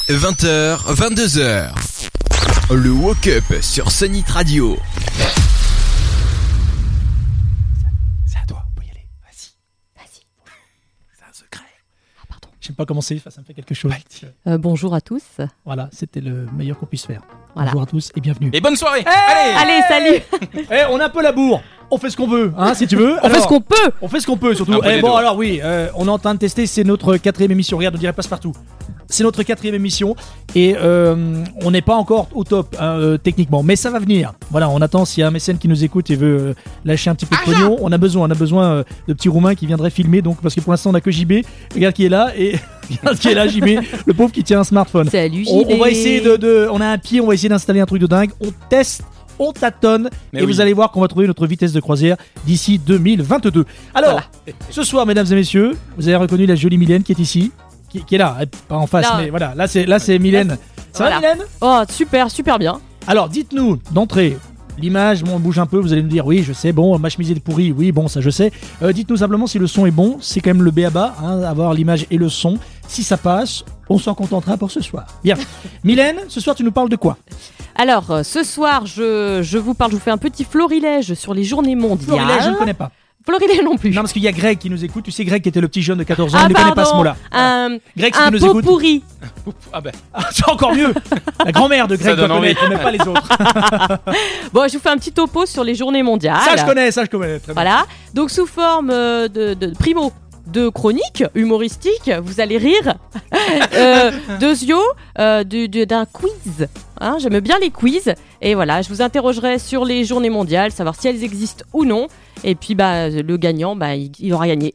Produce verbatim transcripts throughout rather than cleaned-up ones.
vingt heures, vingt-deux heures. Le Woke Up sur Sonic Radio. C'est à toi, on peut y aller. Vas-y. Vas-y. C'est un secret. Ah, pardon. J'aime pas commencer, ça me fait quelque chose. Euh, bonjour à tous. Voilà, c'était le meilleur qu'on puisse faire. Voilà. Bonjour à tous et bienvenue. Et bonne soirée. Hey Allez, salut. Eh, on a un peu la bourre. On fait ce qu'on veut, hein, si tu veux. On fait ce qu'on peut. On fait ce qu'on peut, surtout. Un peu Eh, des bon, deux. alors oui, euh, on est en train de tester. C'est notre quatrième émission. Regarde, on dirait passe-partout. C'est notre quatrième émission et euh, on n'est pas encore au top hein, euh, techniquement, mais ça va venir. Voilà, on attend s'il y a un mécène qui nous écoute et veut euh, lâcher un petit peu de pognon. On a besoin, on a besoin euh, de petits Roumains qui viendraient filmer. Donc, parce que pour l'instant, on a que J B. Regarde qui est là et regarde qui est là, J B, le pauvre qui tient un smartphone. Salut J B. On, on va essayer de, de, on a un pied, on va essayer d'installer un truc de dingue. On teste. On tâtonne Mais et oui. vous allez voir qu'on va trouver notre vitesse de croisière d'ici deux mille vingt-deux. Alors, Voilà. ce soir, mesdames et messieurs, vous avez reconnu la jolie Mylène qui est ici, qui, qui est là, pas en face, Là. mais voilà, là c'est là c'est Mylène. Ça va, Voilà. Mylène? Oh, super, super bien. Alors, dites-nous d'entrée. L'image, bon, on bouge un peu, vous allez nous dire oui, je sais, bon, ma chemise est pourrie, oui, bon, ça je sais. Euh, dites-nous simplement si le son est bon, c'est quand même le b a ba, hein, avoir l'image et le son. Si ça passe, on s'en contentera pour ce soir. Bien. Mylène, ce soir tu nous parles de quoi? Alors, euh, ce soir, je, je vous parle, je vous fais un petit florilège sur les journées mondiales. Florilège, je ne connais pas. Florilège non plus. Non, parce qu'il y a Greg qui nous écoute. Tu sais, Greg qui était le petit jeune de quatorze ans, ah, il ne connaît pas ce pardon. mot-là. Un, Greg, si un tu nous pot écoutes. pourri. Ah ben. Ah, c'est encore mieux. La grand-mère de Greg Ça doit donne connaître, mais pas les autres. Bon, je vous fais un petit topo sur les journées mondiales. Ça, je connais, ça, je connais. Très bien. Voilà. Donc, sous forme euh, de, de primo. De chroniques humoristiques, vous allez rire. euh, Deuxio, euh, du- du- d'un quiz. Hein, j'aime bien les quiz. Et voilà, je vous interrogerai sur les journées mondiales, savoir si elles existent ou non. Et puis, bah, le gagnant, bah, il, il aura gagné.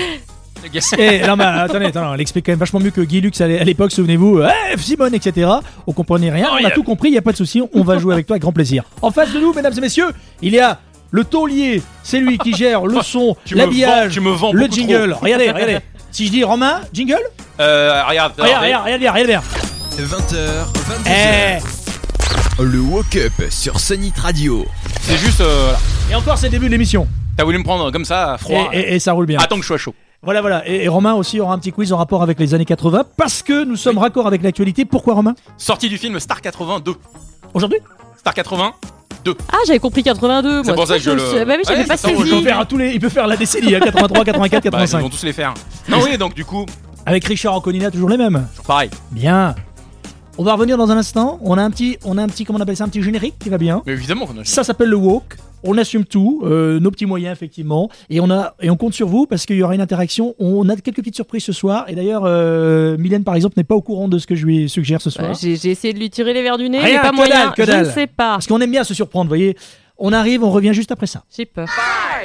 Eh, non, mais attendez, attendez, elle explique quand même vachement mieux que Guy Lux à l'é- à l'époque, souvenez-vous. Eh, Simone, et cetera. On comprenait rien, on a tout compris, il n'y a pas de souci. On va jouer avec toi avec grand plaisir. En face de nous, mesdames et messieurs, il y a le taulier. C'est lui qui gère le son, Tu me l'habillage, vends- tu me vends le beaucoup jingle. trop. Regardez, regardez. Si je dis Romain, jingle, Euh, regarde. regarde, regarde, regarde bien, regarde bien. vingt heures, vingt-deux Eh, heures. Le Woke Up sur Sonic Radio. C'est juste. euh, voilà. et encore, c'est le début de l'émission. T'as voulu me prendre comme ça, Et, froid. et- et ça roule bien. Attends que je sois chaud. Voilà, voilà. Et, et Romain aussi aura un petit quiz en rapport avec les années quatre-vingts parce que nous sommes raccord avec l'actualité. Pourquoi, Romain? Sortie du film Star quatre-vingt-deux. Aujourd'hui? Star quatre-vingt. Ah, j'avais compris quatre-vingt-deux. C'est moi. pour ça que je me le- suis- Bah oui, j'avais Ouais, pas c'est ça, Il peut saisi. faire, à tous les, il peut faire la décennie, hein, quatre-vingt-trois, quatre-vingt-quatre, Bah, ils quatre-vingt-cinq. vont tous les faire. Non, oui, donc du coup, Avec Richard Anconina, toujours les mêmes. toujours pareil. Bien. On va revenir dans un instant. On a un petit, on a un petit, comment on appelle ça, un petit générique qui va bien. Mais évidemment qu'on a. Ça s'appelle le woke. On assume tout, euh, nos petits moyens effectivement, et on a et on compte sur vous parce qu'il y aura une interaction. On a quelques petites surprises ce soir. Et d'ailleurs, euh, Mylène par exemple n'est pas au courant de ce que je lui suggère ce soir. Ouais, j'ai, j'ai essayé de lui tirer les verres du nez, Rien, mais pas que moyen. dalle, que je dalle. ne sais pas. Parce qu'on aime bien se surprendre, vous voyez. On arrive, on revient juste après ça. J'ai peur.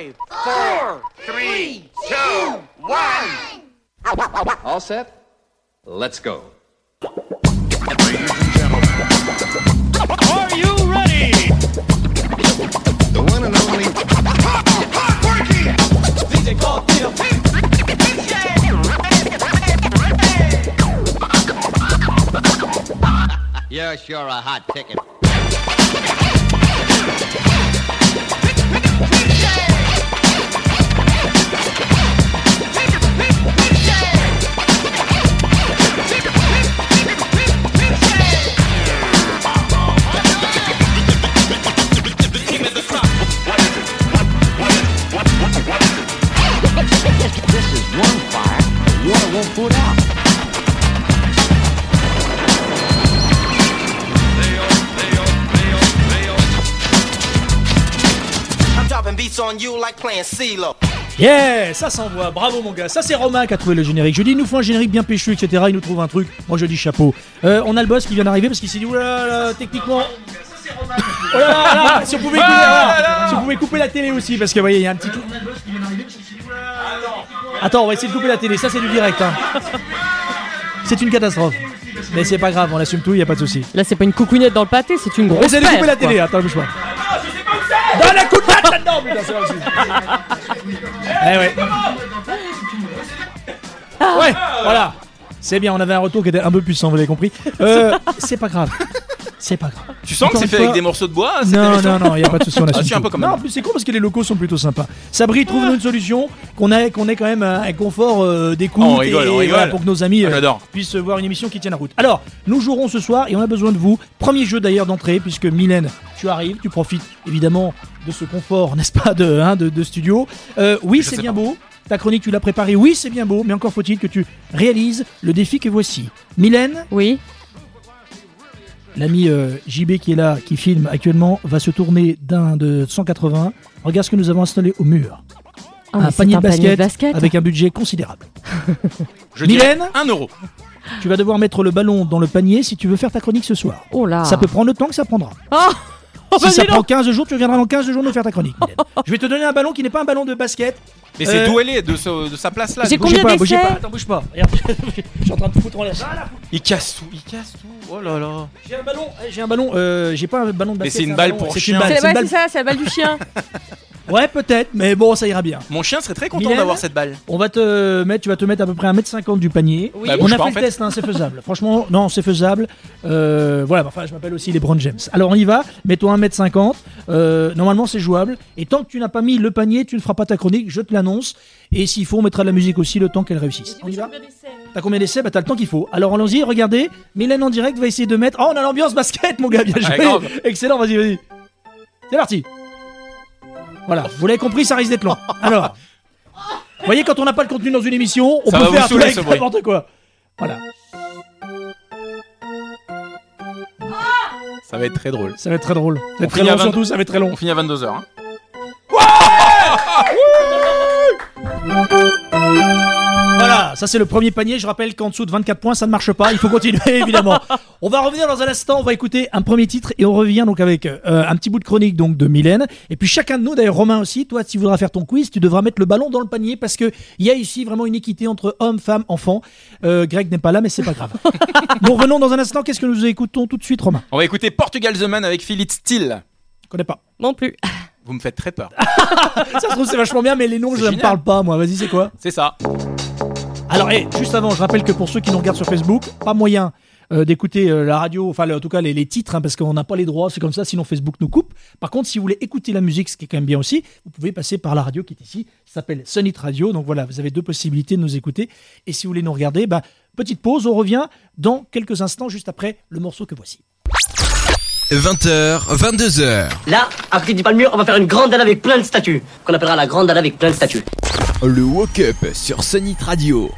All set? Let's go. Are you ready? The one and only You're sure a hot ticket. This is one fire the water won't put out. I'm dropping beats on you like playing CeeLo. Yeah, ça s'envoie, bravo mon gars. Ça c'est Romain qui a trouvé le générique. Je dis il nous faut un générique bien péchu, et cetera. Il nous trouve un truc. Moi je dis chapeau. Euh, on a le boss qui vient d'arriver parce qu'il s'est dit oulala, là, techniquement. Oh là là, là, si on pouvait couper, alors, si on pouvait couper la télé aussi parce que vous voyez il y a un petit. Attends, on va essayer de couper la télé. Ça c'est du direct. Hein. C'est une catastrophe. Mais c'est pas grave, on assume tout, il y a pas de souci. Là, c'est pas une coucounette dans le pâté, c'est une On grosse essaie de couper paire, la télé. quoi. Attends, bouge pas. Donne un coup de patte là-dedans, putain, c'est là-dessus. Eh ouais. Ouais, voilà. C'est bien, on avait un retour qui était un peu puissant, vous l'avez compris. Euh, c'est pas grave. C'est pas grave. Tu sens Encore que c'est une fait fois- avec des morceaux de bois cette Non, émission non, non, il n'y a pas de souci, on Ah, assume si, un tout. peu quand Non, même. en plus, c'est con parce que les locaux sont plutôt sympas. Sabri, trouve-nous une solution, qu'on ait, qu'on ait quand même un, un confort euh, d'écoute Oh, on rigole, et, on rigole. voilà, pour que nos amis Ah, euh, j'adore. puissent voir une émission qui tienne la route. Alors, nous jouerons ce soir et on a besoin de vous. Premier jeu d'ailleurs d'entrée, puisque Mylène, tu arrives, tu profites évidemment de ce confort, n'est-ce pas, de, hein, de, de studio. Euh, oui, Je c'est sais bien pas. beau. Ta chronique, tu l'as préparée. Oui, c'est bien beau, mais encore faut-il que tu réalises le défi que voici. Mylène, Oui. l'ami euh, J B qui est là, qui filme actuellement, va se tourner d'un de cent quatre-vingts. Regarde ce que nous avons installé au mur. Oh, mais un c'est panier un de basket, panier de basket. avec un budget considérable. Je dirais Mylène un euro. Tu vas devoir mettre le ballon dans le panier si tu veux faire ta chronique ce soir. Oh là. Ça peut prendre le temps que ça prendra. Oh, oh Si bah ça dis prend donc. quinze jours, tu reviendras dans quinze jours nous faire ta chronique, Mylène. Je vais te donner un ballon qui n'est pas un ballon de basket. Mais c'est Euh, d'où elle est, de, ce- de sa place là. J'ai Bougez Combien pas, bougez d'essais pas, attends, bouge pas. Regarde, je suis en train de te foutre en l'air. Ah, là, Il casse tout, il casse tout. Oh là là. J'ai un ballon, eh, j'ai un ballon, euh, j'ai pas un ballon de Mais basket. c'est une un balle ballon, pour c'est chien. une balle, C'est c'est une ouais, balle. c'est ça, c'est la balle du chien. Ouais, peut-être, mais bon, ça ira bien. Mon chien serait très content Mylène d'avoir cette balle. On va te mettre, tu vas te mettre à peu près un mètre cinquante du panier. Oui. Bah, On bouge a pas, fait en le fait. test, hein, c'est faisable. Franchement, non, c'est faisable. Euh, voilà, enfin, je m'appelle aussi LeBron James. Alors on y va, mets-toi un mètre cinquante. Euh, normalement, c'est jouable. Et tant que tu n'as pas mis le panier, tu ne feras pas ta chronique, je te l'annonce. Et s'il faut, on mettra de la musique aussi le temps qu'elle réussisse. On y va. T'as combien d'essais? Bah, t'as le temps qu'il faut. Alors allons-y, regardez. Mylène en direct va essayer de mettre. Oh, on a l'ambiance basket, mon gars, bien joué. grave. Excellent, vas-y, vas-y. C'est parti. Voilà, vous l'avez compris, ça risque d'être long. Alors, vous voyez, quand on n'a pas le contenu dans une émission, on Ça peut va vous faire tout saouler, avec ce bruit. n'importe quoi. Voilà, Ça va être très drôle. ça va être très drôle. Ça va être On très finit à long vingt- surtout, ça va être très long. On finit à vingt-deux heures. Hein. Voilà, ça c'est le premier panier. Je rappelle qu'en dessous de vingt-quatre points, ça ne marche pas. Il faut continuer, évidemment. On va revenir dans un instant. On va écouter un premier titre et on revient donc avec euh, un petit bout de chronique donc de Mylène. Et puis chacun de nous, d'ailleurs Romain aussi, toi, si tu voudras faire ton quiz, tu devras mettre le ballon dans le panier parce que il y a ici vraiment une équité entre hommes, femmes, enfants. Euh, Greg n'est pas là, mais c'est pas grave. Nous revenons dans un instant. Qu'est-ce que nous écoutons tout de suite, Romain? On va écouter Portugal The Man avec Philip Steele. Je connais pas. Non plus. Vous me faites très peur. Ça se trouve c'est vachement bien, mais les noms C'est je ne me génial. parle pas moi. Vas-y, c'est quoi? C'est ça. Alors, hey, juste avant, je rappelle que pour ceux qui nous regardent sur Facebook, pas moyen euh, d'écouter euh, la radio, enfin en tout cas les, les titres, hein, parce qu'on n'a pas les droits, c'est comme ça, sinon Facebook nous coupe. Par contre, si vous voulez écouter la musique, ce qui est quand même bien aussi, vous pouvez passer par la radio qui est ici, ça s'appelle Sunnit Radio. Donc voilà, vous avez deux possibilités de nous écouter. Et si vous voulez nous regarder, bah, petite pause, on revient dans quelques instants, juste après le morceau que voici. vingt heures, vingt-deux heures. Là, à côté du palmure, on va faire une grande dalle avec plein de statues, qu'on appellera la grande dalle avec plein de statues. Le Woke Up sur Sunnit Radio.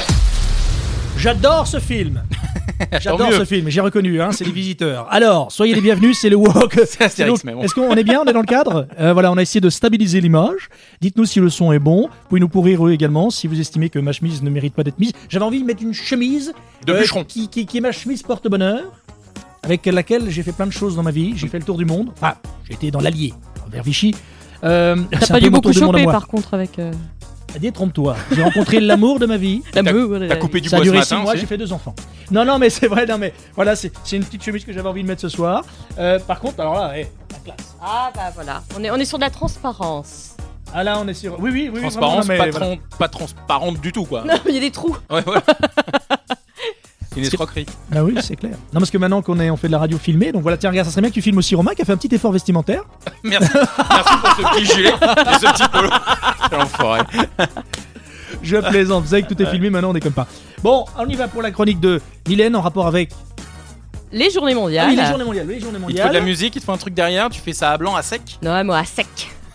J'adore ce film. J'adore mieux. ce film, j'ai reconnu, hein, c'est Les Visiteurs. Alors, soyez les bienvenus, c'est le Walk. C'est Astérix, mais bon. Est-ce qu'on est bien, on est dans le cadre? Euh, Voilà, on a essayé de stabiliser l'image. Dites-nous si le son est bon. Vous pouvez nous pourrir eux également si vous estimez que ma chemise ne mérite pas d'être mise. J'avais envie de mettre une chemise De bûcheron. qui, qui, qui est ma chemise porte-bonheur, avec laquelle j'ai fait plein de choses dans ma vie. J'ai fait le tour du monde. Enfin, j'ai été dans l'Allier, vers Vichy. Euh, T'as c'est un pas peu dû mon beaucoup tour du monde à choper moi. par contre avec. Euh... Dis, trompe-toi. J'ai rencontré l'amour de ma vie. la T'as meule, t'as euh, coupé du Ça a bois ce duré six matin mois, aussi. j'ai fait deux enfants. Non, non, mais c'est vrai, non, mais voilà, c'est c'est une petite chemise que j'avais envie de mettre ce soir. Euh, par contre, alors là, hey, la classe. Ah bah voilà. On est, on est sur de la transparence. Ah là, on est sur. Oui, oui, oui. Transparence, vraiment, non, pas, mais voilà. tran- pas transparente du tout quoi. Non, il y a des trous. Ouais, voilà. Une escroquerie. Ah oui, c'est clair. Non, parce que maintenant qu'on est, on fait de la radio filmée, donc voilà, tiens, regarde, ça serait bien que tu filmes aussi Romain qui a fait un petit effort vestimentaire. Merci. Merci pour ce petit gilet et ce petit polo. Quel enfoiré. Je plaisante, vous savez que tout est filmé, maintenant on est comme pas. Bon, on y va pour la chronique de Mylène en rapport avec. Les journées Ah mondiales. oui, les journées mondiales, oui, les journées Il te faut de la mondiales. musique, il te faut un truc derrière, tu fais ça à blanc, à sec. Non, moi à sec.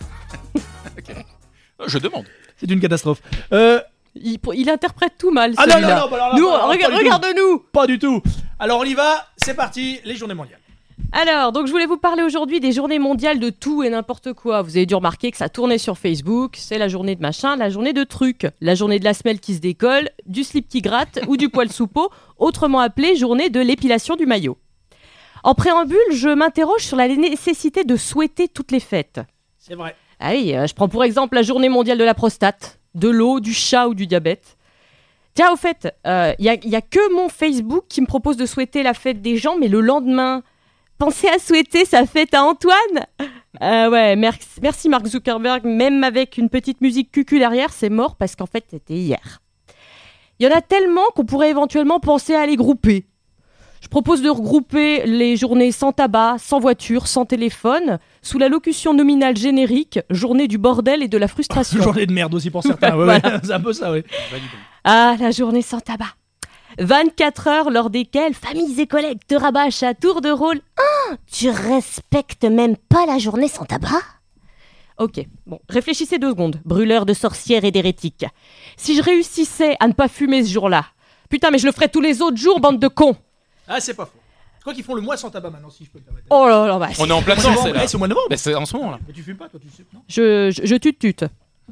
Je demande. C'est une catastrophe. Euh. Il, il interprète tout mal. Ah non, non, celui-là. non, bah alors là, Nous, bah alors, rega- pas du tout. regarde-nous. Pas du tout. Alors on y va, c'est parti, les journées mondiales. Alors, donc je voulais vous parler aujourd'hui des journées mondiales de tout et n'importe quoi. Vous avez dû remarquer que ça tournait sur Facebook. C'est la journée de machin, la journée de trucs, la journée de la semelle qui se décolle, du slip qui gratte ou du poil sous peau, autrement appelée journée de l'épilation du maillot. En préambule, je m'interroge sur la nécessité de souhaiter toutes les fêtes. C'est vrai. Ah oui, euh, je prends pour exemple la journée mondiale de la prostate, de l'eau, du chat ou du diabète. Tiens, au fait, il euh, n'y a, y a que mon Facebook qui me propose de souhaiter la fête des gens, mais le lendemain, pensez à souhaiter sa fête à Antoine. euh, Ouais, merci, merci Mark Zuckerberg, même avec une petite musique cucu derrière, c'est mort parce qu'en fait, c'était hier. Il y en a tellement qu'on pourrait éventuellement penser à les grouper. Je propose de regrouper les journées sans tabac, sans voiture, sans téléphone, sous la locution nominale générique, journée du bordel et de la frustration. Journée de merde aussi pour certains. Ouais, Voilà. ouais, c'est un peu ça, oui. Ah, la journée sans tabac. vingt-quatre heures lors desquelles familles et collègues te rabâchent à tour de rôle. Ah, tu respectes même pas la journée sans tabac? Ok, bon, réfléchissez deux secondes, brûleur de sorcières et d'hérétiques. Si je réussissais à ne pas fumer ce jour-là, putain, mais je le ferais tous les autres jours, bande de cons. Ah, c'est pas faux. Je crois qu'ils font le mois sans tabac maintenant, si je peux me permettre. Oh là là, bah, On est en plein C'est dedans, au c'est mois- là. ouais, c'est au mois de novembre. Mais c'est en ce moment là. Mais tu fumes pas, toi, tu sais, non? je, je, je tute-tute.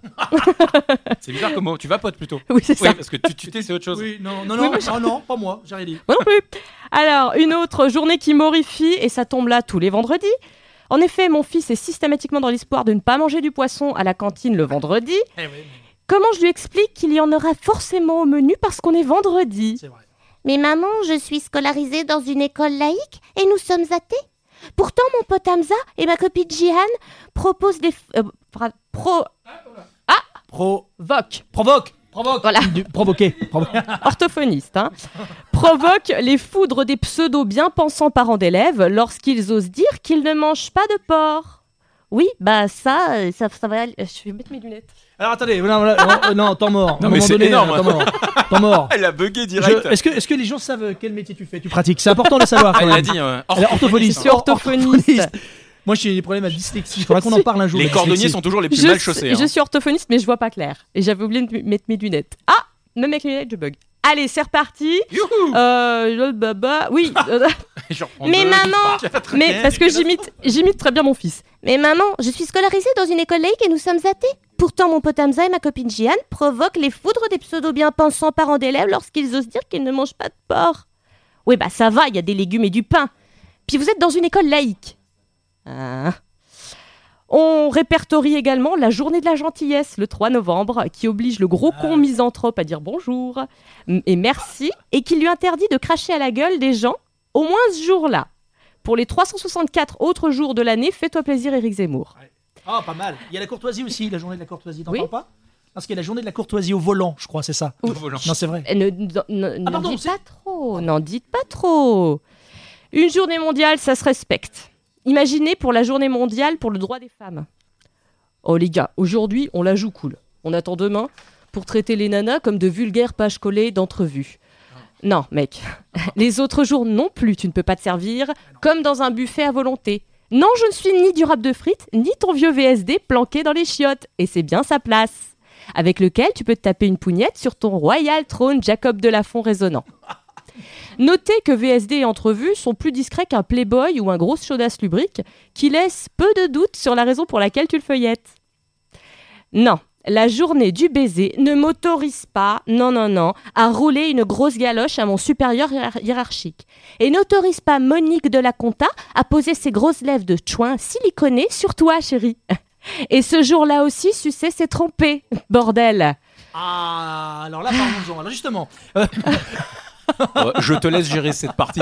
C'est bizarre comme mot. Tu vapotes plutôt. Oui, c'est ça. Oui, parce que tu tutais, c'est autre chose. Oui, non, non, Oui, non, mais oh, non, pas moi, j'ai rien dit. Moi non plus. Alors, une autre journée qui m'horrifie, et ça tombe là tous les vendredis. En effet, mon fils est systématiquement dans l'espoir de ne pas manger du poisson à la cantine le vendredi. Eh oui, mais Comment je lui explique qu'il y en aura forcément au menu parce qu'on est vendredi? c'est vrai. Mais maman, je suis scolarisée dans une école laïque et nous sommes athées. Pourtant, mon pote Hamza et ma copine Jihan proposent des... f- euh, fra- pro... Pro... Voc. Provoque Provoque Voilà. Du- Provoquer. Provoquer. Orthophoniste, hein, provoque les foudres des pseudo bien pensants parents d'élèves lorsqu'ils osent dire qu'ils ne mangent pas de porc. Oui, bah ça, euh, ça, ça va. Je vais mettre mes lunettes. Alors attendez, non, non, non, non, temps mort. Non, À un mais moment c'est donné, énorme. Temps mort. Temps mort. Elle a bugué Je- direct. Est-ce que, est-ce que les gens savent quel métier tu fais, tu pratiques? C'est important de le savoir. Ah, quand elle a même. dit. euh, Elle est orthophoniste. Je suis orthophoniste. Moi, j'ai des problèmes à dyslexie. Il faudra qu'on en parle un jour. Les la cordonniers dyslexie. sont toujours les plus Je, mal chaussés. je hein. suis orthophoniste, mais je vois pas clair. Et j'avais oublié de m- mettre mes lunettes. Ah, même avec les lunettes, je bug. Allez, c'est reparti. Youhou. Euh, le baba, oui. euh, Je reprends Mais deux, maman, quatre. mais parce que j'imite, j'imite très bien mon fils. Mais maman, je suis scolarisée dans une école laïque et nous sommes athées. Pourtant, mon pote Hamza et ma copine Jihan provoquent les foudres des pseudo-bien-pensants parents d'élèves lorsqu'ils osent dire qu'ils ne mangent pas de porc. Oui, bah ça va, il y a des légumes et du pain. Puis vous êtes dans une école laïque. Ah. On répertorie également la journée de la gentillesse, le trois novembre, qui oblige le gros con misanthrope à dire bonjour m- et merci, et qui lui interdit de cracher à la gueule des gens au moins ce jour-là. Pour les trois cent soixante-quatre autres jours de l'année, fais-toi plaisir, Éric Zemmour. Ah, pas mal. Il y a la courtoisie aussi, la journée de la courtoisie. T'en Oui. parles pas? Parce qu'il y a la journée de la courtoisie au volant, je crois, c'est ça. Au volant. Non, c'est vrai. Eh, Ne, ne- ne- n'en pardon, dites c'est- pas trop, n'en dites pas trop. Une journée mondiale, ça se respecte. Imaginez pour la journée mondiale pour le droit des femmes. Oh les gars, aujourd'hui, on la joue cool. On attend demain pour traiter les nanas comme de vulgaires pages collées d'entrevues. Non, mec. Les autres jours non plus, tu ne peux pas te servir comme dans un buffet à volonté. Non, je ne suis ni du rap de frites, ni ton vieux V S D planqué dans les chiottes. Et c'est bien sa place. Avec lequel tu peux te taper une pougnette sur ton royal trône Jacob Delafont résonnant. Notez que V S D et Entrevue sont plus discrets qu'un Playboy ou un gros chaudasse lubrique qui laisse peu de doute sur la raison pour laquelle tu le feuillettes. Non, la journée du baiser ne m'autorise pas, non, non, non, à rouler une grosse galoche à mon supérieur hiérar- hiérarchique. Et n'autorise pas Monique de la Conta à poser ses grosses lèvres de chouin siliconées sur toi, chérie. Et ce jour-là aussi, sucer s'est trompé, bordel. Ah, alors là, parlons-en. Alors justement, euh, Ouais, je te laisse gérer cette partie.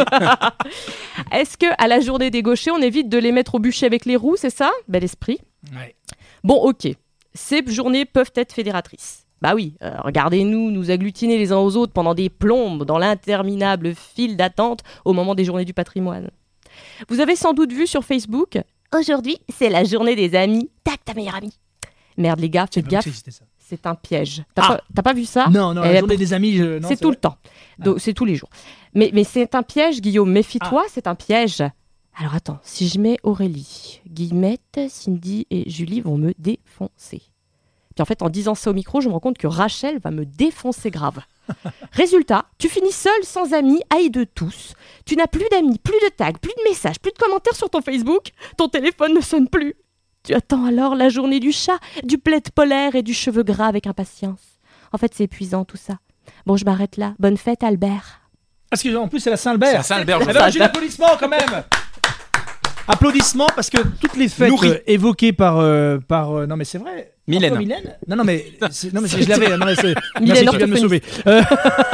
Est-ce que à la journée des gauchers, on évite de les mettre au bûcher avec les roues, c'est ça? Bel esprit. ouais. Bon, ok. Ces journées peuvent être fédératrices. Bah oui, euh, regardez-nous nous agglutiner les uns aux autres pendant des plombes dans l'interminable file d'attente au moment des journées du patrimoine. Vous avez sans doute vu sur Facebook, aujourd'hui, c'est la journée des amis. Tac, ta meilleure amie. Merde les gars, faites Pas gaffe, que ça existait, ça. c'est un piège. T'as, Ah. pas, t'as pas vu ça? Non, non, Elle la a journée des amis, je... non, c'est tout vrai. le temps. Donc, c'est tous les jours. Mais, mais c'est un piège, Guillaume. Méfie-toi, c'est un piège. Alors attends, si je mets Aurélie, Guillemette, Cindy et Julie vont me défoncer. Puis en fait, en disant ça au micro, je me rends compte que Rachel va me défoncer grave. Résultat, tu finis seul, sans amis, haï de tous. Tu n'as plus d'amis, plus de tags, plus de messages, plus de commentaires sur ton Facebook. Ton téléphone ne sonne plus. Tu attends alors la journée du chat, du plaid polaire et du cheveu gras avec impatience. En fait, c'est épuisant tout ça. Bon, je m'arrête là. Bonne fête, Albert. Parce qu'en plus, c'est la Saint-Albert. C'est la Saint-Albert, Eh je ben, sais. j'ai l'applaudissement quand même. Applaudissements parce que toutes les fêtes Nourri. euh, évoquées par euh, par euh, non mais c'est vrai. Mylène. Encore Mylène. Non non mais c'est- non mais c'est- je l'avais. Non mais c'est Mylène merci, tu viens de me orthophoniste. sauver. Euh,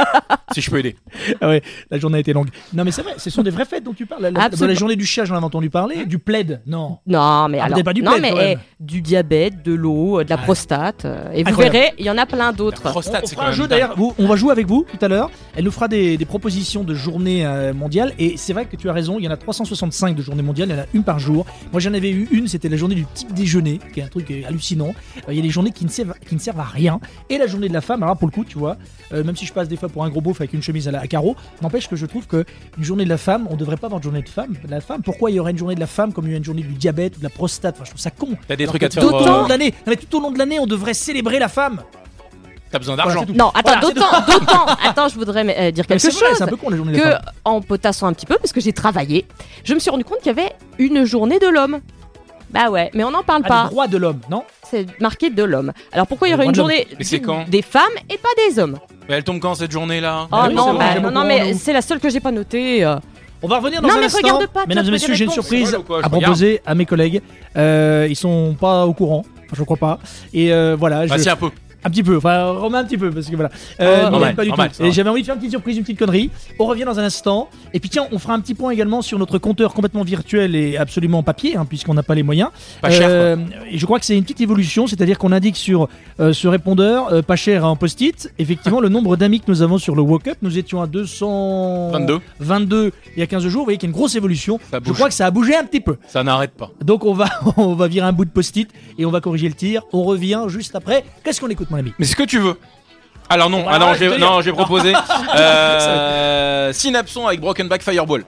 Si je peux aider. Ah ouais, la journée a été longue. Non, mais c'est vrai, ce sont des vraies fêtes dont tu parles. La, la, Absolument. la journée du chat, j'en avais entendu parler. Du plaid, non. Non, mais Ah, alors, peut-être pas du non, plaid, mais quand même. eh, du diabète, de l'eau, euh, de la Ouais. prostate, euh, et vous Incroyable. verrez, il y en a plein d'autres. On, Prostate, on c'est fera quand un même jeu dingue. d'ailleurs. Vous- On va jouer avec vous tout à l'heure. Elle nous fera des, des propositions de journées euh, mondiales. Et c'est vrai que tu as raison. Il y en a trois cent soixante-cinq de journées mondiales. Il y en a une par jour. Moi, j'en avais eu une. C'était la journée du petit déjeuner, qui est un truc euh, hallucinant. Euh, Il y a des journées qui ne servent, qui ne servent à rien. Et la journée de la femme. Alors pour le coup, tu vois, euh, même si je passe des fois pour un gros beauf avec une chemise à, la, à carreaux, n'empêche que je trouve que une journée de la femme, on devrait pas avoir de journée de femme. De la femme. Pourquoi il y aurait une journée de la femme comme il y a une journée du diabète ou de la prostate? Enfin, je trouve ça con. T'as des Alors trucs que à te faire. tout au long euh, de l'année, non, mais tout au long de l'année, on devrait célébrer la femme. T'as besoin Voilà, d'argent. c'est tout. Non, attends, Voilà, c'est d'autant, d'autant, attends, je voudrais euh, dire Mais quelque c'est vrai, chose. c'est un peu con la journée de la Que, femme. en potassant un petit peu, parce que j'ai travaillé, je me suis rendu compte qu'il y avait une journée de l'homme. Bah ouais, mais on n'en parle Ah, pas. les droits de l'homme, non? C'est marqué de l'homme. Alors pourquoi il y Les aurait droits une de l'homme. journée Mais c'est quand des femmes et pas des hommes? Mais elle tombe quand cette journée-là Oh Ah oui, c'est non, vrai, bah, j'aime non, non, beaucoup, mais nous. c'est la seule que j'ai pas notée. euh. On va revenir dans Non, un mais instant. regarde pas, tu Mesdames vas et messieurs, j'ai une trouver les surprise réponses. Ouais, ou quoi, je à regarde. proposer à mes collègues. Euh, ils sont pas au courant. Enfin, je crois pas. Et euh, voilà. Bah je... si, un peu. Un petit peu, enfin Romain un petit peu parce que voilà. Oh, Euh, normal, Mylène, pas du normal, tout. ça Et va. j'avais envie de faire une petite surprise, une petite connerie. On revient dans un instant. Et puis tiens, on fera un petit point également sur notre compteur complètement virtuel et absolument en papier, hein, puisqu'on n'a pas les moyens. Pas cher, Euh, Et je crois que c'est une petite évolution, c'est-à-dire qu'on indique sur euh, ce répondeur, euh, pas cher en post-it, effectivement le nombre d'amis que nous avons sur le Walk Up. Nous étions à deux cent vingt-deux. vingt-deux il y a quinze jours. Vous voyez qu'il y a une grosse évolution. Ça Je bouge. crois que ça a bougé un petit peu. Ça n'arrête pas. Donc on va, on va virer un bout de post-it et on va corriger le tir. On revient juste après. Qu'est-ce qu'on écoute, mon ami? Mais ce que tu veux. Alors non, Bah, ah non, je te j'ai dis. non, j'ai proposé euh, Synapson avec Broken Back Fireball.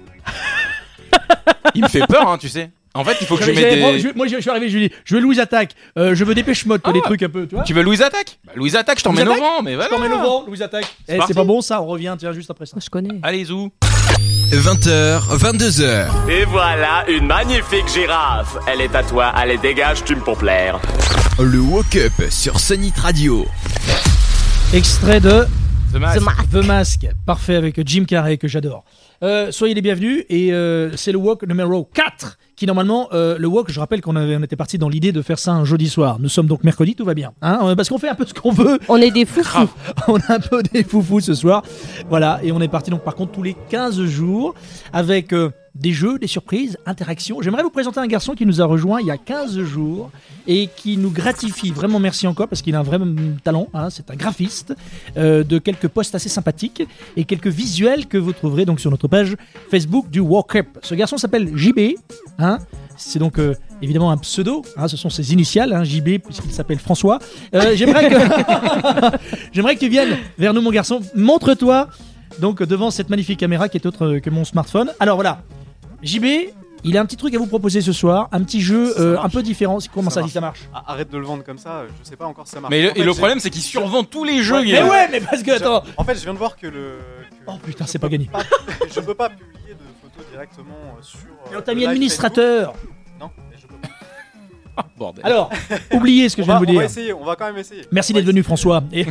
Il me fait peur, hein, tu sais. En fait, il faut que je J'avais- mette j'avais- des. je- Moi je, je suis arrivé, je lui dis, je veux Louise Attaque, euh, je veux Dépêche Mode, Ah. des trucs un peu, tu vois. Tu veux Louise Attaque Bah, Louise Attaque, je Louise t'emmène au Attaque vent, mais voilà. Je t'emmène au vent, Louise Attaque. C'est Eh, parti. c'est pas bon ça, on revient, tiens, juste après ça. Je connais. Allez, Zou. vingt heures, vingt-deux heures. Et voilà une magnifique girafe. Elle est à toi, allez dégage, tu me pour plaire. Le Walk Up sur Sonic Radio. Extrait de The Mask. The Mask. The Mask, parfait avec Jim Carrey que j'adore. Euh, soyez les bienvenus et euh, c'est le walk numéro quatre qui normalement, euh, le walk, je rappelle qu'on avait, on était parti dans l'idée de faire ça un jeudi soir. Nous sommes donc mercredi, tout va bien. Hein, euh, parce qu'on fait un peu ce qu'on veut. On est des foufous. On a un peu des foufous ce soir. Voilà, et on est parti donc par contre tous les quinze jours avec euh, des jeux, des surprises, interactions. J'aimerais vous présenter un garçon qui nous a rejoint il y a quinze jours et qui nous gratifie. Vraiment merci encore parce qu'il a un vrai talent. Hein, c'est un graphiste euh, de quelques posts assez sympathiques et quelques visuels que vous trouverez donc sur notre page Facebook du Walk Up. Ce garçon s'appelle J B. Hein, c'est donc euh, évidemment un pseudo, hein, ce sont ses initiales, hein, J B, puisqu'il s'appelle François. Euh, j'aimerais, que... j'aimerais que tu viennes vers nous, mon garçon. Montre-toi donc devant cette magnifique caméra qui est autre que mon smartphone. Alors voilà, J B, il a un petit truc à vous proposer ce soir, un petit jeu euh, un peu différent. Comment ça, Ça dit ça marche? Ah, arrête de le vendre comme ça, je sais pas encore si ça marche. Mais le, En et fait, le j'ai- problème, c'est qu'il survend tous les jeux. Ouais, il Mais est- ouais, mais parce que attends. En fait, je viens de voir que le. que Oh putain, je c'est peux pas gagné. je peux pas publier de photos directement euh, sur. Mais euh, on t'a le mis live administrateur. Facebook. Non, mais je peux pas. Ah, bordel. Alors, oubliez ce que On je viens va, de vous on va dire. essayer, on va quand même essayer. Merci On va d'être venu, essayer. François. Et-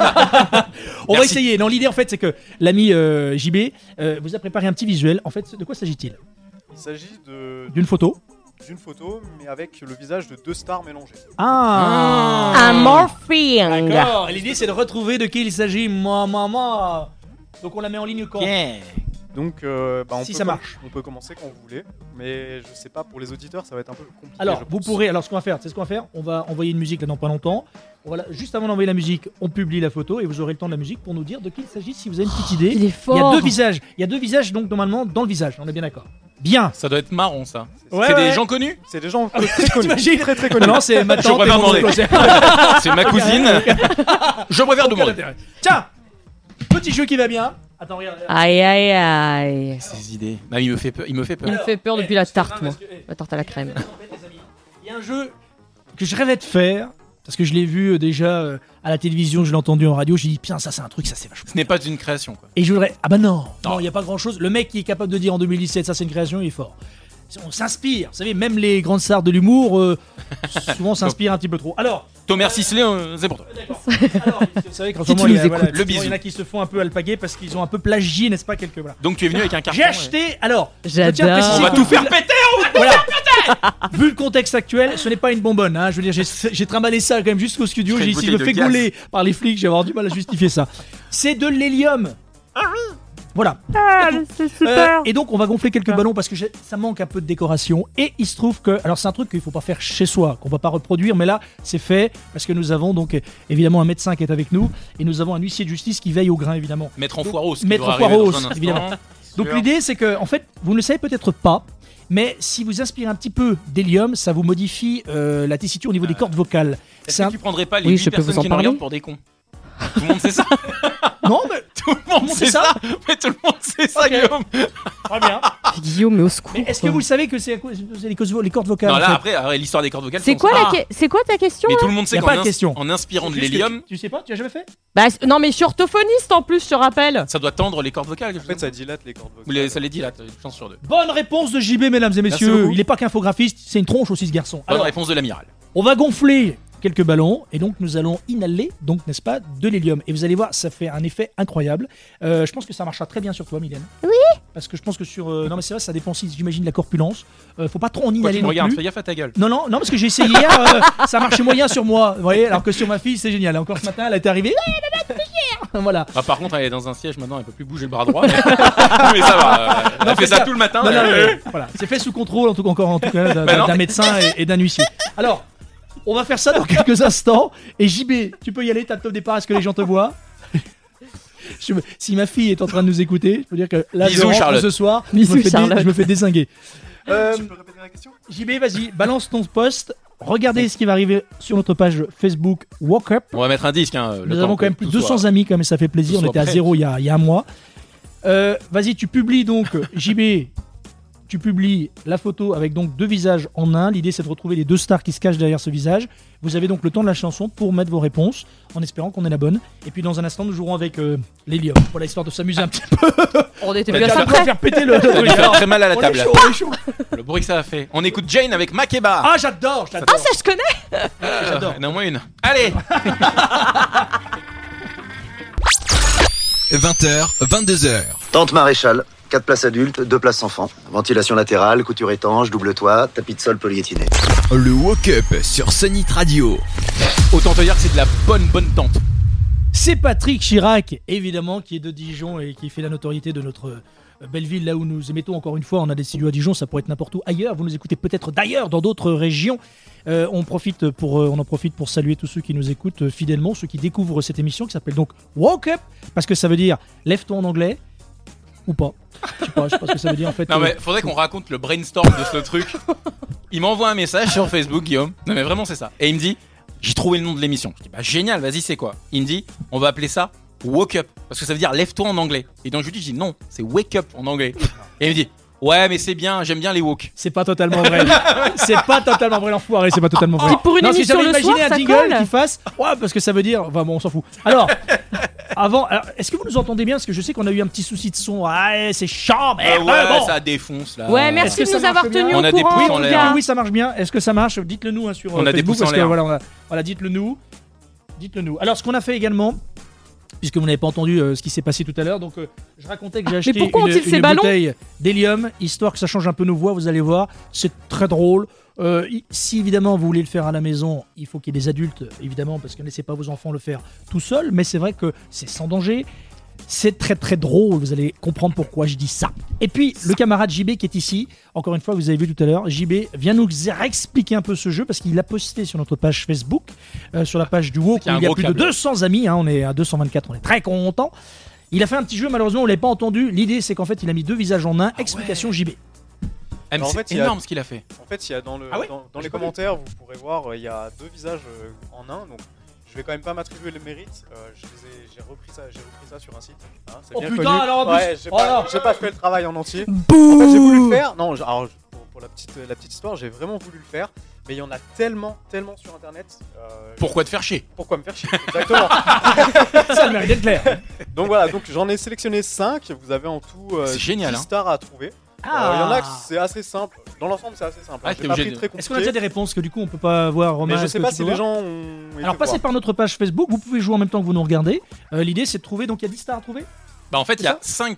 On va Merci. essayer. Non, l'idée en fait, c'est que l'ami euh, J B euh, vous a préparé un petit visuel. En fait, de quoi s'agit-il? Il s'agit de D'une photo. d'une photo, mais avec le visage de deux stars mélangées. Ah. Un morphing. D'accord. L'idée, c'est de retrouver de qui il s'agit. Moi, moi, moi. Donc, on la met en ligne quand? Yeah. Donc, euh, bah, on Si peut ça com- marche. on peut commencer quand vous voulez, mais je sais pas pour les auditeurs, ça va être un peu compliqué. Alors, je vous pense. pourrez. Alors, ce qu'on va faire, c'est ce qu'on va faire. On va envoyer une musique là dans pas longtemps. Voilà. Juste avant d'envoyer la musique, on publie la photo et vous aurez le temps de la musique pour nous dire de qui il s'agit si vous avez une petite idée. Il est Il fort. y a deux visages. Il y a deux visages donc normalement dans le visage. On est bien d'accord. Bien. Ça doit être marrant, ça. Ouais, c'est ouais. des gens connus. C'est des gens très connus, T'imagines très très connus. Non, c'est ma Je tante. préfère et mon demander. oncle. C'est ma cousine. Je préfère Aucun demander. intérêt. Tiens, petit jeu qui va bien. Attends, regarde. regarde. Aïe aïe aïe. Ces idées. Non, il me fait peur. Il me fait peur. Il me fait peur depuis Eh, la parce que- tarte, non, moi. parce que, eh, La tarte à la crème. en fait, les amis, il y a un jeu que je rêvais de faire parce que je l'ai vu euh, déjà euh, à la télévision, je l'ai entendu en radio. J'ai dit, putain, ça c'est un truc, ça c'est vachement. Ce n'est pas une création, quoi. Et je voudrais. Ah bah non, non, Non. il n'y a pas grand chose. Le mec qui est capable de dire en deux mille dix-sept, ça c'est une création, il est fort. On s'inspire. Vous savez, même les grandes stars de l'humour, euh, souvent s'inspirent un petit peu trop. Alors. Thomas Sisley, euh, c'est pour toi. D'accord. Alors, vous savez qu'en ce Si moment, tu il y a- nous voilà, écoutes. Le il y en bisou. a qui se font un peu alpaguer parce qu'ils ont un peu plagié, n'est-ce pas, quelques voilà. Donc tu es venu avec un carton. J'ai ouais. acheté. Alors, je J'adore. tiens à préciser On va que tout vu faire la- péter. Voilà. Vu le contexte actuel, ce n'est pas une bonbonne. Hein. Je veux dire, j'ai, j'ai trimballé ça quand même jusqu'au studio. C'est J'ai une dit, si je me bouteille fais de gaz. gauler par les flics, je vais avoir du mal à justifier ça. C'est de l'hélium. Voilà. Ah, c'est super. Euh, et donc on va gonfler quelques ballons parce que j'ai- ça manque un peu de décoration. Et il se trouve que, alors c'est un truc qu'il faut pas faire chez soi, qu'on va pas reproduire, mais là c'est fait parce que nous avons donc euh, évidemment un médecin qui est avec nous et nous avons un huissier de justice qui veille au grain évidemment. Maître en Donc, foireau, ce qui Maître doit arriver Foireau, dans un instant. évidemment. Donc l'idée c'est que, en fait, vous ne le savez peut-être pas, mais si vous inspirez un petit peu d'hélium, ça vous modifie euh, la tessiture au niveau des cordes vocales. Est-ce C'est que un- tu prendrais pas les Oui, huit je peux vous personnes en qui nous parler. regardent pour des cons? Tout le monde sait ça. Non, mais Tout le monde sait sait ça ça. Mais tout le monde sait ça, Ok. Guillaume. très bien. Guillaume, mais au secours. Mais est-ce que vous le savez que c'est à cause- c'est les, causes- les cordes vocales Non, en là, fait après, après, l'histoire des cordes vocales. C'est on quoi, sait la pas. que- c'est quoi ta question Mais là tout le monde sait Y a qu'en pas de ins- question. en inspirant de Juste que l'hélium, Tu, tu sais pas, tu as jamais fait Bah, c- non, mais je suis orthophoniste en plus, je te rappelle. ça doit tendre les cordes vocales. En fait, ça dilate les cordes Ou vocales. les- ça les dit là, t'as une chance sur deux. Bonne réponse de J B, mesdames et Merci messieurs. beaucoup. Il est pas qu'infographiste, c'est une tronche aussi ce garçon. Bonne Alors, réponse de l'amiral. on va gonfler quelques ballons et donc nous allons inhaler, donc n'est-ce pas, de l'hélium. Et vous allez voir, ça fait un effet incroyable. Euh, je pense que ça marchera très bien sur toi, Mylène. Oui. Parce que je pense que sur. euh, non, mais c'est vrai, ça dépend si j'imagine la corpulence. Euh, faut pas trop en Quoi, inhaler tu me non regardes, plus. fais gaffe à ta gueule. Non, non, non, parce que j'ai essayé hier, euh, ça marchait moyen sur moi. Vous voyez, alors que sur ma fille, c'est génial. Encore ce matin, elle était arrivée. Ouais, maman, tu fais chier. Voilà. Ah, par contre, elle est dans un siège maintenant, elle peut plus bouger le bras droit. Mais, mais ça va. euh, Elle Non, a fait fais ça ça. tout le matin. Non, non, euh, non, voilà, c'est fait sous contrôle en tout, encore en tout cas d'un, Bah non. d'un médecin et, et d'un huissier. Alors, on va faire ça dans quelques instants. Et J B, tu peux y aller, t'as le top départ, est-ce que les gens te voient? Je me- Si ma fille est en train de nous écouter, je peux dire que là, Bisous, je rentre Charlotte. ce soir, je Bisous, me, fais dé- Charlotte. je me fais dézinguer. Euh, Tu peux répéter la question? J B, vas-y, balance ton post. Regardez ce qui va arriver sur notre page Facebook Walk Up. On va mettre un disque. Hein, le Nous temps avons que quand même plus de tout deux cents soit- amis, quand même, ça fait plaisir. tout On soit était à prêt. zéro il y a, il y a un mois. Euh, Vas-y, tu publies donc, J B, tu publies la photo avec donc deux visages en un. L'idée, c'est de retrouver les deux stars qui se cachent derrière ce visage. Vous avez donc le temps de la chanson pour mettre vos réponses, en espérant qu'on ait la bonne. Et puis, dans un instant, nous jouerons avec euh, l'hélium. Voilà, histoire de s'amuser un petit peu. On était T'as bien dû ça faire- prêt. faire péter le. T'as dû faire très mal à la On est table. chaud, on est chaud. Le bruit que ça a fait. On écoute Jane avec Makeba. Ah, j'adore, j'adore. Ah, ça je connais. j'adore. Euh, non, moins une. Allez. vingt heures, vingt-deux heures. Tente maréchal, quatre places adultes, deux places enfants. Ventilation latérale, couture étanche, double toit, tapis de sol polyéthiné. Le Woke Up sur Sunnit Radio. Autant te dire que c'est de la bonne, bonne tente. C'est Patrick Chirac, évidemment, qui est de Dijon et qui fait la notoriété de notre euh, belle ville, là où nous émettons encore une fois. On a des studios à Dijon, ça pourrait être n'importe où ailleurs. Vous nous écoutez peut-être d'ailleurs, dans d'autres régions. Euh, on, profite pour, euh, on en profite pour saluer tous ceux qui nous écoutent euh, fidèlement, ceux qui découvrent cette émission qui s'appelle donc Woke Up, parce que ça veut dire lève-toi en anglais, ou pas. Je sais pas, je sais pas ce que ça veut dire en fait. Non, euh, mais faudrait qu'on raconte le brainstorm de ce truc. Il m'envoie un message sur Facebook, Guillaume. Non, mais vraiment, c'est ça. Et il me dit, j'ai trouvé le nom de l'émission. Je dis, bah génial, vas-y, c'est quoi? Il me dit, on va appeler ça Woke Up. Parce que ça veut dire lève-toi en anglais. Et donc je lui dis, je dis non, c'est Wake Up en anglais. Et il me dit, ouais, mais c'est bien, j'aime bien les woke. C'est pas totalement vrai. C'est pas totalement vrai, l'enfoiré, c'est pas totalement vrai. Puis pour une non, si émission j'avais le imaginé soir, un ça jingle colle. qui fasse. Ouais, parce que ça veut dire. Enfin bon, on s'en fout. Alors, avant. alors, est-ce que vous nous entendez bien? Parce que je sais qu'on a eu un petit souci de son. Ah, c'est chiant, Ah merde. ouais, bon. ça défonce là. Ouais, Est-ce merci que de ça nous marche avoir bien tenus On au a des courant. pouces en en tout l'air. cas. Oui, ça marche bien. Est-ce que ça marche? Dites-le nous hein, sur On euh, a des Facebook. pouces en parce que, l'air. voilà, on a- voilà, dites-le nous. Dites-le nous. Alors, ce qu'on a fait également. Puisque vous n'avez pas entendu euh, ce qui s'est passé tout à l'heure, donc euh, je racontais que j'ai acheté pourquoi une, ont-ils ces une ballons bouteille d'hélium, histoire que ça change un peu nos voix, vous allez voir, c'est très drôle. Euh, i- si évidemment vous voulez le faire à la maison, il faut qu'il y ait des adultes, évidemment, parce que ne laissez pas vos enfants le faire tout seuls, mais c'est vrai que c'est sans danger. C'est très très drôle, vous allez comprendre pourquoi je dis ça. Et puis le camarade J B qui est ici, encore une fois vous avez vu tout à l'heure, J B vient nous expliquer un peu ce jeu parce qu'il l'a posté sur notre page Facebook, euh, sur la page du Woke, C'est qu'il y a où un il y a gros plus de câble. deux cents amis, hein, on est à deux cent vingt-quatre, on est très content. Il a fait un petit jeu, malheureusement on l'a pas entendu, l'idée c'est qu'en fait il a mis deux visages en un, explication J B. Ah, mais Alors, en c'est fait, il y a- énorme ce qu'il a fait. En fait, il y a dans, le, Ah ouais dans, dans J'ai les pas vu. commentaires, vous pourrez voir, euh, il y a deux visages euh, en un. Donc, je vais quand même pas m'attribuer le mérite. euh, je les ai- J'ai repris ça, j'ai repris ça sur un site. hein, c'est Oh bien putain, connu. alors en plus- Ouais, j'ai oh pas, non. j'ai pas fait le travail en entier. En fait, j'ai voulu le faire. Non, je- alors, je- pour, pour la petite, la petite histoire, j'ai vraiment voulu le faire. Mais il y en a tellement, tellement sur internet. euh, Pourquoi te faire chier? Pourquoi me faire chier? Exactement. Ça le mérite d'être clair. Donc voilà, donc j'en ai sélectionné cinq. Vous avez en tout euh, C'est génial, dix hein. stars à trouver. Il Ah. y en a que c'est assez simple. Dans l'ensemble, c'est assez simple. Ah, hein. t'es J'ai pas obligé pris de- très compliqué. Est-ce qu'on a déjà des réponses que du coup on peut pas voir, Romain? Mais je est-ce sais que pas tu si peux les voir gens ont. été Alors passez voir. par notre page Facebook, vous pouvez jouer en même temps que vous nous regardez. Euh, L'idée c'est de trouver, donc il y a dix stars à trouver, Bah en fait, il y a cinq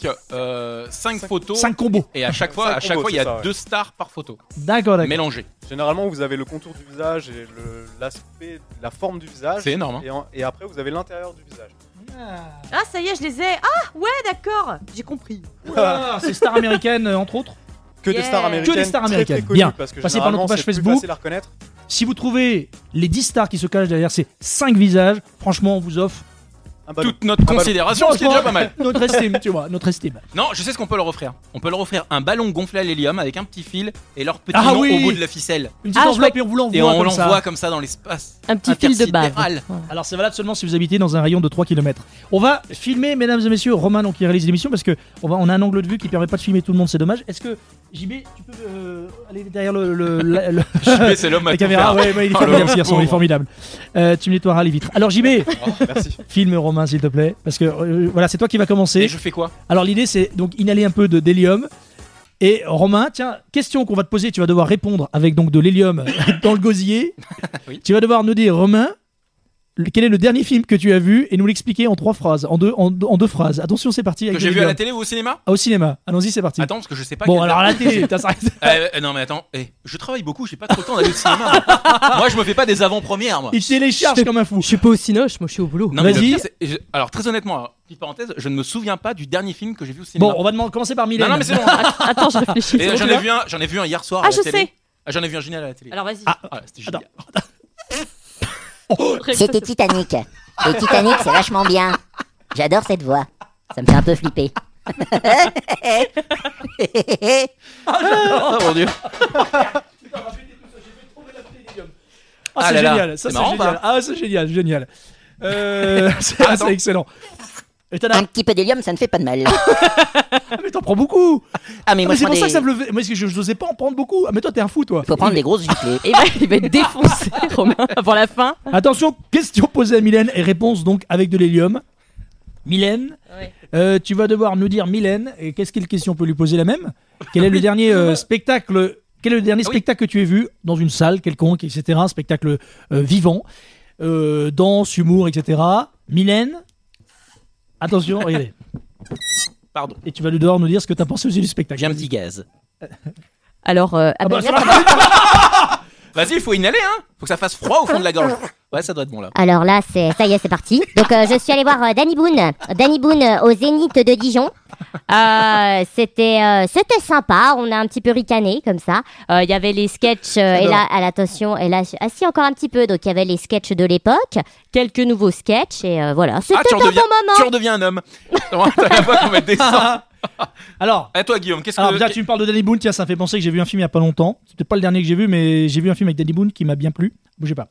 photos. cinq combos. Et à chaque fois, Cinq à chaque combos, fois, il y a c'est ça, ouais. deux stars par photo. D'accord, d'accord. Mélangées. Généralement, vous avez le contour du visage et le- l'aspect, la forme du visage. C'est énorme, hein. Et, en- et après, vous avez l'intérieur du visage. Ah, ça y est, je les ai. Ah, ouais, d'accord. J'ai compris. Oula, c'est Star Américaine, entre autres. Que des Yeah. stars américaines. Que des stars très, américaines. très connues, Bien. Parce que Passez par notre généralement, page c'est plus Facebook. facile à reconnaître. Si vous trouvez les dix stars qui se cachent derrière ces cinq visages, franchement, on vous offre Un ballon. Toute notre Ah, bah, considération, ce qui est déjà pas mal. notre estime, tu vois, notre estime. Non, je sais ce qu'on peut leur offrir. On peut leur offrir un ballon gonflé à l'hélium avec un petit fil et leur petit Ah nom oui. au bout de la ficelle. Une petite Ah, je enveloppe vois- et on vous l'envoie Et on comme ça. l'envoie comme ça dans l'espace. Un petit fil de bave. intersidéral. Alors c'est valable seulement si vous habitez dans un rayon de trois kilomètres. On va filmer, mesdames et messieurs, Romain donc, qui réalise l'émission parce que on, va, on a un angle de vue qui permet pas de filmer tout le monde, c'est dommage. Est-ce que J B, tu peux euh, aller derrière le, le, la, le- J B, c'est l'homme à la tout caméra? faire. Ouais, ouais, il est Oh, formidable le ce garçon, il est pauvre. formidable. Euh, tu me nettoieras les vitres. Alors J B, Oh, merci. filme Romain s'il te plaît, parce que euh, voilà, c'est toi qui va commencer. Et je fais quoi? Alors l'idée c'est donc inhaler un peu de d'hélium. Et Romain, tiens, question qu'on va te poser, tu vas devoir répondre avec donc de l'hélium dans le gosier. Oui. Tu vas devoir nous dire, Romain, le- quel est le dernier film que tu as vu et nous l'expliquer en trois phrases, en deux, en, deux- en deux phrases. Attention, c'est parti. Que avec j'ai de vu à la l'hélium. télé ou au cinéma? Ah, au cinéma. Allons-y, c'est parti. Attends, parce que je sais pas. Bon, quelle alors à date. la télé, t'as ça. Euh, euh, non mais attends, eh, je travaille beaucoup, j'ai pas trop le temps d'aller au cinéma. moi. Moi, je me fais pas des avant-premières moi. Il télécharge Je- comme un fou. Je suis pas au cinoche, moi je suis au boulot. Non, mais le Vas-y. pire, c'est- je- alors très honnêtement, alors, petite parenthèse, je ne me souviens pas du dernier film que j'ai vu au cinéma. Bon, on va demander, commencer par Mylène. non non mais c'est bon. Attends, je réfléchis. Et j'en ai vu un, j'en ai vu un hier soir Ah, à la je télé. sais. Ah, j'en ai vu un génial à la télé. Alors vas-y. Ah, Ah, c'était attends. génial. C'était Titanic. Et Titanic, c'est vachement bien. J'adore cette voix. Ça me fait un peu flipper. Oh mon dieu. Ah, Ah c'est là là, génial. Ça, c'est c'est marrant, génial. bah. Ah, c'est génial, génial. Euh, c'est Ah, ah, c'est attends. excellent. Et t'en as- Un petit peu d'hélium, ça ne fait pas de mal. Ah, mais t'en prends beaucoup. Ah, mais Ah, moi, mais je c'est prends pour ça des... que ça me levait. Moi, parce que je n'osais pas en prendre beaucoup. Ah, mais toi, t'es un fou, toi. faut prendre des grosses giclées. Et bah, il va être défoncé, Romain, avant la fin. Attention, question posée à Mylène et réponse donc avec de l'hélium. Mylène, Ouais. euh, tu vas devoir nous dire, Mylène, et qu'est-ce quelle question on peut lui poser la même? Quel est le dernier euh, spectacle Quel est le dernier Ah oui. spectacle que tu as vu dans une salle quelconque, et cetera. Un spectacle euh, vivant, euh, danse, humour, et cetera. Mylène, attention, regardez. Pardon. Et tu vas devoir nous dire ce que tu as pensé aussi du spectacle. J'ai un petit gaz. Alors, euh, Ah bah, Abel- ça va. Vas-y, il faut inhaler hein. Faut que ça fasse froid au fond de la gorge. Ouais, ça doit être bon là. Alors là, c'est ça y est, c'est parti. Donc euh, je suis allé voir euh, Danny Boone, Danny Boone euh, au Zénith de Dijon. Euh, c'était euh, c'était sympa. On a un petit peu ricané comme ça. Euh, Il y avait les sketchs euh, et J'adore. là à l'attention et là assis encore un petit peu. Donc il y avait les sketchs de l'époque, quelques nouveaux sketchs et euh, voilà. C'était Ah, tu un redeviens, bon moment. tu redeviens un homme. T'as pas qu'on va te descendre. Alors, À toi, Guillaume, qu'est-ce alors que. déjà, tu me parles de Danny Boone. Tiens, ça me fait penser que j'ai vu un film il y a pas longtemps. C'était pas le dernier que j'ai vu, mais j'ai vu un film avec Danny Boone qui m'a bien plu. Bougez pas.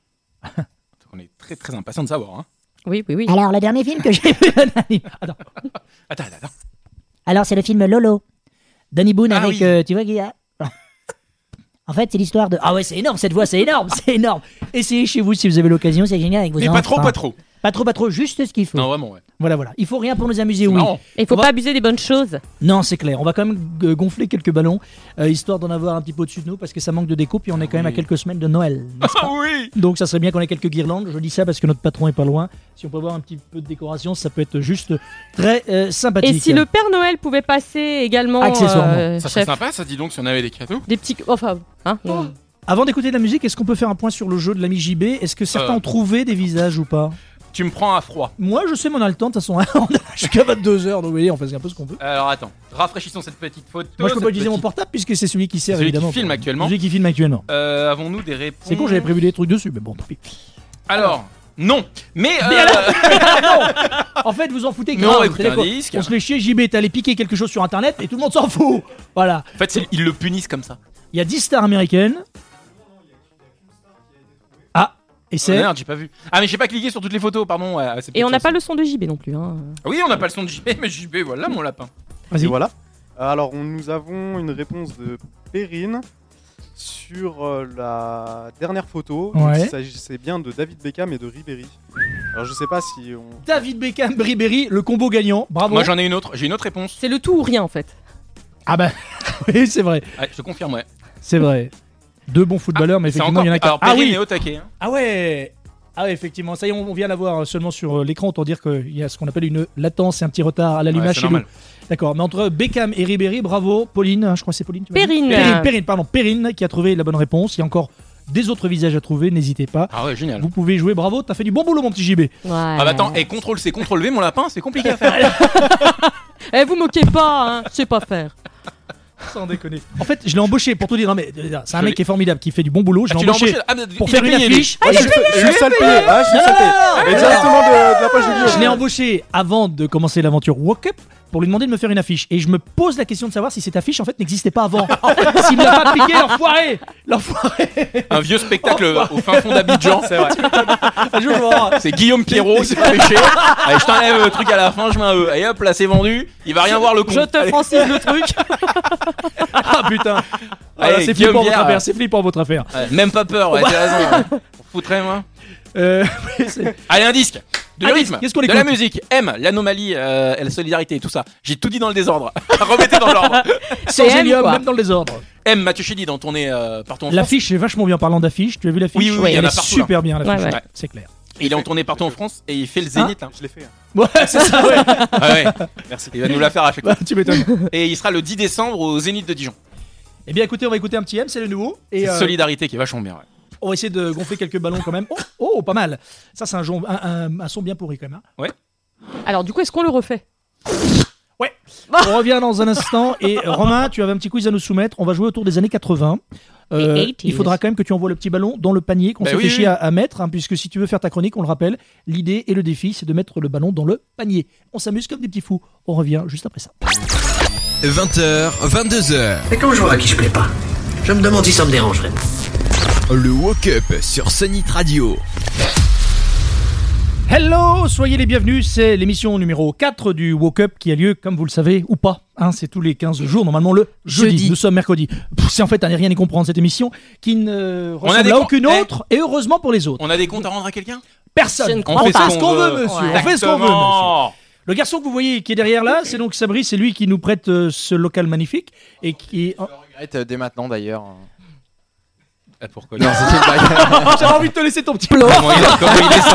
On est très très impatient de savoir. Hein. Oui, oui, oui. Alors le dernier film que j'ai vu. Attends. Attends, attends, attends. Alors c'est le film Lolo. Danny Boone Ah avec, oui. euh, tu vois qui a. En fait, c'est l'histoire de. Ah ouais, c'est énorme cette voix, c'est énorme, c'est énorme. Essayez chez vous si vous avez l'occasion, c'est génial avec vos Mais enfants. pas trop, pas trop. Pas trop, pas trop, juste ce qu'il faut. Non, vraiment, ouais. Voilà, voilà. Il faut rien pour nous amuser, C'est oui. marrant. Il faut On va- pas abuser des bonnes choses. Non, c'est clair. On va quand même euh, gonfler quelques ballons, euh, histoire d'en avoir un petit peu au-dessus de nous, parce que ça manque de déco, puis on est quand même à Oui. quelques semaines de Noël. n'est-ce pas Ah oui. Donc ça serait bien qu'on ait quelques guirlandes. Je dis ça parce que notre patron est pas loin. Si on peut avoir un petit peu de décoration, ça peut être juste très euh, sympathique. Et si le Père Noël pouvait passer également, Accessoirement. euh, Ça serait chef, sympa, ça dit donc si on avait des cadeaux. des petits, enfin, hein, non. Avant d'écouter de la musique, est-ce qu'on peut faire un point sur le jeu de l'ami J B? Est-ce que certains Euh. ont trouvé des visages ou pas? Tu me prends à froid. Moi, je sais, mais on a le temps. De toute façon, on a jusqu'à vingt-deux heures, donc vous voyez, on fait un peu ce qu'on peut. Alors attends, rafraîchissons cette petite photo. Moi, je peux cette pas utiliser mon petite- portable puisque c'est celui qui sert Celui qui évidemment. filme pour- actuellement. Celui qui filme actuellement. Euh, Avons-nous des réponses? C'est con, j'avais prévu des trucs dessus, mais bon, tant pis. Alors, non. Mais. Mais euh, alors En fait, vous en foutez Mais on grave. va écouter C'est-à-dire un quoi, disque. On se fait chier, J B est allé piquer quelque chose sur internet et tout le monde s'en fout. Voilà. En fait, c'est- ils le punissent comme ça. Il y a dix stars américaines. Ah, et Oh, c'est. merde, j'ai pas vu. Ah, mais j'ai pas cliqué sur toutes les photos, pardon. ouais, c'est Et peut-être on n'a ça pas le son de J B non plus. Hein. aussi. Oui, on n'a pas le son de J B, mais J B, voilà mon lapin. Vas-y. Et voilà. Alors, on- nous avons une réponse de Perrine sur euh, la dernière photo. Donc, Ouais. il s'agissait bien de David Beckham et de Ribéry. Alors, je sais pas si on. David Beckham, Ribéry, le combo gagnant. Bravo. Moi, j'en ai une autre. J'ai une autre réponse. C'est le tout ou rien en fait. Ah bah, oui, c'est vrai. Ouais, je te confirme, ouais. C'est vrai. Deux bons footballeurs, mais C'est effectivement, encore. il y en a Alors, quatre. Ah Perrine oui. est au taquet. Hein. Ah ouais. Ah ouais, effectivement. Ça y est, on on vient l'avoir seulement sur euh, l'écran. Autant dire qu'il y a ce qu'on appelle une latence et un petit retard à l'allumage Ouais, c'est chez nous. normal. D'accord, mais entre Beckham et Ribéry, bravo. Pauline, hein, je crois que c'est Pauline. Tu m'as dit Perrine. Perrine, Perrine, pardon. Perrine qui a trouvé la bonne réponse. Il y a encore des autres visages à trouver, n'hésitez pas. Ah ouais, génial. Vous pouvez jouer, bravo, t'as fait du bon boulot mon petit J B. Ouais. Ah bah attends, et contrôle C, contrôle V, mon lapin, c'est compliqué à faire. Eh, vous moquez pas, hein, je sais pas faire. Sans déconner. En fait, je l'ai embauché pour tout dire. Non mais euh, c'est un Je mec l'ai- qui est formidable, qui fait du bon boulot. Je Ah, l'ai tu l'as embauché embauché Ah, mais pour il faire est une payé, lui. affiche. Ah, je suis je suis seul payé. Ah, je suis seul payé. Et directement de, de la page de Guillaume. Je l'ai embauché avant de commencer l'aventure Walk Up pour lui demander de me faire une affiche. Et je me pose la question de savoir si cette affiche en fait n'existait pas avant. S'il ne l'a pas piqué, l'enfoiré L'enfoiré Un vieux spectacle au fin fond d'Abidjan. C'est vrai. Un jour, je vais voir. C'est Guillaume Pierrot, c'est pas péché. Allez, je t'enlève le truc à la fin, je mets un E. Allez hop, là c'est vendu. Il va rien voir le con. Je te Allez. francise le truc. Ah putain Allez, Ah, c'est Guillaume flippant votre Bière. affaire, c'est flippant votre affaire. Ouais, même pas peur, ouais, t'as raison. On foutrait moi. Euh, oui, c'est- Allez, un disque. De Un rythme, disque, qu'est-ce qu'on de écoute la musique, M, l'anomalie, euh, la solidarité, tout ça. J'ai tout dit dans le désordre. Remettez dans l'ordre. Sans M, hélium, quoi. même dans le désordre. M, Mathieu Chédid, dans ton nez euh, partout en France. L'affiche est vachement bien. Parlant d'affiche, tu as vu l'affiche? Oui, oui, oui, il y en elle a est partout, super bien l'affiche, Ouais, ouais. c'est clair. Il est en tournée partout en France et il fait le Zénith. là. Je l'ai fait. hein. Ouais, c'est ça, ouais. Ah ouais. Merci. Il va nous la faire à chaque fois. Bah, tu m'étonnes. Et il sera le dix décembre au Zénith de Dijon. Eh bien, écoutez, on va écouter un petit M, c'est le nouveau. Et C'est euh, Solidarité qui est vachement bien. Ouais. on va essayer de gonfler quelques ballons quand même. Oh, oh pas mal. Ça, c'est un, jon- un, un- un son bien pourri quand même. hein. Alors, du coup, est-ce qu'on le refait? Ouais. On revient dans un instant. Et euh, Romain, tu avais un petit quiz à nous soumettre. On va jouer autour des années quatre-vingts. Euh, Les eighties. il faudra quand même que tu envoies le petit ballon dans le panier qu'on Bah s'est oui, fait oui. chier à, à mettre, hein, puisque si tu veux faire ta chronique, on le rappelle, l'idée et le défi, c'est de mettre le ballon dans le panier. On s'amuse comme des petits fous. On revient juste après ça. vingt heures, vingt-deux heures. Et quand je vois à qui je plais pas, je me demande si ça me dérangerait. Le Woke Up sur Sunnit Radio. Hello, soyez les bienvenus, c'est l'émission numéro quatre du Woke Up qui a lieu, comme vous le savez, ou pas, hein, c'est tous les quinze jours, normalement le jeudi, Jeudi. nous sommes mercredi. Pff, c'est en fait à ne rien y comprendre cette émission, qui ne On a ressemble des à com- aucune Eh. autre, et heureusement pour les autres. On a des comptes à rendre à quelqu'un? Je Personne, ne on crois fait pas. ce qu'on veut, monsieur, Ouais. on fait ce qu'on veut, monsieur. Exactement. Le garçon que vous voyez qui est derrière là, c'est donc Sabri, c'est lui qui nous prête euh, ce local magnifique, et qui... Je regrette euh, dès maintenant d'ailleurs. Eh, pourquoi Non, c'était une blague. J'avais envie de te laisser ton petit plot. Comment il est, comment il est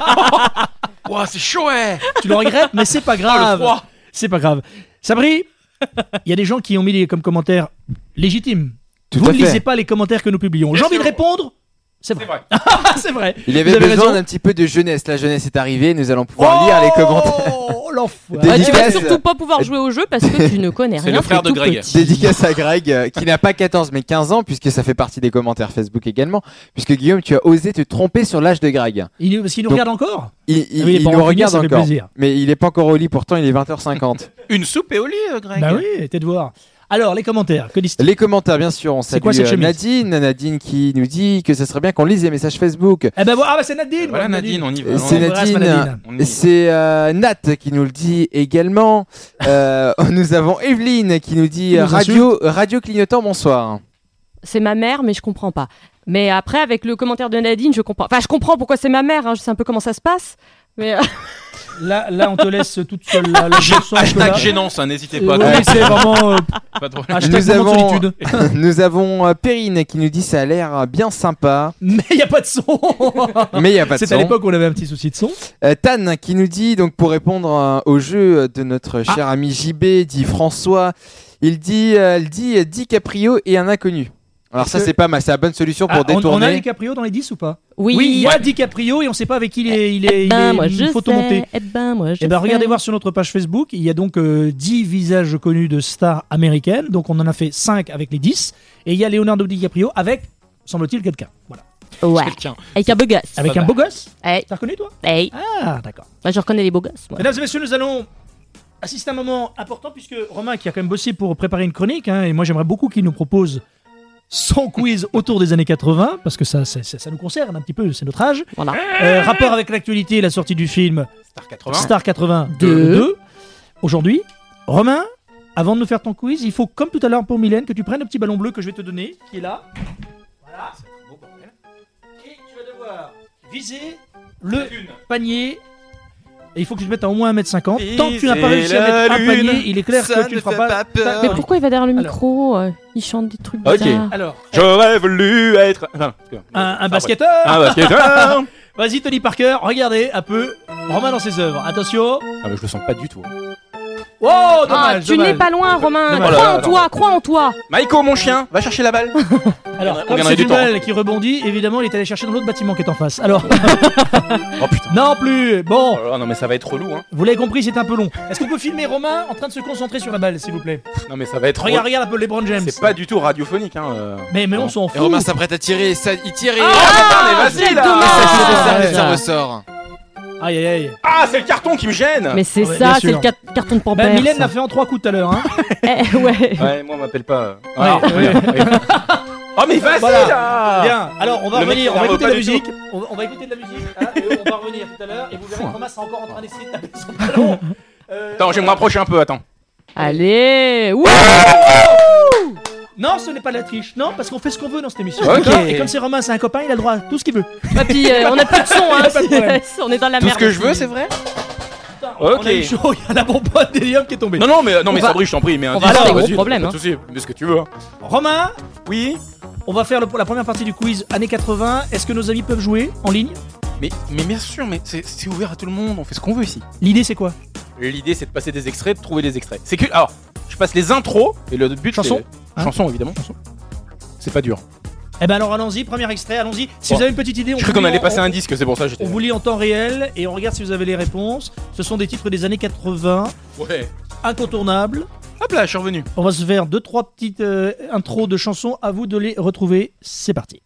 ça? Ouah, c'est chaud, ouais. Tu le regrettes, mais c'est pas Oh, le grave. froid. C'est pas grave. Sabri, il y a des gens qui ont mis des comme commentaires légitimes. Tout Vous à ne fait. lisez pas les commentaires que nous publions. J'ai Bien envie de sûr. répondre. C'est C'est vrai. vrai. c'est vrai. Il Vous avait avez besoin raison. d'un petit peu de jeunesse. La jeunesse est arrivée. Nous allons pouvoir lire les commentaires. Oh, l'enfoiré. Des- Ouais, tu vas Dédicace. surtout pas pouvoir jouer au jeu parce que tu ne connais C'est rien. le frère t'es de tout Greg. petit. Dédicace à Greg, euh, qui n'a pas quatorze mais quinze ans, puisque ça fait partie des commentaires Facebook également. Puisque Guillaume, tu as osé te tromper sur l'âge de Greg. Il nous, parce qu'il nous Donc- regarde encore. Il, il, Ah oui, il est il pas nous rancunier, regarde ça fait encore. plaisir. Mais il est pas encore au lit, pourtant il est vingt heures cinquante. Une soupe et au lit, euh, Greg. Bah oui, t'es de voir. Alors, les commentaires, que disent-ils? Les commentaires, bien sûr, on C'est salue quoi cette euh, chemise Nadine. Nadine qui nous dit que ça serait bien qu'on lise les messages Facebook. Eh ben voilà, ah bah c'est Nadine. Voilà, voilà, Nadine, on y va. Euh, On C'est embrasse Nadine, Nadine. On y va. c'est euh, Nat qui nous le dit également. Euh, nous avons Evelyne qui nous dit Qui euh, nous radio, radio clignotant, bonsoir. C'est ma mère, mais je comprends pas. Mais après, avec le commentaire de Nadine, je comprends. Enfin, je comprends pourquoi c'est ma mère. Hein, je sais un peu comment ça se passe. Mais euh, Là, là, on te laisse toute seule. La, la chanson, Hashtag là. gênance, hein, n'hésitez Euh, pas. oui, c'est vraiment. euh, Pas trop. hashtag Nous moment de avons, solitude. nous avons euh, Perrine qui nous dit ça a l'air bien sympa, Mais il n'y a pas de son. mais il n'y a pas de C'est à son. l'époque où on avait un petit souci de son. Euh, Tan qui nous dit, donc pour répondre euh, au jeu de notre cher Ah. ami J B, dit François, il dit, euh, il dit euh, DiCaprio et un inconnu. Alors Est-ce ça que- c'est pas mal, c'est la bonne solution pour Ah, on, on a détourner. DiCaprio dans les dix ou pas? oui. il y a DiCaprio et on sait pas avec qui il est, il est, Eh il ben, est moi, je photomonté. sais. Eh ben, moi, je Eh ben, sais. regardez voir sur notre page Facebook, il y a donc euh, dix visages connus de stars américaines, donc on en a fait cinq avec les dix, et il y a Leonardo DiCaprio avec, semble-t-il, quelqu'un. Voilà. Ouais. Quelqu'un. Avec un beau gosse. Avec Pas un mal. beau gosse. Hey. T'as reconnu toi? Hey. Ah, d'accord. Moi, je reconnais les beaux gosses. moi. Mesdames et messieurs, nous allons assister à un moment important puisque Romain, qui a quand même bossé pour préparer une chronique, hein, et moi j'aimerais beaucoup qu'il nous propose son quiz autour des années quatre-vingts, parce que ça, ça, ça- ça nous concerne un petit peu, c'est notre âge. Voilà. Euh, rapport avec l'actualité, la sortie du film Star quatre-vingts. Star quatre-vingts Deux. deux. Aujourd'hui, Romain, avant de nous faire ton quiz, il faut, comme tout à l'heure pour Mylène, que tu prennes le petit ballon bleu que je vais te donner, qui est là. Voilà. Et tu vas devoir viser le panier. Et il faut que tu te mettes à au moins un mètre cinquante. Tant que tu n'as pas réussi à mettre un panier, il est clair que tu ne feras pas. ta- Mais pourquoi il va derrière le Alors. micro euh, Il chante des trucs Ok. bizarres. Alors, J'aurais voulu être. Enfin, un, un basketteur. Un basketteur. Vas-y, Tony Parker, regardez un peu Romain dans ses œuvres. Attention. Ah, mais je le sens pas du tout. Oh, Ah, dommage, tu dommage. n'es pas loin, Romain. Dommage. Crois Oh là en là, toi, crois en toi. Maïko, mon chien, va chercher la balle. Alors, On comme gagnerait c'est du une temps. balle qui rebondit, évidemment, il est allé chercher dans l'autre bâtiment qui est en face. Alors, Oh putain. non plus. Bon, Oh là là, non mais ça va être relou hein. vous l'avez compris, c'est un peu long. Est-ce qu'on peut filmer Romain en train de se concentrer sur la balle, s'il vous plaît? Non mais ça va être Regarde, relou. regarde un peu LeBron James. C'est pas du tout radiophonique hein. euh. Mais, mais on s'en Et fout. Romain s'apprête à tirer, ça, il tire et. Ah, putain, mais vas-y c'est là. dommage. ça, ça, ça, Ah, ça, ça ça. ressort. Aïe aïe aïe. Ah, c'est le carton qui me gêne. Mais c'est Ouais, bien ça, c'est sûr. le car- carton de Bah, Pampers. Mylène l'a fait en trois coups tout à l'heure. Hein. Eh, ouais. Ouais, moi on m'appelle pas. Ouais, Ah, ouais. ouais. Oh mais vas-y Voilà. là. Bien, alors on va Le mec revenir, on va s'énerve écouter pas la du musique. On va, on va écouter de la musique. Hein, et on va revenir tout à l'heure. Et vous verrez que Romain sera encore en train d'essayer de taper son ballon. Euh, Attends, je vais me rapprocher un peu, attends. Allez. Wouh. Non, ce n'est pas de la triche. Non, parce qu'on fait ce qu'on veut dans cette émission. Ok. D'accord. Et comme c'est Romain, c'est un copain, il a le droit à tout ce qu'il veut. Bah, puis euh, on a plus de son, hein. Y a pas de problème. On est dans la Tout merde. ce que je veux, c'est vrai. On Ok. a eu chaud, il y a la bombe d'hélium qui est tombée. Non non mais non mais On va- Sabri, je t'en prie, mais un on va disque, avoir des vas-y, gros problèmes, Pas de soucis, mais ce que tu veux. hein. Romain, Oui. on va faire le- la première partie du quiz années quatre-vingts. Est-ce que nos amis peuvent jouer en ligne? Mais mais bien sûr, mais c'est c'est ouvert à tout le monde, on fait ce qu'on veut ici. L'idée c'est quoi? L'idée c'est de passer des extraits, de trouver des extraits. C'est que alors, je passe les intros et le but Chanson. c'est Hein chanson évidemment. Chanson. C'est pas dur. Eh ben alors allons-y, premier extrait, allons-y. Si Bon. vous avez une petite idée, on Je crois vous qu'on lit allait en- passer on- un disque, c'est pour ça que j'étais. On vous lit en temps réel et on regarde si vous avez les réponses. Ce sont des titres des années quatre-vingts, Ouais. incontournables. Hop là, je suis revenu. On va se faire deux trois petites euh, intros de chansons. À vous de les retrouver. C'est parti.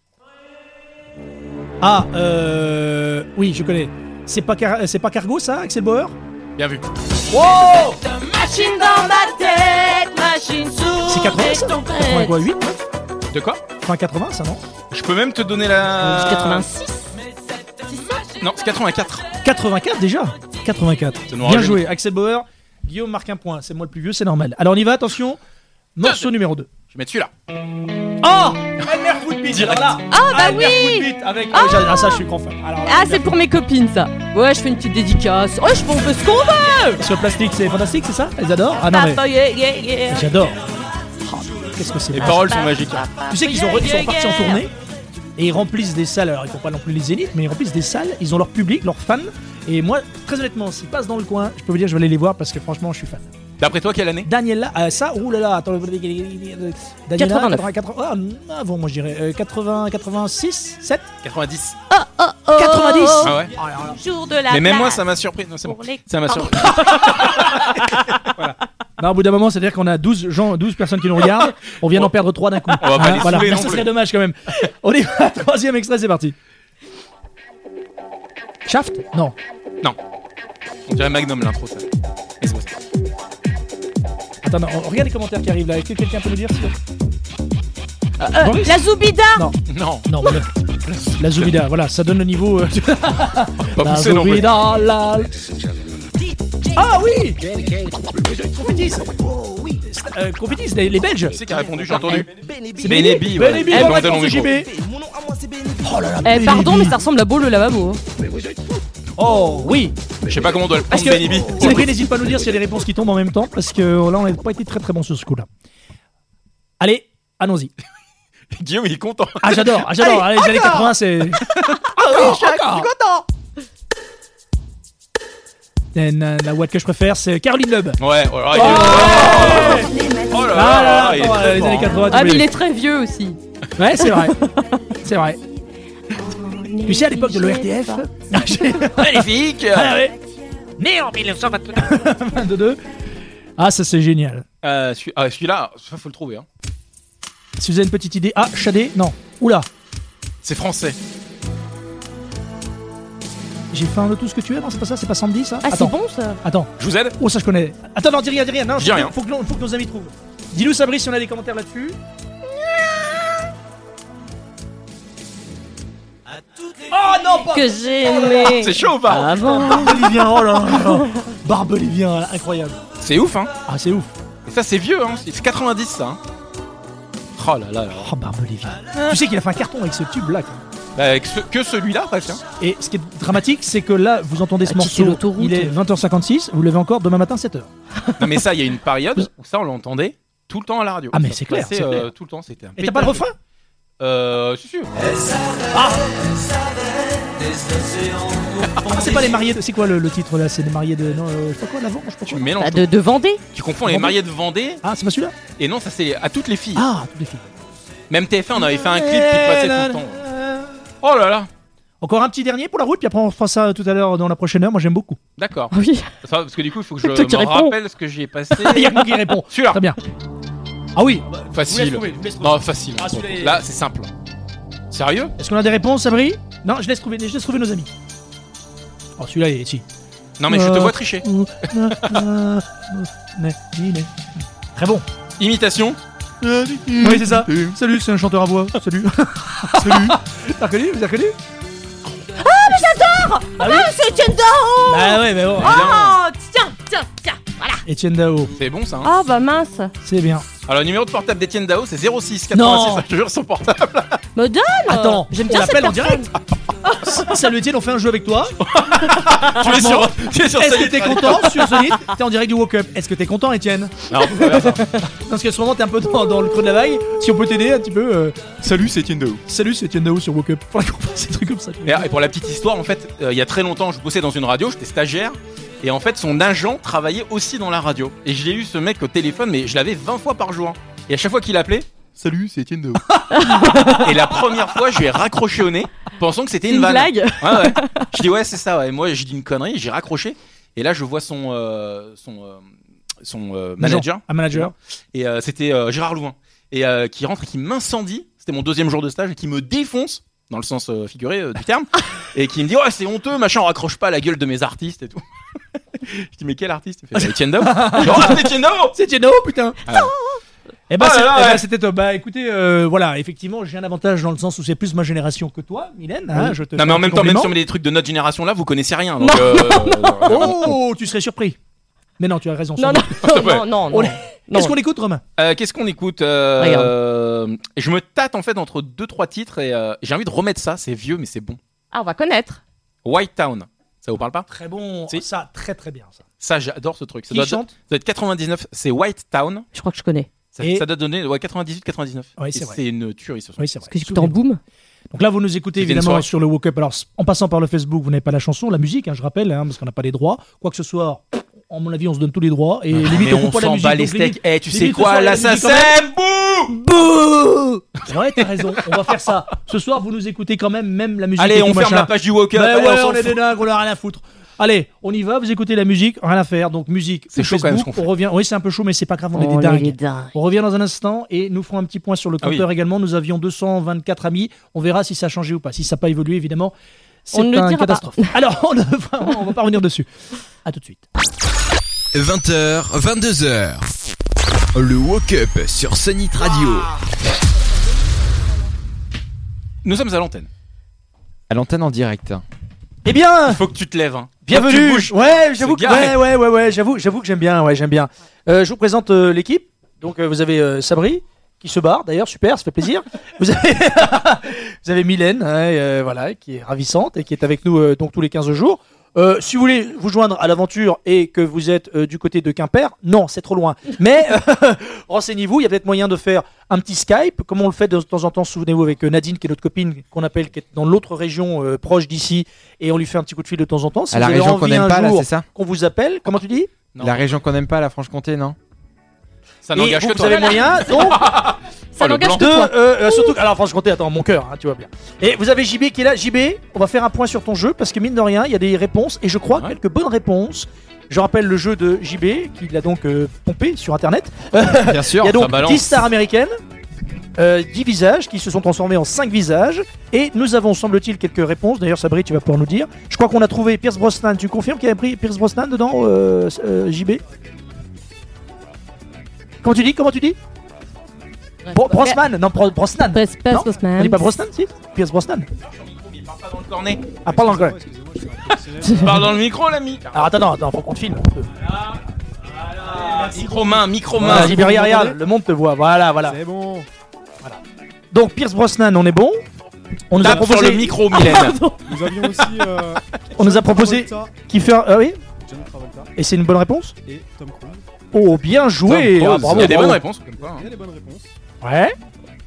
Ah, euh, oui, je connais. C'est pas car- c'est pas Cargo ça, Axel Bauer? Bien vu. Wow. Machine dans ma tête, machine sous. C'est quatre-vingts ça? quatre-vingts quoi, huit? De quoi? Fin quatre-vingts ça non? Je peux même te donner la. quatre-vingt-six. Non, c'est quatre-vingt-quatre. quatre-vingt-quatre déjà? quatre-vingt-quatre. C'est noir Bien à joué, Axel Bauer. Guillaume marque un point. C'est moi le plus vieux, c'est normal. Alors on y va, attention. Morceau numéro deux. Je vais mettre celui-là. Oh, Elmer Footbeat. Direct. Voilà. Ah bah Elmer oui. Footbeat avec. Ah. Oh, j'ai- ah ça, je suis grand fan. Alors, Ah, c'est pour mes copines ça. Ouais, je fais une petite dédicace. Ouais, je fais on fait ce qu'on veut. Sur plastique, c'est fantastique, c'est ça? Elles adorent. Ah non mais Ah, yeah, yeah, yeah. j'adore. Oh, qu'est-ce que c'est Les beau. paroles sont magiques. Tu sais qu'ils ont, ils sont repartis en tournée et ils remplissent des salles. Alors ils font pas non plus les zéniths, mais ils remplissent des salles. Ils ont leur public, leurs fans. Et moi, très honnêtement, s'ils passent dans le coin, je peux vous dire, je vais aller les voir parce que franchement, je suis fan. D'après toi, quelle année? Daniela, euh, ça, oulala, attends, Daniela, quatre-vingt-neuf. quatre-vingts, ah, avant, moi je dirais euh, quatre-vingts, quatre-vingt-six, sept, quatre-vingt-dix. Oh, oh, oh. quatre-vingt-dix. Ah ouais. Jour de la Mais même moi, place ça m'a surpris. Non, c'est bon. pour les- Ça m'a Pardon. surpris. Non, au bout d'un moment, c'est-à-dire qu'on a douze gens, douze personnes qui nous regardent. On vient d'en perdre trois d'un coup. On va pas les voilà. saouler Non, non ça plus. serait dommage quand même. On y va, troisième extrait, c'est parti. Shaft? Non. Non. On dirait Magnum l'intro, ça. Et c'est bon, ça. Attends, non, on- regarde les commentaires qui arrivent là. Est-ce que quelqu'un peut nous dire si... Euh, Boris La Zoubida. Non. Non. Non, mais la Zoubida, voilà, ça donne le niveau. euh, Pas la poussé non plus. Zoubida, la... Ah oui Confitis euh, Confitis, les, les Belges. Qui c'est qui a répondu? J'ai entendu. C'est Benebi, ouais. Benebi, Eh, bonne Bandel en réponse de J micro. B. Oh là là, Eh, pardon, Benebi. mais ça ressemble à Beau le lavabo. Oh oui. Je sais pas comment on doit le Parce prendre, que, Benebi. vous savez, n'hésite pas à nous dire s'il y a des réponses qui tombent en même temps, parce que là, on n'a pas été très très bon sur ce coup-là. Allez, allons-y. Guillaume, il est content. Ah, j'adore, ah, j'adore. Allez, les années quatre-vingts, c'est. Ah oui, je suis content. Et La, la Watt que je préfère, c'est Caroline Loeb. Ouais, oh là, Oh, il est- ouais. Oh là Ah là là, là, il est attends, très les fort, années hein. quatre-vingts. tu Ah, mais voulais- il est très vieux aussi. Ouais, c'est vrai. C'est vrai. Tu sais, à l'époque de l'O R T F. Magnifique. Ah ouais. Né en mille neuf cent vingt-deux. Ah, ça c'est génial. Euh, celui- ah, celui-là, ça faut le trouver. Hein. Si vous avez une petite idée. Ah, Shadé. Non. Oula. C'est français. J'ai fait un de tout ce que tu es. Non, c'est pas ça. C'est pas Sandy, ça. Ah, c'est Attends. bon ça. Attends. Je vous aide? Oh, ça je connais. Attends, non, dis rien, dis rien. Non, Je dis rien. Faut que, l'on- faut que nos amis trouvent. Dis-nous, Sabri, si on a des commentaires là-dessus. Oh non, pas Que j'ai aimé. C'est chaud ou pas? Avant. Barbelivien, oh là là. Barbelivien, incroyable. C'est ouf, hein. Ah, c'est ouf. Et ça, c'est vieux, hein. C'est quatre-vingt-dix, ça. Hein. Oh là là là. Oh, Barbelivien. Tu sais qu'il a fait un carton avec ce tube-là, quoi. Bah, avec ce- que celui-là, presque. Hein. Et ce qui est dramatique, c'est que là, vous entendez ce Ah, quitter morceau, l'autoroute. il est vingt heures cinquante-six, vous l'avez encore demain matin sept heures. Non, mais ça, il y a une période où ça, on l'entendait tout le temps à la radio. Ah, mais Ça c'est se clair, passait, c'est euh, clair. tout le temps, c'était un Et t'as pas le pétage. refrain? Euh, si, si. Ah, ah c'est pas les mariés de... C'est quoi le, le titre là? C'est les mariés de... Non, euh, je sais pas quoi, l'avant, je sais pas Tu quoi. mélanges. Bah, de, de Vendée. Tu confonds les Vendée. mariés de Vendée. Ah, c'est pas celui-là? Et non, ça c'est à toutes les filles. Ah, toutes les filles. Même T F un, on avait fait un clip qui passait tout le temps. Oh là là. Encore un petit dernier pour la route, puis après on fera ça tout à l'heure dans la prochaine heure. Moi j'aime beaucoup. D'accord. Oui. Ça, parce que du coup, il faut que je Toi qui me réponds. rappelle ce que j'ai passé. Il y a moi qui répond. Celui-là. Très bien. Ah oui. Facile. Vous laisse trouver, vous laisse trouver. Non, facile. Ah, celui-là est- Là, c'est simple. Sérieux? Est-ce qu'on a des réponses, Sabri? Non, je laisse trouver, je laisse trouver nos amis. Oh, celui-là est ici. Non, mais je te Euh, vois tricher. Très bon. Imitation. Oui, c'est ça. Salut, c'est un chanteur à voix. Salut. Salut. T'as reconnu? Vous avez reconnu? Ah, mais j'adore. Ah, c'est Etienne Dao. Bah ouais, mais bon. Oh, tiens, tiens, tiens. Voilà. Etienne Dao. C'est bon ça. Hein. Ah bah mince. C'est bien. Alors, le numéro de portable d'Etienne Dao, c'est zéro six quatre-vingt-six. Je te jure, son portable. Me donne. Attends, J'aime on bien cette l'appelle en personne. direct. Salut Etienne, on fait un jeu avec toi. Tu es sur, tu es sur Est-ce que Solid t'es Radio. content sur Solid? T'es en direct du Woke Up. Est-ce que t'es content, Etienne? Non, on peut pas faire ça. Parce qu'à ce moment, t'es un peu dans, dans le creux de la vague. Si on peut t'aider un petit peu. euh, Salut, c'est Etienne Dao. Salut, c'est Etienne Dao sur Woke Up. Faudrait qu'on fasse des trucs comme ça. Et, et pour la petite histoire, en fait, euh, il y a très longtemps, je bossais dans une radio, j'étais stagiaire. Et en fait, son agent travaillait aussi dans la radio. Et j'ai eu ce mec au téléphone, mais je l'avais vingt fois par jour. Et à chaque fois qu'il appelait, salut, c'est Etienne Dao. Et la première fois, je lui ai raccroché au nez, pensant que c'était une, Une vanne. blague. Ouais, ouais. Je dis ouais, c'est ça. Ouais. Et moi, j'ai dit une connerie, j'ai raccroché. Et là, je vois son euh, son euh, son euh, manager. Un manager. Et euh, c'était euh, Gérard Louvain. Et euh, qui rentre et qui m'incendie. C'était mon deuxième jour de stage et qui me défonce. Dans le sens euh, figuré euh, du terme, et qui me dit ouais c'est honteux machin, on raccroche pas la gueule de mes artistes et tout. Je dis mais quel artiste? Il fait bah, Etienne Dao. Genre, ah, c'est Etienne Dao. C'est Etienne Dao, putain. Ah. Eh ben, Oh là c'est- là, eh ben, ouais. c'était top. Bah écoutez, euh, voilà, effectivement, j'ai un avantage dans le sens où c'est plus ma génération que toi, Mylène. Hein, Oui. je te Non fais mais un en même petit temps, même compliment. si on met des trucs de notre génération là, vous connaissez rien. Donc, euh, Oh, tu serais surpris. Mais non, tu as raison. Non, sans non, doute. non, non, non. On non. est- Qu'est-ce qu'on écoute, Romain? Euh, Qu'est-ce qu'on écoute euh, Je me tâte en fait entre deux trois titres et euh, j'ai envie de remettre ça. C'est vieux mais c'est bon. Ah, on va connaître. White Town. Ça vous parle pas? Très bon. Si. Ça, très très bien. Ça. Ça j'adore ce truc. Ça Qui doit, chante ça doit être quatre-vingt-dix-neuf. C'est White Town. Je crois que je connais. Ça, Et- ça doit donner ouais, quatre-vingt-dix-huit quatre-vingt-dix-neuf. Ouais, Et c'est vrai. c'est une tuerie ce son. Oui, c'est vrai. Parce que j'écoute en boom. Donc là, vous nous écoutez C'était une évidemment soirée. sur le Woke Up. Alors, en passant par le Facebook, vous n'avez pas la chanson, la musique, hein, je rappelle, hein, parce qu'on n'a pas les droits. Quoi que ce soit, en mon avis, on se donne tous les droits. Et limite, mais on on coupe pas la s'en musique. bat les donc limite- steaks. Eh, tu sais limite, ce quoi, soir, il y a là, la ça musique quand même. c'est bouh. Bouh. Ouais, t'as raison, on va faire ça. Ce soir, vous nous écoutez quand même, même la musique. Allez, et tout, on ferme machin. la page du Woke Up. Bah Allez, ouais, on s'en on est fout. des dingues, on a rien à foutre. Allez, on y va, vous écoutez la musique, rien à faire. Donc musique, C'est ou chaud quand même, Facebook, ce qu'on on revient. Oui, c'est un peu chaud, mais c'est pas grave, on est Oh, des on est dingues. des dingues. On revient dans un instant et nous ferons un petit point sur le Ah oui. compteur également. Nous avions deux cent vingt-quatre amis. On verra si ça a changé ou pas. Si ça n'a pas évolué, évidemment, c'est On ne le une dira pas. catastrophe. Alors, on ne on va pas revenir dessus. À tout de suite. vingt heures, vingt-deux heures. Le Woke Up sur Sunnit Radio. Nous sommes à l'antenne. À l'antenne en direct. Eh bien, Il faut que tu te lèves. Hein. Faut que tu bienvenue. bouges. Ouais, j'avoue C'est que garé. ouais, ouais, ouais, ouais, j'avoue, j'avoue que j'aime bien, ouais, j'aime bien. Euh, je vous présente euh, l'équipe. Donc euh, vous avez euh, Sabri qui se barre d'ailleurs, super, ça fait plaisir. vous avez vous avez Mylène, hein, euh, voilà, qui est ravissante et qui est avec nous euh, donc tous les quinze jours. Euh, si vous voulez vous joindre à l'aventure et que vous êtes euh, du côté de Quimper, non, c'est trop loin. Mais euh, renseignez-vous, il y a peut-être moyen de faire un petit Skype, comme on le fait de temps en temps, souvenez-vous, avec euh, Nadine, qui est notre copine, qu'on appelle, qui est dans l'autre région euh, proche d'ici, et on lui fait un petit coup de fil de temps en temps. Si À la vous avez région qu'on envie n'aime un pas, là, jour c'est ça qu'on vous appelle, comment tu dis? Non. La région qu'on n'aime pas, la Franche-Comté, non? Ça Et n'engage vous, que vous toi. avez moyen, donc, Ça Oh, le n'engage blanc. que de, toi. euh, euh, surtout, alors Franche-Comté, attends, mon cœur, hein, tu vois bien. Et vous avez J B qui est là. J B, on va faire un point sur ton jeu parce que mine de rien, il y a des réponses et je crois Ouais. quelques bonnes réponses. Je rappelle le jeu de J B qu'il a donc euh, pompé sur internet. Bien sûr. Il y a donc ça balance. dix stars américaines, euh, dix visages qui se sont transformés en cinq visages. Et nous avons, semble-t-il, quelques réponses. D'ailleurs, Sabri, tu vas pouvoir nous dire. Je crois qu'on a trouvé Pierce Brosnan. Tu confirmes qu'il y avait pris Pierce Brosnan dedans, euh, euh, J B? Comment tu dis? Comment tu dis? Bro- Brosnan? Non, Bro- Brosnan. Passe, passe, Non, passe, on man. dit pas Brosnan, si? Pierce Brosnan. Il parle pas dans le cornet. Ah, parle anglais. Excusez-moi, je suis un professionnel. Parle dans le micro, l'ami. Alors attends, attends, attends, faut qu'on te filme. Micro-main, micro-main. Voilà, J B, regarde, vous regarde, m'entendez le monde te voit. Voilà, voilà. C'est bon. Donc Pierce Brosnan, on est bon. On nous a Tape sur proposé, le micro, Mylène. Nous avions aussi. Euh, on nous a John proposé Travolta, qui fait. un- Ah oui. John Travolta Et c'est une bonne réponse. et Tom Cruise. Oh, bien joué. Tom Ah, Cruise. bravo, Il y a des bravo. bonnes réponses. Comme quoi, hein. Il y a des bonnes réponses. Ouais.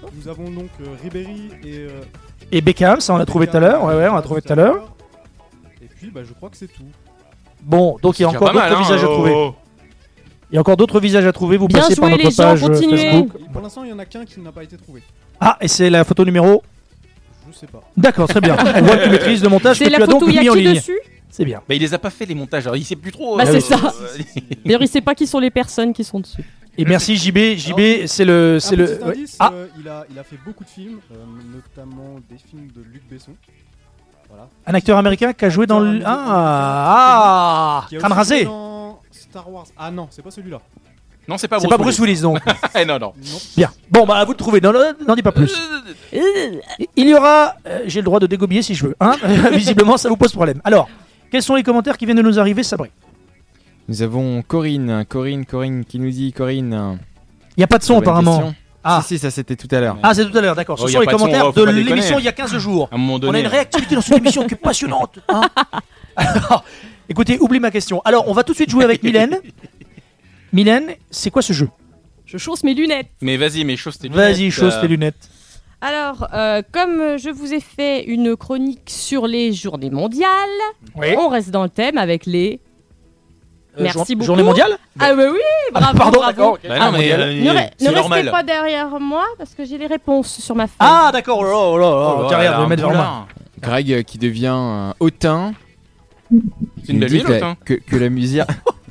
Nous avons donc euh, Ribéry et. Euh, Et Beckham, ça on l'a trouvé tout à l'heure. Ouais, ouais, on l'a trouvé tout à l'heure. Et puis, bah, je crois que c'est tout. Bon, donc il y a C'est encore déjà pas d'autres mal, hein, visages à oh, trouver. oh. Il y a encore d'autres visages à trouver. Vous Bien passez par joué, notre les gens, page euh, continuez. Facebook. Et pour l'instant, il y en a qu'un qui n'a pas été trouvé. Ah, et c'est la photo numéro. Je sais pas. D'accord, très bien. On voit que tu maîtrises le montage que C'est tu la as donc photo, il y mis a en qui ligne. dessus C'est bien. Bah, il les a pas fait les montages, alors il sait plus trop. Bah, euh, c'est ça. euh, D'ailleurs, il sait pas qui sont les personnes qui sont dessus. Et merci J B. J B, c'est le, c'est Un le. petit ouais. indice, Ah, euh, il, a, il a fait beaucoup de films, euh, notamment des films de Luc Besson. Voilà. un acteur américain qui a joué dans le. Ah, ah, Qui a crâne aussi rasé. joué dans Star Wars. Ah non, c'est pas celui-là. Non, c'est pas C'est Bruce pas Bruce Willis donc. Eh, non, non. Non. Bien. Bon, bah à vous de trouver. Non, non, n'en dis pas plus. Il y aura. euh, J'ai le droit de dégobiller si je veux. Hein. Visiblement, ça vous pose problème. Alors, quels sont les commentaires qui viennent de nous arriver, Sabri? Nous avons Corinne, Corinne, Corinne qui nous dit Corinne. Il n'y a pas de son Très bonne apparemment. question. Ah. Si, si, ça c'était tout à l'heure. Ah, c'est tout à l'heure, d'accord. Ce Oh, y sont a les pas de son, commentaires oh, faut de pas déconner. l'émission il y a quinze jours. À un moment On donné. a une réactivité dans cette émission qui est passionnante. Hein. Alors, écoutez, oublie ma question. Alors, on va tout de suite jouer avec Mylène. Mylène, c'est quoi ce jeu? Je chausse mes lunettes. Mais vas-y, mais chausse tes lunettes. Vas-y, chausse euh, tes lunettes. Alors, euh, comme je vous ai fait une chronique sur les journées mondiales, Oui. on reste dans le thème avec les. Euh, Merci jour- beaucoup. Journée mondiale? Ah bah oui, bravo, Pardon, bravo. d'accord. ok. Bah non, mais euh, Ne, re- c'est ne restez normal. pas derrière moi parce que j'ai les réponses sur ma feuille. Ah, d'accord. Oh là là, oh là là. Oh, Tiens, elle regarde, a je vais un mettre vers boulard. moi. Greg euh, qui devient euh, hautain. C'est une belle ville, ville hein. que, que la musique.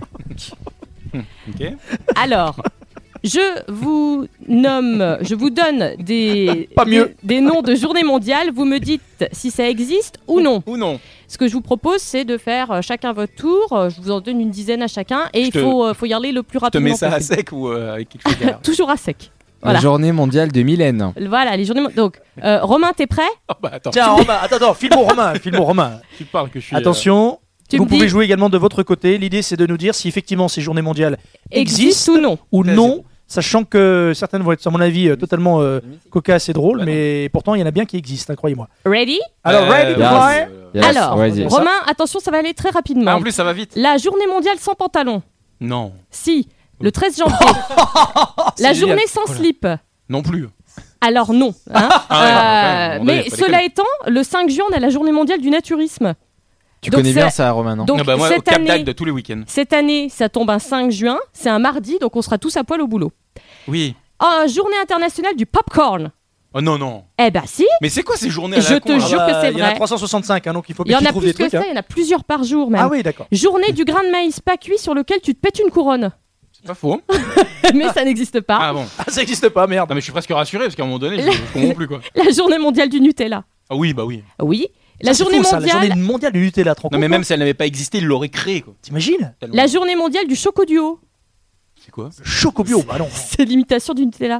Ok. Alors, je vous nomme, je vous donne des, Pas mieux. des, des noms de journées mondiales. Vous me dites si ça existe ou non. Ou non. Ce que je vous propose, c'est de faire euh, chacun votre tour. Euh, Je vous en donne une dizaine à chacun et Je il te- faut, euh, faut y aller le plus Tu te rapidement mets ça à possible. sec ou euh, avec quelque chose derrière? Toujours à sec. La Voilà. journée mondiale de Mylène. Voilà, les journées. mon- Donc, euh, Romain, t'es prêt? Oh, bah, attends. Tiens, Romain, attends, attends, file-moi Romain, file-moi Romain. Tu parles que je suis. euh, Attention, Tu vous me pouvez dis- jouer également de votre côté. L'idée, c'est de nous dire si effectivement ces journées mondiales Existe existent ou non? ou T'as non, zéro. sachant que certaines vont être, à mon avis, euh, totalement euh, cocasses et drôles, Bah non. mais pourtant, il y en a bien qui existent, hein, croyez-moi. Ready? Alors, Euh, ready to yes. fly? Yes, Alors, vas-y. Ça- Romain, attention, ça va aller très rapidement. Ah, en plus, ça va vite. La journée mondiale sans pantalon. Non. Si, le treize janvier. La C'est génial. journée sans slip. Non plus. Alors non. Hein. Ah ouais, Euh, non, quand même, à un moment donné, mais faut cela déconner. étant, le cinq juin, on a la journée mondiale du naturisme. Tu Donc connais c'est- bien ça, Romain, non? Donc Ah bah, moi, au cette, Cap année, d'Agde tous les week-ends. cette année, ça tombe un cinq juin, c'est un mardi, donc on sera tous à poil au boulot. Oui. Ah, journée internationale du popcorn. Oh non, non. Eh ben si, Mais c'est quoi ces journées à la Je con, te là jure que c'est Il y en a vrai. trois cent soixante-cinq, hein, donc il faut il y bien en qu'ils a trouvent plus des que trucs. ça, hein. il y en a plusieurs par jour même. Ah oui, d'accord. Journée du grain de maïs pas cuit sur lequel tu te pètes une couronne. C'est pas faux. Mais ça n'existe pas. Ah bon. Ah, ça n'existe pas, merde. Non, mais je suis presque rassuré parce qu'à un moment donné, je, je comprends plus quoi. La journée mondiale du Nutella. Ah oui, bah oui. Oui. La Ça, c'est journée fou, ça, mondiale. la journée mondiale du Nutella, te rends Non, mais compte, même si elle n'avait pas existé, il l'aurait créé quoi. T'imagines? Tellement- La journée mondiale du chocoduo. C'est quoi? Chocobio, bah non. C'est l'imitation du Nutella.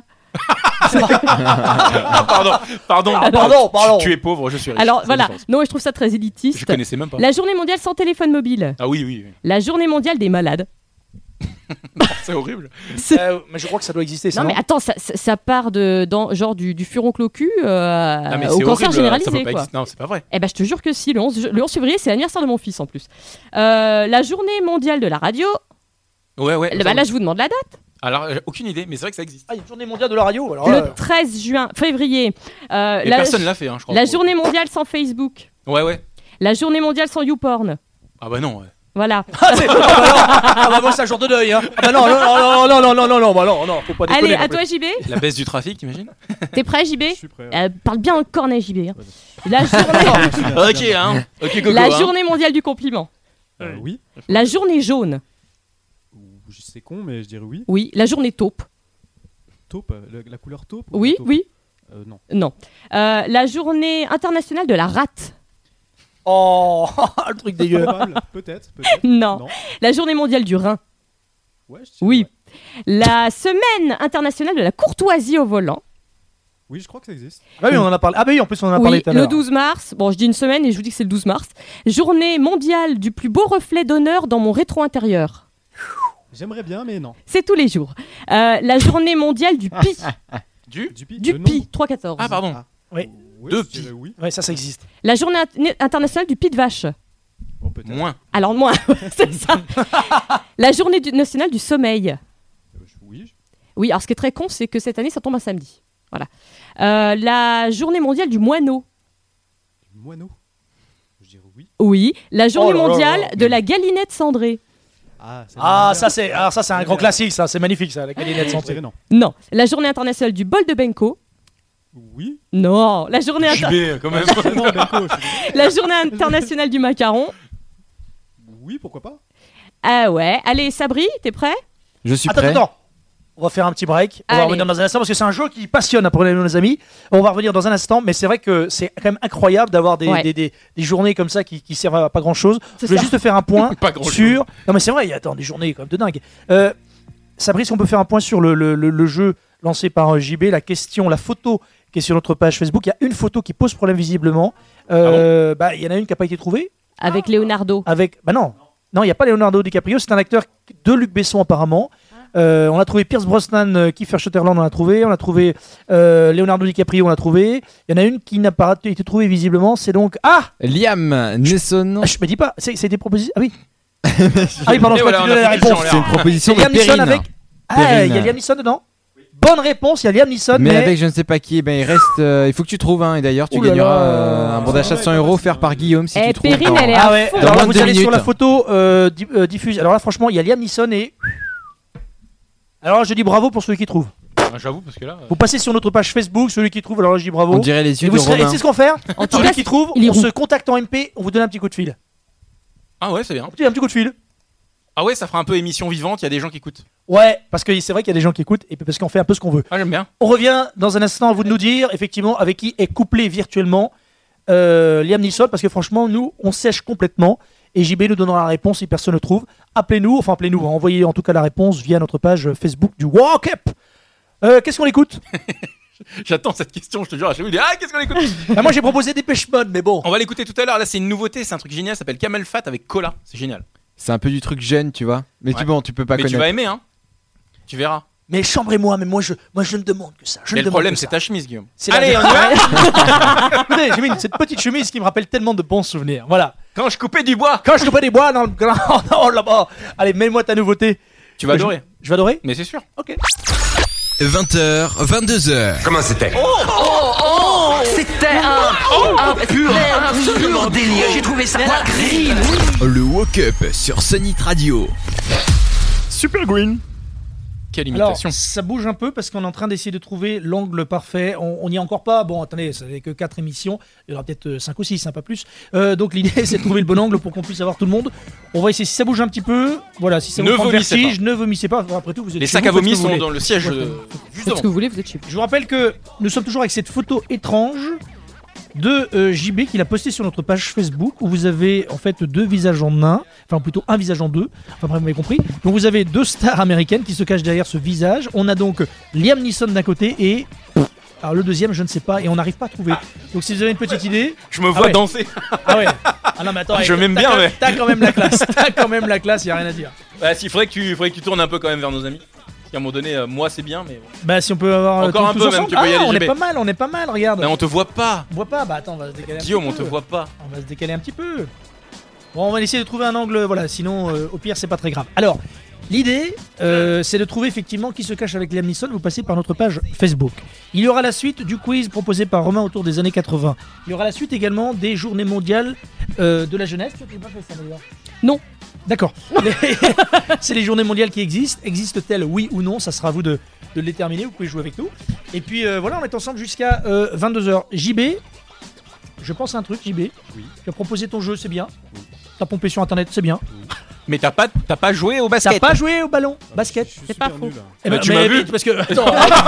Ah, pardon, pardon. Ah, pardon, pardon. Tu es pauvre, je suis riche. Alors C'est voilà, la différence. non, je trouve ça très élitiste. Je connaissais même pas. La journée mondiale sans téléphone mobile. Ah oui, oui, oui. La journée mondiale des malades. C'est horrible. C'est- Euh, mais je crois que ça doit exister, ça. Non mais attends, ça, ça- ça part de dans, genre du, du furoncle au cul euh, Non, mais au c'est cancer horrible. Ça généralisé peut pas quoi. exister. Non, c'est pas vrai. Eh ben je te jure que si, le onze, le onze février c'est l'anniversaire de mon fils en plus. Euh, la journée mondiale de la radio. Ouais, ouais. Le- bah, là je vous demande la date. Alors, j'ai aucune idée, mais c'est vrai que ça existe. Ah, il y a une journée mondiale de la radio. Alors, Le là, treize juin, février. Euh, Et la, personne l'a fait, hein, je crois. la journée mondiale sans Facebook. Ouais, ouais. La journée mondiale sans YouPorn. Ah bah non. Ouais. Voilà. Ah, c'est- ah, bah non. Ah, bah moi, c'est un jour de deuil. Hein. Ah, bah non, non, non, non, non, non, non, non, bah non, non, faut pas déconner. Allez, non à plus. toi J B. La baisse du trafic, t'imagines? T'es prêt J B? Je suis prêt. Euh, Parle bien en cornet J B. hein. La journée, Ok, hein. Ok, Coco. la hein. journée mondiale du compliment. Euh, oui. La journée jaune. C'est con, mais je dirais oui. Oui. La journée taupe. Taupe, euh, la, la couleur taupe ou Oui, la taupe oui. Euh, non. Non. Euh, la journée internationale de la rate. Oh, le truc dégueu. Probable, peut-être. peut-être. Non. Non. La journée mondiale du rein. Ouais, je dirais Oui. ouais. La semaine internationale de la courtoisie au volant. Oui, je crois que ça existe. Ah oui, on en a parlé. Ah bah oui, en plus, on en a parlé Oui, tout à l'heure. le douze mars. Bon, je dis une semaine et je vous dis que c'est le douze mars. Journée mondiale du plus beau reflet d'honneur dans mon rétro intérieur. J'aimerais bien, mais non. C'est tous les jours. Euh, la journée mondiale du pi. Du Du pi. Du le nom. pi, trois quatorze. Ah, pardon. Oui. Oui, Deux je dirais oui. Ouais, ça, ça existe. La journée int- internationale du pied de vache. Oh, peut-être. Moins. Alors moins, c'est ça. La journée du- nationale du sommeil. Euh, je- oui. je- Oui, alors ce qui est très con, c'est que cette année, ça tombe un samedi. Voilà. Euh, la journée mondiale du moineau. Du moineau. Je dirais oui. Oui. La journée Oh là là mondiale là. de la galinette cendrée. Ah, c'est Ah, ça c'est, alors ça c'est un grand classique, ça, c'est magnifique, ça, la galinette santé. non. Non. La journée internationale du bol de Benko. Oui. Non. La journée, J inter- B, quand même. Non, Benko, je- la journée internationale du macaron. Oui, pourquoi pas. Ah ouais. Allez, Sabri, t'es prêt? Je suis Attends, prêt. attends, on va faire un petit break. On Allez. va revenir dans un instant parce que c'est un jeu qui passionne pour nos amis. On va revenir dans un instant, mais c'est vrai que c'est quand même incroyable d'avoir des, Ouais. des, des, des journées comme ça qui, qui servent à pas grand chose. Je C'est voulais ça. juste faire un point Pas grand-chose. sur. Non, mais c'est vrai, il y a attends, des journées quand même de dingue. Euh, Sabrice, on peut faire un point sur le, le, le, le jeu lancé par euh, J B, la question, la photo qui est sur notre page Facebook. Il y a une photo qui pose problème visiblement. Euh, bah, il y en a une qui n'a pas été trouvée. Avec Leonardo. Avec. Bah non, non, il n'y a pas Leonardo DiCaprio, c'est un acteur de Luc Besson apparemment. Euh, on a trouvé Pierce Brosnan, euh, Kiefer Sutherland, on l'a trouvé. On a trouvé euh, Leonardo DiCaprio, on l'a trouvé. Il y en a une qui n'a pas été trouvée visiblement, c'est donc. Ah Liam Neeson. Ah, je me dis pas, c'est c'est des propositions. Ah oui Ah oui, pardon, Et je voilà, crois que on tu a donnais la foutu le réponse. champ en C'est une l'air. proposition C'est de Liam Neeson Perrine. avec. Ah, Perrine. il y a Liam Neeson dedans. Bonne réponse, il y a Liam Neeson, Mais, mais. avec je ne sais pas qui, eh ben, il reste. euh, il faut que tu trouves, hein, et d'ailleurs tu Ouh là gagneras là. euh, un bon d'achat de cent euros offert par Guillaume si Eh, tu trouves. Perrine, dans- elle est Ah à ouais, fond. alors Dans là, moins vous de allez deux sur la minutes. photo euh, di- euh, diffuse. Alors là, franchement, il y a Liam Neeson et. Alors là, je dis bravo pour celui qui trouve. Ah, J'avoue, parce que là. Vous passez sur notre page Facebook, celui qui trouve, alors là, je dis bravo. On dirait les Et yeux vous de serez- et Romain. c'est ce qu'on fait. En tout Celui cas, qui trouve, il est on roux. se contacte en M P, on vous donne un petit coup de fil. Ah ouais, c'est bien. Un petit, un petit coup de fil. Ah ouais, ça fera un peu émission vivante, il y a des gens qui écoutent. Ouais, parce que c'est vrai qu'il y a des gens qui écoutent et parce qu'on fait un peu ce qu'on veut. Ah, j'aime bien. On revient dans un instant à vous de nous dire effectivement avec qui est couplé virtuellement euh, Liam Neeson, parce que franchement, nous, on sèche complètement. Et J B nous donnera la réponse si personne ne trouve. Appelez-nous, enfin appelez-nous, hein, envoyez en tout cas la réponse via notre page Facebook du Walk Up. Euh, Qu'est-ce qu'on écoute? J'attends cette question, je te jure. Je me dis, ah, qu'est-ce qu'on écoute? Bah, moi j'ai proposé Dépêche Mode, mais bon. On va l'écouter tout à l'heure. Là, c'est une nouveauté, c'est un truc génial, ça s'appelle Camel Fat avec Cola. C'est génial. C'est un peu du truc jeune, tu vois. Mais Ouais. tu, bon, tu peux pas Mais tu connaître. vas aimer, hein. Tu verras. Mais chambrez-moi, mais moi je, moi je ne demande que ça. Je Et ne le demande problème, que c'est ça. ta chemise, Guillaume. C'est Allez, la- on y va. Écoutez, j'ai mis une- cette petite chemise qui me rappelle tellement de bons souvenirs. Voilà. Quand je coupais du bois. Quand je coupais des bois dans le grand. Oh là-bas. Allez, mets-moi ta nouveauté. Tu vas Je- adorer. Je vais adorer. Mais c'est sûr. Ok. vingt heures, vingt-deux heures. Comment c'était? Oh, c'était un, un pur, un pur délire. J'ai trouvé ça green. Le Woke Up sur Sonic Radio. Super Green. Quelle Alors, imitation. ça bouge un peu parce qu'on est en train d'essayer de trouver l'angle parfait. On n'y est encore pas. Bon, attendez, ça n'est que quatre émissions. Il y aura peut-être cinq ou six, hein, pas plus. Euh, donc l'idée, c'est de trouver le bon angle pour qu'on puisse avoir tout le monde. On va essayer. Si ça bouge un petit peu, voilà. Si ça Ne vous prend le vomissez vertige, ne vomissez pas. Après tout, vous êtes Les chez sacs vous, à faites ce vomi que vous sont voulez. dans le siège. Ouais, euh, faites- Juste Faites ce que devant. vous voulez, vous êtes chez vous. Je vous rappelle que nous sommes toujours avec cette photo étrange de euh, J B qu'il a posté sur notre page Facebook où vous avez en fait deux visages en un, enfin plutôt un visage en deux, enfin bref, vous m'avez compris. Donc vous avez deux stars américaines qui se cachent derrière ce visage. On a donc Liam Neeson d'un côté et alors le deuxième je ne sais pas et on n'arrive pas à trouver. Donc si vous avez une petite idée, Je me Ah vois ouais. danser. ah ouais, ah non mais attends, Je hey, m'aime t'as bien, quand- mais- t'as quand même la classe, t'as quand même la classe, y a rien à dire. Bah, si, faudrait que tu, faudrait que tu tournes un peu quand même vers nos amis. Parce qu'à un moment donné, euh, moi c'est bien, mais. bon. Bah si on peut avoir euh, Encore tous- un tous peu, même, ensemble. tu peux y Ah, aller, on J B. est pas mal, on est pas mal, regarde. Mais on te voit pas. On voit pas, bah attends, on va se décaler un Guillaume, petit on te peu. voit pas. On va se décaler un petit peu. Bon, on va essayer de trouver un angle, voilà, sinon euh, au pire c'est pas très grave. Alors, l'idée euh, c'est de trouver effectivement qui se cache avec Liam Neeson. Vous passez par notre page Facebook. Il y aura la suite du quiz proposé par Romain autour des années quatre-vingts. Il y aura la suite également des journées mondiales euh, de la jeunesse. Tu n'as pas fait ça d'ailleurs? Non. D'accord. Les- c'est les journées mondiales qui existent. Existent-elles, oui ou non? Ça sera à vous de, de le déterminer. Vous pouvez jouer avec nous. Et puis euh, voilà, on est ensemble jusqu'à euh, vingt-deux heures. J B, je pense à un truc, J B. Oui. Tu as proposé ton jeu, c'est bien. T'as pompé sur internet, c'est bien. Mais t'as pas, t'as pas joué au T'as basket. pas joué au ballon, basket. Je suis C'est pas super faux. nul, hein. Eh Bah, ben, tu mais m'as vu. vite, parce que attends,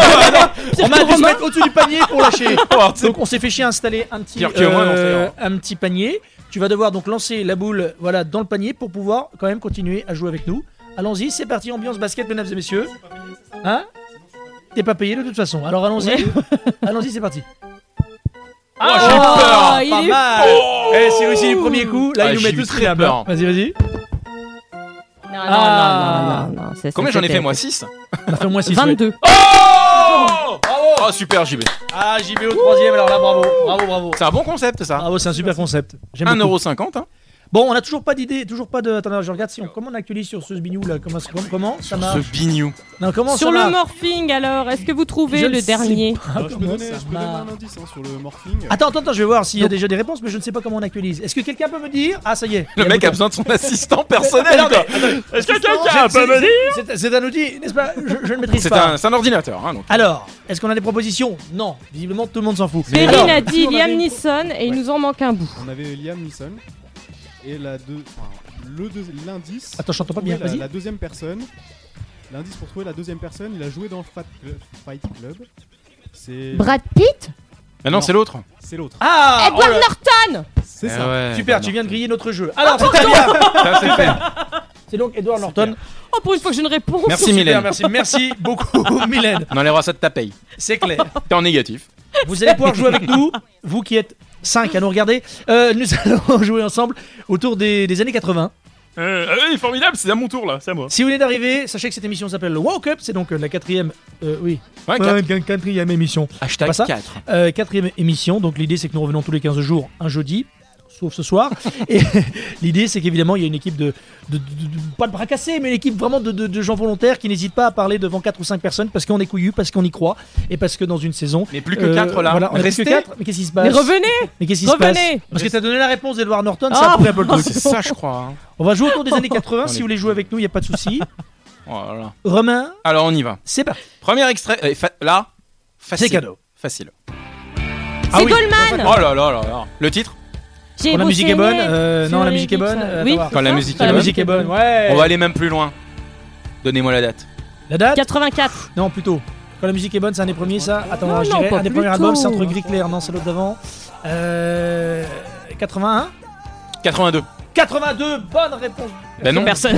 on m'a dû se Romain. mettre au-dessus du panier pour lâcher. Oh, c'est- Donc on s'est fait chier à installer un petit, Pire que moi, non, euh, c'est un petit panier. Tu vas devoir donc lancer la boule, voilà, dans le panier pour pouvoir quand même continuer à jouer avec nous. Allons-y, c'est parti, ambiance basket, mesdames et messieurs. Hein? T'es pas payé de toute façon. Alors allons-y, allons-y, c'est parti. Oh, j'ai eu peur. il Pas est mal. Eh, c'est réussi du premier coup. Là, Ah, il nous j'ai met eu tous très les lames. peur. Vas-y, vas-y. Non, non, Ah. non, non, non, non, c'est- Combien c'est- j'en ai fait c'était- moi? six. On a fait au moins six. vingt-deux. Oh Oh super J B. Ah, J B au troisième, alors là, bravo. Bravo, bravo. C'est un bon concept ça. Bravo, c'est un super concept. J'aime un beaucoup. euro cinquante. Hein. Bon, on a toujours pas d'idée, toujours pas de. Attends, je regarde si on. Comment on actualise sur ce bignou là? Comment, comment, comment ça marche? Ce bignou. Non, comment Sur ça le marche? morphing, alors, est-ce que vous trouvez Je le ne sais dernier pas Alors, je peux comment donner, ça je peux donner marche. un indice hein, sur le morphing. Attends, attends, attends, je vais voir s'il y a Donc- déjà des réponses, mais je ne sais pas comment on actualise. Est-ce que quelqu'un peut me dire? Ah, ça y est. Le il y a mec le a bouton. besoin de son assistant personnel, Mais non, quoi. mais, attendez, Est-ce que c'est- quelqu'un c'est- peut me c'est- dire c'est- C'est un outil, n'est-ce pas? Je, je ne maîtrise C'est pas. un, c'est un ordinateur, hein, donc. Alors, est-ce qu'on a des propositions? Non, visiblement tout le monde s'en fout. Perrine Alors, a dit si on Liam avait une- Neeson et il Ouais. nous en manque un bout. On avait Liam Neeson et la deux, enfin, le deux- l'indice. Attends, je t'entends pas pour trouver bien, la, vas-y. la deuxième personne. L'indice pour trouver la deuxième personne, il a joué dans le Fat Club- Fight Club. C'est. Brad Pitt? Mais non, c'est l'autre. C'est l'autre. Ah, Edward oh là- Norton. C'est Eh ça. ouais, Super, bah tu non. viens de griller notre jeu. Alors, c'est très bien. Ça, c'est fait. C'est donc Edward Norton. Oh, pour une fois que j'ai une réponse. Merci, Super, Mylène. merci, merci beaucoup, Mylène. On enlèvera ça de ta paye. C'est clair. T'es en négatif. Vous allez pouvoir jouer avec nous, vous qui êtes cinq à nous regarder. Euh, nous allons jouer ensemble autour des, des années quatre-vingts. Euh, euh, formidable, c'est à mon tour là, c'est à moi. Si vous venez d'arriver, sachez que cette émission s'appelle le Woke Up, c'est donc euh, la quatrième, euh, oui, Ouais, Ouais, quat- quatrième émission. Hashtag Pas ça quatre. Euh, quatrième émission, donc l'idée c'est que nous revenons tous les quinze jours, un jeudi, sauf ce soir. Et l'idée c'est qu'évidemment il y a une équipe de, de, de- de- pas de bras cassés, mais une équipe vraiment de, de- de gens volontaires qui n'hésitent pas à parler devant quatre ou cinq personnes parce qu'on est couillus, parce qu'on y croit et parce que dans une saison. Mais plus que quatre, là. Voilà, on est plus Restez. que quatre. Mais qu'est-ce qui se passe? Mais revenez. Mais qu'est-ce qui se passe? Revenez. Parce que t'as donné la réponse d'Edward Norton, ça Ah. a pris un peu le truc. C'est ça, je crois. hein. On va jouer autour des années quatre-vingts. On Si est- vous voulez jouer avec nous, il n'y a pas de souci. Voilà. Romain, Alors on y va. c'est parti. Premier extrait. euh, fa- là, facile. C'est cadeau. Facile. C'est Goldman. Oh là là là là. Le titre J'ai Quand la bossé musique est bonne, net euh, sur non, la les musique est bonne. geeks, euh, oui, attends voir. Quand la ça musique Quand est la bonne. musique est bonne, ouais. On va aller même plus loin. Donnez-moi la date. La date? quatre-vingt-quatre. Non, plutôt. Quand la musique est bonne, c'est un des premiers, ça. Attends, Non, je non, dirais pas un des plus premiers albums, tôt. c'est entre gris clair. Non, c'est l'autre d'avant. Euh. quatre-vingt-un? quatre-vingt-deux. quatre-vingt-deux, bonne réponse. Ben non. Personne.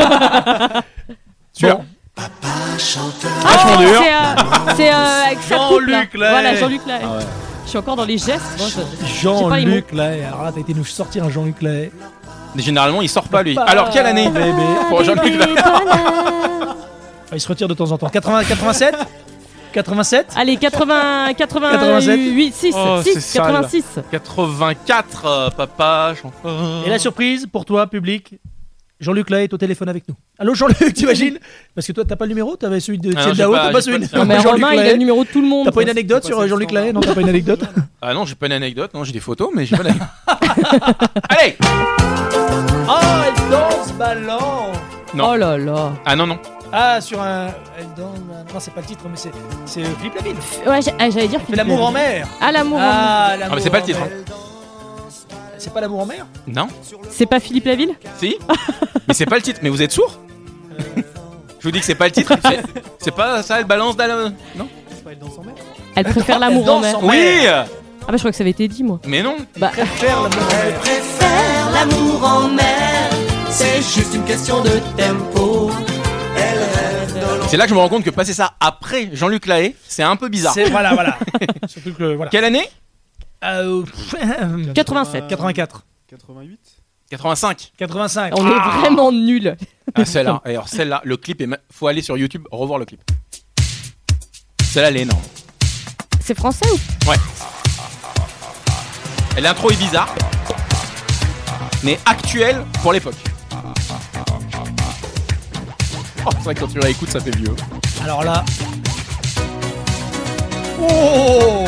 Sûr. Bon. Vachement dur. C'est euh, c'est, euh, avec sa coupe, là. Jean-Luc Lahaye. Voilà, Jean-Luc Lahaye. Ah ouais. Je suis encore dans les gestes. Moi, je- j'ai pas les mots. Jean-Luc Lahaye. Alors là, t'as été nous sortir un Jean-Luc Lahaye. Généralement, il sort pas lui. Pas Alors quelle année bébé. Pour Jean-Luc Lahaye. Ah, il se retire de temps en temps. quatre-vingts, quatre-vingt-sept quatre-vingt-sept Allez, quatre-vingts, quatre-vingt-sept. quatre-vingt-huit, six, Oh, c'est six, sale. quatre-vingt-six. quatre-vingt-quatre, euh, papa. chanteur. Et la surprise pour toi, public, Jean-Luc Lahaye est au téléphone avec nous. Allô Jean-Luc, t'imagines? Parce que toi, t'as pas le numéro, t'avais celui de Ah non, Tienne j'ai Dao, pas- t'as j'ai pas celui pas de le Non, mais Jean-Luc Romain, il a Lahaye. le numéro de tout le monde. T'as pas une quoi. anecdote c'est sur pas euh, ça, Jean-Luc le Lahaye? Non, t'as pas une anecdote? Ah non, j'ai pas une anecdote. Non, j'ai des photos, mais j'ai pas d'anecdote. Allez. Oh, elle danse, ballant. Non. Oh là là. Ah non non. Ah, sur un. Elle danse. Non, c'est pas le titre, mais c'est c'est euh, Philippe Laville. Ouais, j'ai- ah, j'allais dire. Fait l'amour en mer. Ah, l'amour en mer. Ah, Ah l'amour mais c'est pas le en titre. mer. hein. C'est pas l'amour en mer? Non. C'est pas Philippe Laville? Si. Mais c'est pas le titre. Mais vous êtes sourd? Je vous dis que c'est pas le titre. C'est- C'est pas ça. Elle balance dans la. Non. C'est pas elle danse en mer. Elle préfère Elle l'amour en danse mer. en Oui. mer. Ah bah je crois que ça avait été dit moi. Mais non. Bah Préfère l'amour en mer. Préfère l'amour en mer, c'est juste une question de tempo. Elle rêve de l'eau. C'est là que je me rends compte que passer ça après Jean-Luc Lahaye, c'est un peu bizarre. C'est voilà, voilà. Surtout que voilà. Quelle année? Euh, quatre-vingt-sept. quatre-vingt-quatre. quatre-vingt-huit. quatre-vingt-cinq. quatre-vingt-cinq. On est vraiment nuls. Ah celle-là. Alors celle-là, le clip est. ma- Faut aller sur YouTube revoir le clip. Celle-là, elle est énorme. C'est français ou? Ouais. L'intro est bizarre, mais actuelle pour l'époque. Oh, c'est vrai que quand tu la écoutes, ça fait vieux. Alors là. Oh,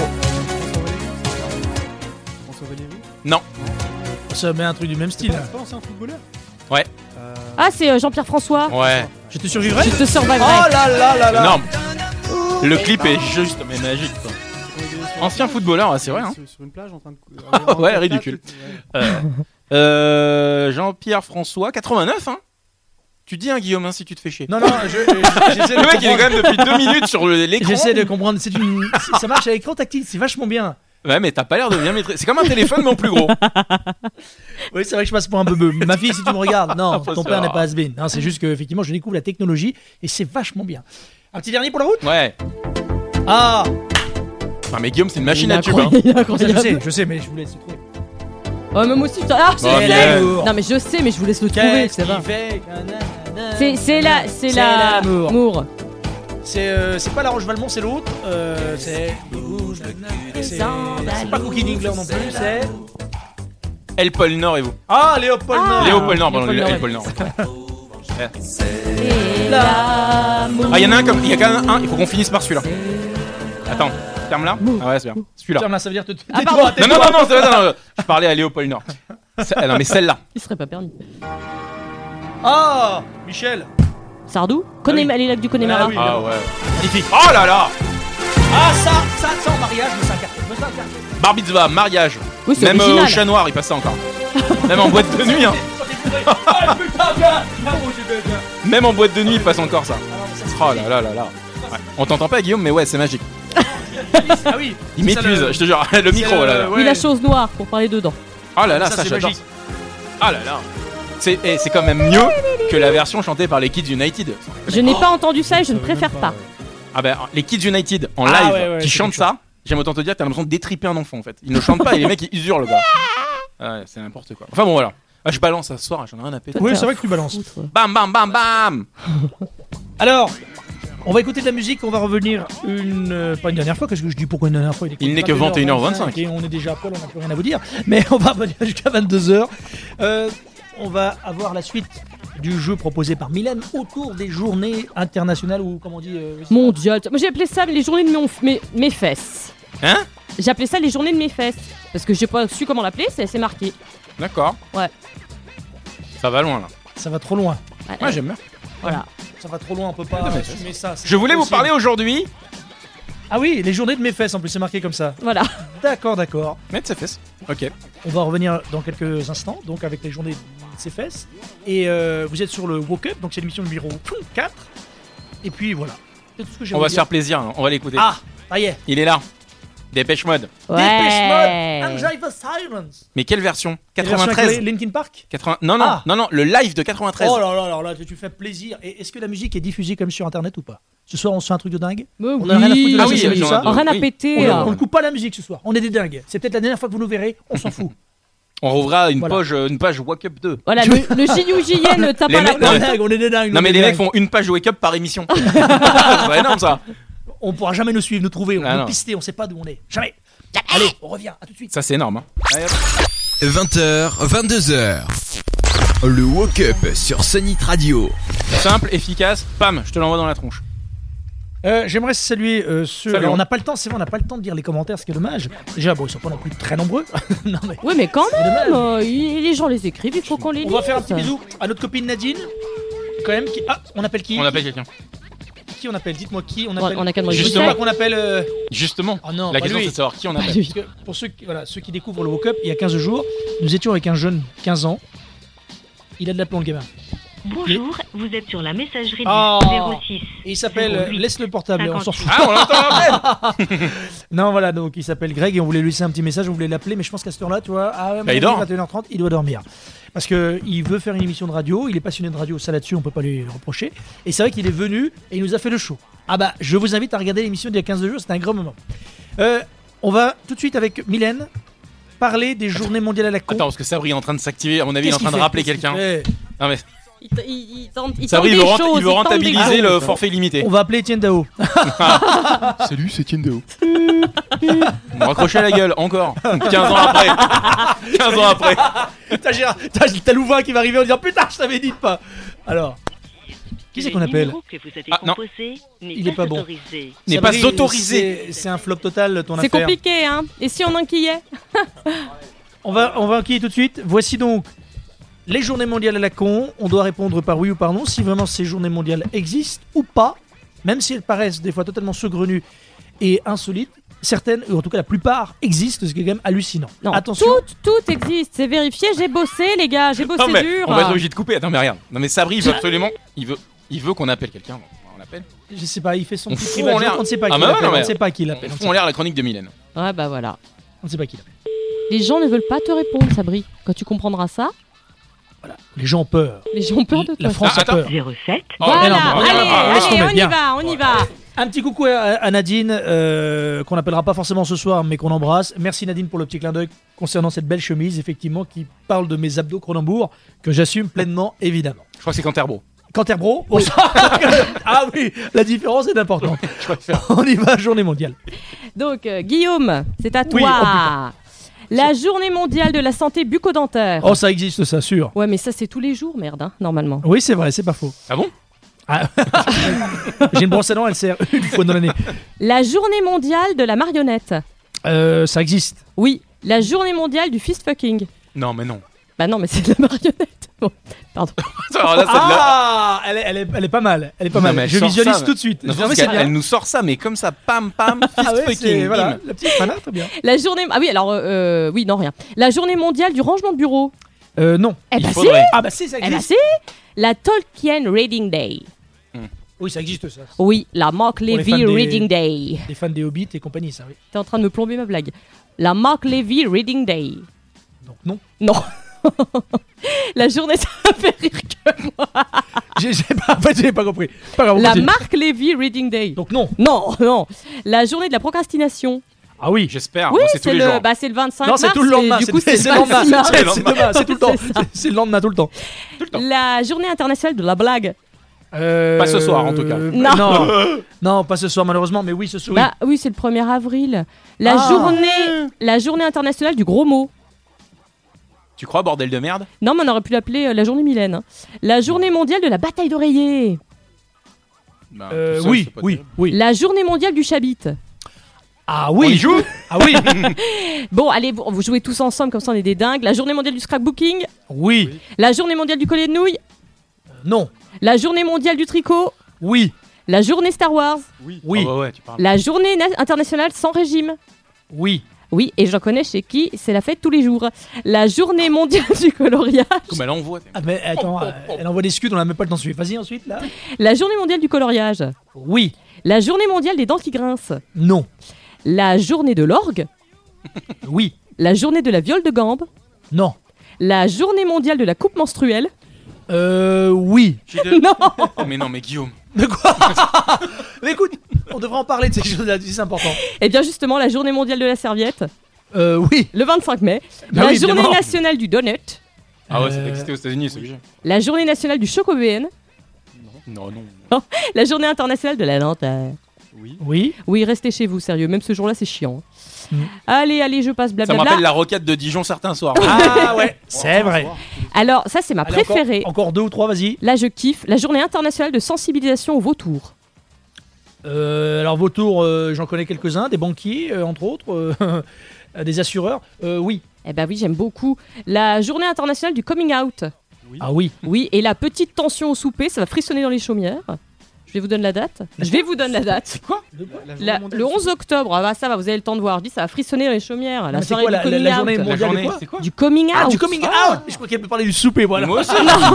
François Valéry. Non. ça met un truc du même C'est style. pas, c'est pas ancien footballeur. Ouais. Euh, Ah, c'est euh, Jean-Pierre François. Ouais. Je te survivrai. Je te survivrai. Oh là là là là. Énorme. Le clip est juste mais magique quoi. Ancien footballeur, ouais, c'est vrai. Hein. Sur, sur une plage en train de. cou- Ah en ouais, quatre-quatre, ridicule. ouais. Euh, euh, Jean-Pierre François, quatre-vingt-neuf, hein. Tu dis, hein, Guillaume, hein, si tu te fais chier. Non, non, je, je- j'essaie de Le mec, il est comprendre. quand même depuis deux minutes sur le- l'écran. J'essaie de comprendre. C'est une, c'est- ça marche à l'écran tactile, c'est vachement bien. Ouais, mais t'as pas l'air de bien maîtriser. C'est comme un téléphone, mais en plus gros. Oui, c'est vrai que je passe pour un bebeu. Ma fille, si tu me regardes, non, Pas ton sûr. père n'est pas has-been. Non, c'est juste que effectivement, je découvre la technologie et c'est vachement bien. Un petit dernier pour la route. Ouais. Ah, Enfin, mais Guillaume, c'est une machine Il est à tube. Hein. incroyable, il est ça, je incroyable. sais, je sais, mais je vous laisse le trouver. Ouais, mais moi aussi, putain. Ah, c'est Bon, la bien. Non, mais je sais, mais je vous laisse le trouver, Qu'est-ce ça va. qui fait que nanana- C'est c'est la c'est C'est la l'amour. Amour. C'est euh, c'est pas La Roche-Valmont, c'est l'autre. Euh, c'est c'est c'est pas Cookie Dingler non plus. C'est El Pôle Nord et vous. Ah, Léopold Ah. Nord. Léopold Nord, pardon, Léopold El Pôle Nord. Ouais. L'amour. Ah, il y en a un comme. Il y a quand même un, il faut qu'on finisse par celui-là. Attends, ferme là. Ah ouais, c'est bien. Celui-là. Tiens, là, ça veut dire te Ah, tais-toi, pardon. tais-toi. Non, non, non, non, c'est vrai, non, non, je parlais à Léopold Nord. C'est- ah, non, mais celle-là. Il serait pas permis. Ah, Michel. Sardou Connais, Ah oui. les lacs du Connemara. Ah oui. Ah ouais. Magnifique. Oh là là. Ah, ça, ça, ça en mariage, mais ça un carton. Mais ça, un carton. Bar mitzvah, mariage. Oui, c'est Même euh, original. au chat noir, il passe ça encore. Même en boîte de nuit, hein. Ah, putain, viens. Viens, mon G B, viens. Même en boîte de nuit, il passe encore ça. Oh là là là là. Ouais. On t'entend pas, Guillaume, mais ouais, c'est magique. Ah oui. Il Ça, m'épuise, le- je te jure. Le c'est micro, le- là. là. ouais. Il a chose noire pour parler dedans. Oh là là, Ça, ça, c'est j'adore. magique. Ah là là. C'est eh, c'est quand même mieux que la version chantée par les Kids United. Je n'ai pas entendu ça et je ne préfère pas. Ah bah, les Kids United en Ah live ouais, ouais, qui c'est chantent quelque chose. ça, j'aime autant te dire que t'as l'impression de détriper un enfant en fait. Ils ne chantent pas et les mecs ils hurlent, le gars. Ah ouais, c'est n'importe quoi. Enfin bon, voilà. Ah, je balance ce soir, j'en ai rien à péter. Oui, c'est vrai que tu balances. Bam bam bam bam. Alors, on va écouter de la musique, on va revenir une. euh, pas une dernière fois, qu'est-ce que je dis pourquoi une dernière fois Il n'est que vingt et une heures vingt-cinq. Et on est déjà à poil, on n'a plus rien à vous dire. Mais on va revenir jusqu'à vingt-deux heures. Euh, on va avoir la suite du jeu proposé par Mylène autour des journées internationales ou comment on dit euh, Mondial. Moi j'ai appelé ça les journées de mon- mes, mes fesses. Hein? J'ai appelé ça les journées de mes fesses. Parce que j'ai pas su comment l'appeler, c'est c'est marqué. D'accord. Ouais. Ça va loin là. Ça va trop loin. Ouais, Moi j'aime bien. Voilà. Ça va trop loin, on peut pas Ah, mais assumer ça. c'est Je voulais vous impossible. parler aujourd'hui. Ah oui, les journées de mes fesses en plus, c'est marqué comme ça. Voilà. D'accord, d'accord. Mais de ses fesses. Ok. On va revenir dans quelques instants, donc avec les journées de ses fesses. Et euh, vous êtes sur le Woke Up, donc c'est l'émission numéro quatre. Et puis voilà. C'est tout ce que j'ai à On vous va se dire. faire plaisir, hein. On va l'écouter. Ah, ça y est. Il est là. Dépêche Mode. Dépêche Mode, Enjoy the Silence. Mais quelle version Quelle version quatre-vingt-treize avec les Linkin Park. quatre-vingts Non, non, Ah. non, non, le live de quatre-vingt-treize. Oh là là là là, tu fais plaisir. Et est-ce que la musique est diffusée comme sur internet ou pas? Ce soir, on se fait un truc de dingue. Mais On oui. a rien à foutre de la Ah oui, musique, j'en ai ça. un- Rien à oui. péter. On, là. on ne coupe pas la musique ce soir. On est des dingues. C'est peut-être la dernière fois que vous nous verrez. On s'en fout. On rouvrira une, Voilà. page, euh, une page Wake Up deux. Voilà, le, le J U J N ne tape Les pas la mecs- On est porte. des dingues, on est des dingues. Non, on mais est les des mecs dingues. font une page Wake Up par émission. C'est pas énorme ça. On pourra jamais nous suivre, nous trouver. On Ah nous non. pister, on sait pas d'où on est. Jamais. Allez, on revient. À tout de suite. Ça, c'est énorme. Hein. vingt heures, vingt-deux heures. Le Woke Up sur Sonic Radio. Simple, efficace, pam, je te l'envoie dans la tronche. Euh, J'aimerais saluer euh, ceux. Salut. Alors, on n'a pas le temps, c'est vrai, on n'a pas le temps de lire les commentaires, ce qui est dommage. Déjà, bon, ils sont pas non plus très nombreux. non, mais Oui, mais quand c'est même, dommage. euh, il- les gens les écrivent, il faut qu'on les On lise. va faire un petit bisou à notre copine Nadine. Quand même, qui... Ah, on appelle qui On appelle quelqu'un. Qui on appelle Dites-moi qui on Ouais, appelle. on a qu'à demander. Justement. Pas qu'on appelle. euh, Justement, Oh non, la pas question lui. c'est de savoir qui on appelle. Parce que pour ceux qui, voilà, ceux qui découvrent le Woke Up, il y a quinze jours, nous étions avec un jeune, quinze ans. Il a de l'aplomb, le gamin. Bonjour, vous êtes sur la messagerie Oh. du zéro six. Et il s'appelle. euh, Laisse le portable, on s'en fout. Ah, on l'entend à peine. Non, voilà, donc il s'appelle Greg et on voulait lui laisser un petit message, on voulait l'appeler, mais je pense qu'à cette heure-là, tu vois, ah ouais, Bah, il dort. vingt et une heures trente, il doit dormir. Parce qu'il veut faire une émission de radio, il est passionné de radio, ça là-dessus, on peut pas lui le reprocher. Et c'est vrai qu'il est venu et il nous a fait le show. Ah bah, je vous invite à regarder l'émission d'il y a quinze jours, c'était un grand moment. Euh, on va tout de suite avec Mylène parler des journées mondiales à la con. Attends, parce que Sabri est en train de s'activer. À mon avis, il est en Qu'est-ce train de qu'il rappeler fait Qu'est-ce quelqu'un. qu'il fait Non mais Il, t- il- il tente, il Sabri, tente il veut, des renta- choses, il veut tente des rentabiliser choses. le forfait limité. On va appeler Etienne Dao. Salut, c'est Tiendao. On va raccrocher la gueule, encore. quinze ans après. quinze ans après. T'as Gérard- t'as t'as Louvain qui va arriver en disant putain, je t'avais dit de pas. Alors, qui c'est qu'on appelle Ah, non. Il est pas bon. N'est pas Sabri, autorisé. c'est- C'est un flop total ton C'est affaire. compliqué, hein. Et si on enquillait On va, on va enquiller tout de suite. Voici donc les journées mondiales à la con. On doit répondre par oui ou par non si vraiment ces journées mondiales existent ou pas. Même si elles paraissent des fois totalement saugrenues et insolites, certaines, ou en tout cas la plupart, existent, ce qui est quand même hallucinant. Non, Attention. tout, tout existe, c'est vérifié. J'ai bossé, les gars, j'ai bossé Non mais dur. on va être obligé de couper. Attends mais regarde. Non mais Sabri il veut absolument. Il veut, il veut qu'on appelle quelqu'un. On l'appelle. Je sais pas, il fait son On petit fout privat en l'air. joke, on ne sait pas Ah qui bah ouais, l'appelle. non, mais- On ne sait pas qui l'appelle. On On fout en l'air la chronique de Mylène. Ouais, bah voilà. ne sait pas qui l'appelle. Les gens ne veulent pas te répondre, Sabri. Quand tu comprendras ça, Les gens ont peur. les gens ont peur de toi. La France Ah, a attends. peur. zéro sept. Oh, Voilà, non, non, allez, non, non, laisse allez, tomber, on y bien. va, on y va. Un petit coucou à, à Nadine, euh, qu'on n'appellera pas forcément ce soir, mais qu'on embrasse. Merci Nadine pour le petit clin d'œil concernant cette belle chemise, effectivement, qui parle de mes abdos Cronenbourg, que j'assume pleinement, évidemment. Je crois que c'est Canterbro. Canterbro, oh, ah oui, la différence est importante. Je préfère. On y va, journée mondiale. Donc, euh, Guillaume, c'est à toi. Oui, oh putain. La journée mondiale de la santé bucco-dentaire. Oh, ça existe, ça, sûr. Ouais, mais ça, c'est tous les jours, merde, hein, normalement. Oui, c'est vrai, c'est pas faux. Ah bon? Ah. J'ai une brosse à dents, elle sert une fois dans l'année. La journée mondiale de la marionnette. Euh, ça existe. Oui. La journée mondiale du fist fucking. Non, mais non. Bah non, mais c'est de la marionnette. Bon, pardon. Alors là, celle-là- Ah, elle est, elle, est, elle est pas mal. Elle est pas Non, mal. mais elle Je sort visualise ça, mais- tout de suite. Non, Non, parce mais c'est qu'elle- bien. elle nous sort ça, mais comme ça, pam pam, fist Ah ouais, c'est- fucking. voilà, bim. la petite voilà, très bien. La journée. Ah oui, alors, euh, oui, non, rien. La journée mondiale du rangement de bureau. Euh, non. Eh Il bah si. faudrait. Ah bah si, ça Eh bah existe. si. La Tolkien Reading Day. Oui, ça existe ça. Oui, la Mark Pour les Levy fans des- Reading Day. Les fans des Hobbits et compagnie, ça, oui. T'es en train de me plomber ma blague. La Mark Levy Reading Day. Donc non. Non. La journée, ça va faire rire que moi. J'ai j'ai pas, en fait, j'ai pas compris. Pas grave, on La continue. Mark Levy Reading Day. Donc non. Non, non. La journée de la procrastination. Ah oui. J'espère. Oui, Bon, c'est tous c'est les le, jours. bah, c'est le vingt-cinq Non, mars. c'est tout le lendemain. et Du coup, C'est c'est c'est le le lendemain. vingt-six mars. C'est c'est demain. C'est tout le temps. C'est ça. C'est- C'est le lendemain tout le temps. La journée internationale de la blague. Euh, Pas ce soir, en tout cas. Non. non. Non, pas ce soir malheureusement, mais oui, ce soir. Bah oui, c'est le premier avril. La Ah. journée, la journée internationale du gros mot. Tu crois, bordel de merde? Non, mais on aurait pu l'appeler euh, la journée Mylène. hein. La journée mondiale de la bataille d'oreiller. Bah, Euh, tout ça, oui, c'est pas oui, terrible. oui. La journée mondiale du chabit. Ah oui. On y joue? Ah oui. Bon, allez, vous vous jouez tous ensemble, comme ça on est des dingues. La journée mondiale du scrapbooking. Oui. La journée mondiale du collier de nouilles. Non. La journée mondiale du tricot. Oui. La journée Star Wars. Oui. Oui. Ah bah ouais, tu parles. La journée na- internationale sans régime. Oui. Oui, et j'en connais chez qui c'est la fête tous les jours. La journée mondiale du coloriage. Comme elle envoie. t'es- Ah mais attends, euh, elle envoie des scuds, on a même pas le temps de suivre. Vas-y ensuite là. La journée mondiale du coloriage. Oui. La journée mondiale des dents qui grincent. Non. La journée de l'orgue. Oui. La journée de la viole de gambe. Non. La journée mondiale de la coupe menstruelle. Euh oui. J'ai de- Non. Oh, mais non, mais Guillaume. De quoi? Mais écoute, on devrait en parler de ces choses-là, c'est important. Et bien justement, la journée mondiale de la serviette. Euh oui. Le vingt-cinq mai. Bah la oui, journée évidemment. nationale du donut. Ah ouais, c'est Euh, existé aux États-Unis, c'est obligé. La journée nationale du choco-B N. Non, non. La journée internationale de la dentaire. Oui. Oui. Oui, restez chez vous, sérieux. Même ce jour-là, c'est chiant. Mm. Allez, allez, je passe Ça me blablabla. rappelle la rocade de Dijon certains soirs. Ah ouais, c'est vrai. Alors, ça, c'est ma Allez, encore- préférée. Encore, deux ou trois, vas-y. Là, je kiffe. La journée internationale de sensibilisation au vautour. Euh, alors vautour, euh, j'en connais quelques-uns, des banquiers euh, entre autres, euh, des assureurs. Euh, oui. Eh ben oui, j'aime beaucoup. La journée internationale du coming out. Ah oui. Oui, et la petite tension au souper, ça va frissonner dans les chaumières. Je vais vous donner la date. Je vais vous donner la date. C'est quoi La- Le onze octobre. Ah bah ça va, vous avez le temps de voir. Je dis, ça va frissonner dans les chaumières. La Mais c'est soirée quoi, du la, coming la- la out. journée mondiale journée, de quoi, c'est quoi Du coming out. Ah, du coming out. Je crois qu'elle peut parler du souper, voilà. Moi aussi.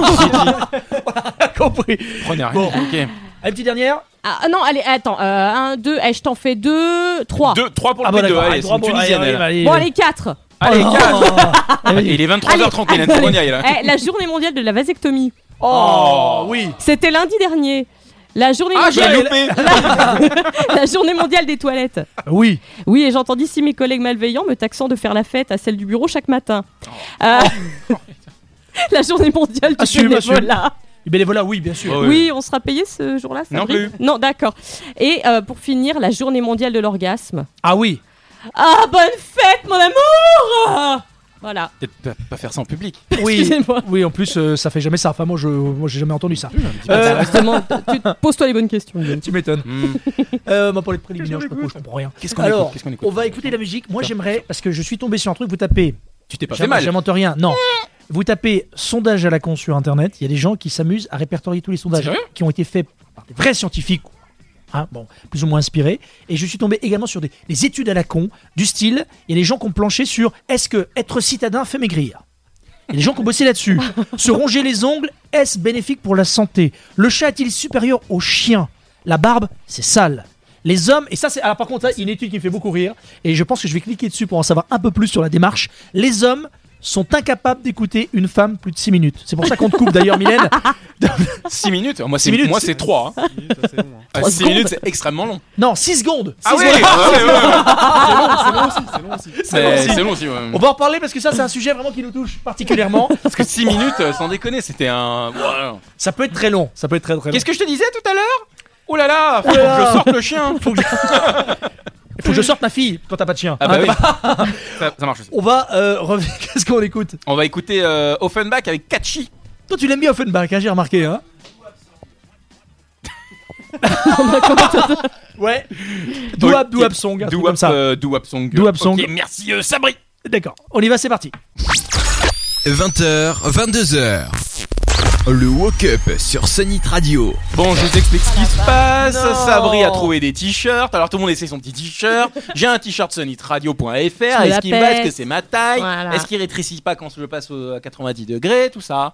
Compris. Prenez rien. Bon. Ok. Allez, petite dernière. Ah non, allez, attends. Euh, un, deux, eh, je t'en fais deux, trois. Deux, trois pour Ah le bon, P deux. d'accord. Allez, Allez, c'est trois une pour- Tunisienne. allez, elle. allez, Bon, allez. allez, quatre. Allez, Oh. quatre. Allez, Il est vingt-trois heures trente, il a une cognaille là. Eh, la journée mondiale de la vasectomie. Oh, oui. C'était lundi dernier. La journée Ah, j'ai mondiale. loupé. La... la journée mondiale des toilettes. Oui. Oui, et j'entends d'ici mes collègues malveillants me taxant de faire la fête à celle du bureau chaque matin. Euh, la journée mondiale du Assume, assume. bénévolat. Du bénévolat, oui, bien sûr. Oh, Oui, on sera payé ce jour-là, Non Sabrine plus. Non, d'accord. Et euh, pour finir, la journée mondiale de l'orgasme. Ah oui. Ah, bonne fête, mon amour. Voilà. Peut-être pas, pas faire ça en public. Oui. Excusez-moi. Oui, en plus, euh, ça fait jamais ça. Enfin, moi, je, moi, j'ai jamais entendu ça. Bah, Euh, justement, tu- pose-toi les bonnes questions. Guillaume. tu m'étonnes. Hmm. Euh, on va parler de préliminaires, je, sais pas quoi, je comprends rien. Qu'est-ce qu'on Alors, écoute Qu'est-ce qu'on écoute on va écouter la musique. Moi, j'aimerais, parce que je suis tombé sur un truc, vous tapez. Tu t'es pas fait J'invente mal. j'invente rien. Non. Vous tapez sondage à la con sur internet. Il y a des gens qui s'amusent à répertorier tous les sondages Sérieux qui ont été faits par des vrais scientifiques, hein, bon, plus ou moins inspirés. Et je suis tombé également sur des, des études à la con du style. Il y a des gens qui ont planché sur est-ce que être citadin fait maigrir. Il y a des gens qui ont bossé là-dessus. Se ronger les ongles, est-ce bénéfique pour la santé? Le chat est-il supérieur au chien? La barbe, c'est sale. Les hommes, et ça c'est... Alors par contre, ça, une étude qui me fait beaucoup rire, et je pense que je vais cliquer dessus pour en savoir un peu plus sur la démarche. Les hommes sont incapables d'écouter une femme plus de six minutes. C'est pour ça qu'on te coupe d'ailleurs, Mylène. six minutes Moi, Six c'est minutes, moi c'est- c'est trois. Hein. Trois six secondes. minutes, c'est extrêmement long. Non, six secondes. Ah Six oui, secondes. ouais, ouais, ouais. C'est long, c'est long aussi, c'est long aussi. C'est long C'est aussi. c'est long aussi. ouais. On va en reparler parce que ça c'est un sujet vraiment qui nous touche particulièrement. Parce que six minutes, euh, sans déconner, c'était un. Ouais. Ça peut être très long. Ça peut être très très long. Qu'est-ce que je te disais tout à l'heure Oh là là, faut Oh là là. que je sorte le chien. Faut que je- Faut que je sorte ma fille quand t'as pas de chien. Ah bah Hein, oui. ça, ça marche aussi. On va euh, revenir. Qu'est-ce qu'on écoute? On va écouter euh, Offenbach avec Catchy. Toi, tu l'aimes bien Offenbach, hein, j'ai remarqué. Hein. Ouais. Douap, Douap Song, un truc comme ça. Euh, Douap Song. Douap Song. Ok, merci euh, Sabri. D'accord, on y va, c'est parti. vingt heures, vingt-deux heures. Le Woke Up sur Sonic Radio. Bon, je vous explique ce qui se passe. Non. Sabri a trouvé des t-shirts. Alors tout le monde essaie son petit t-shirt. J'ai un t-shirt sonic radio point f r. Je Est-ce qu'il me va? Est-ce que l'appelle. c'est ma taille? Voilà. Est-ce qu'il rétrécit pas quand je passe au- à quatre-vingt-dix degrés? Tout ça.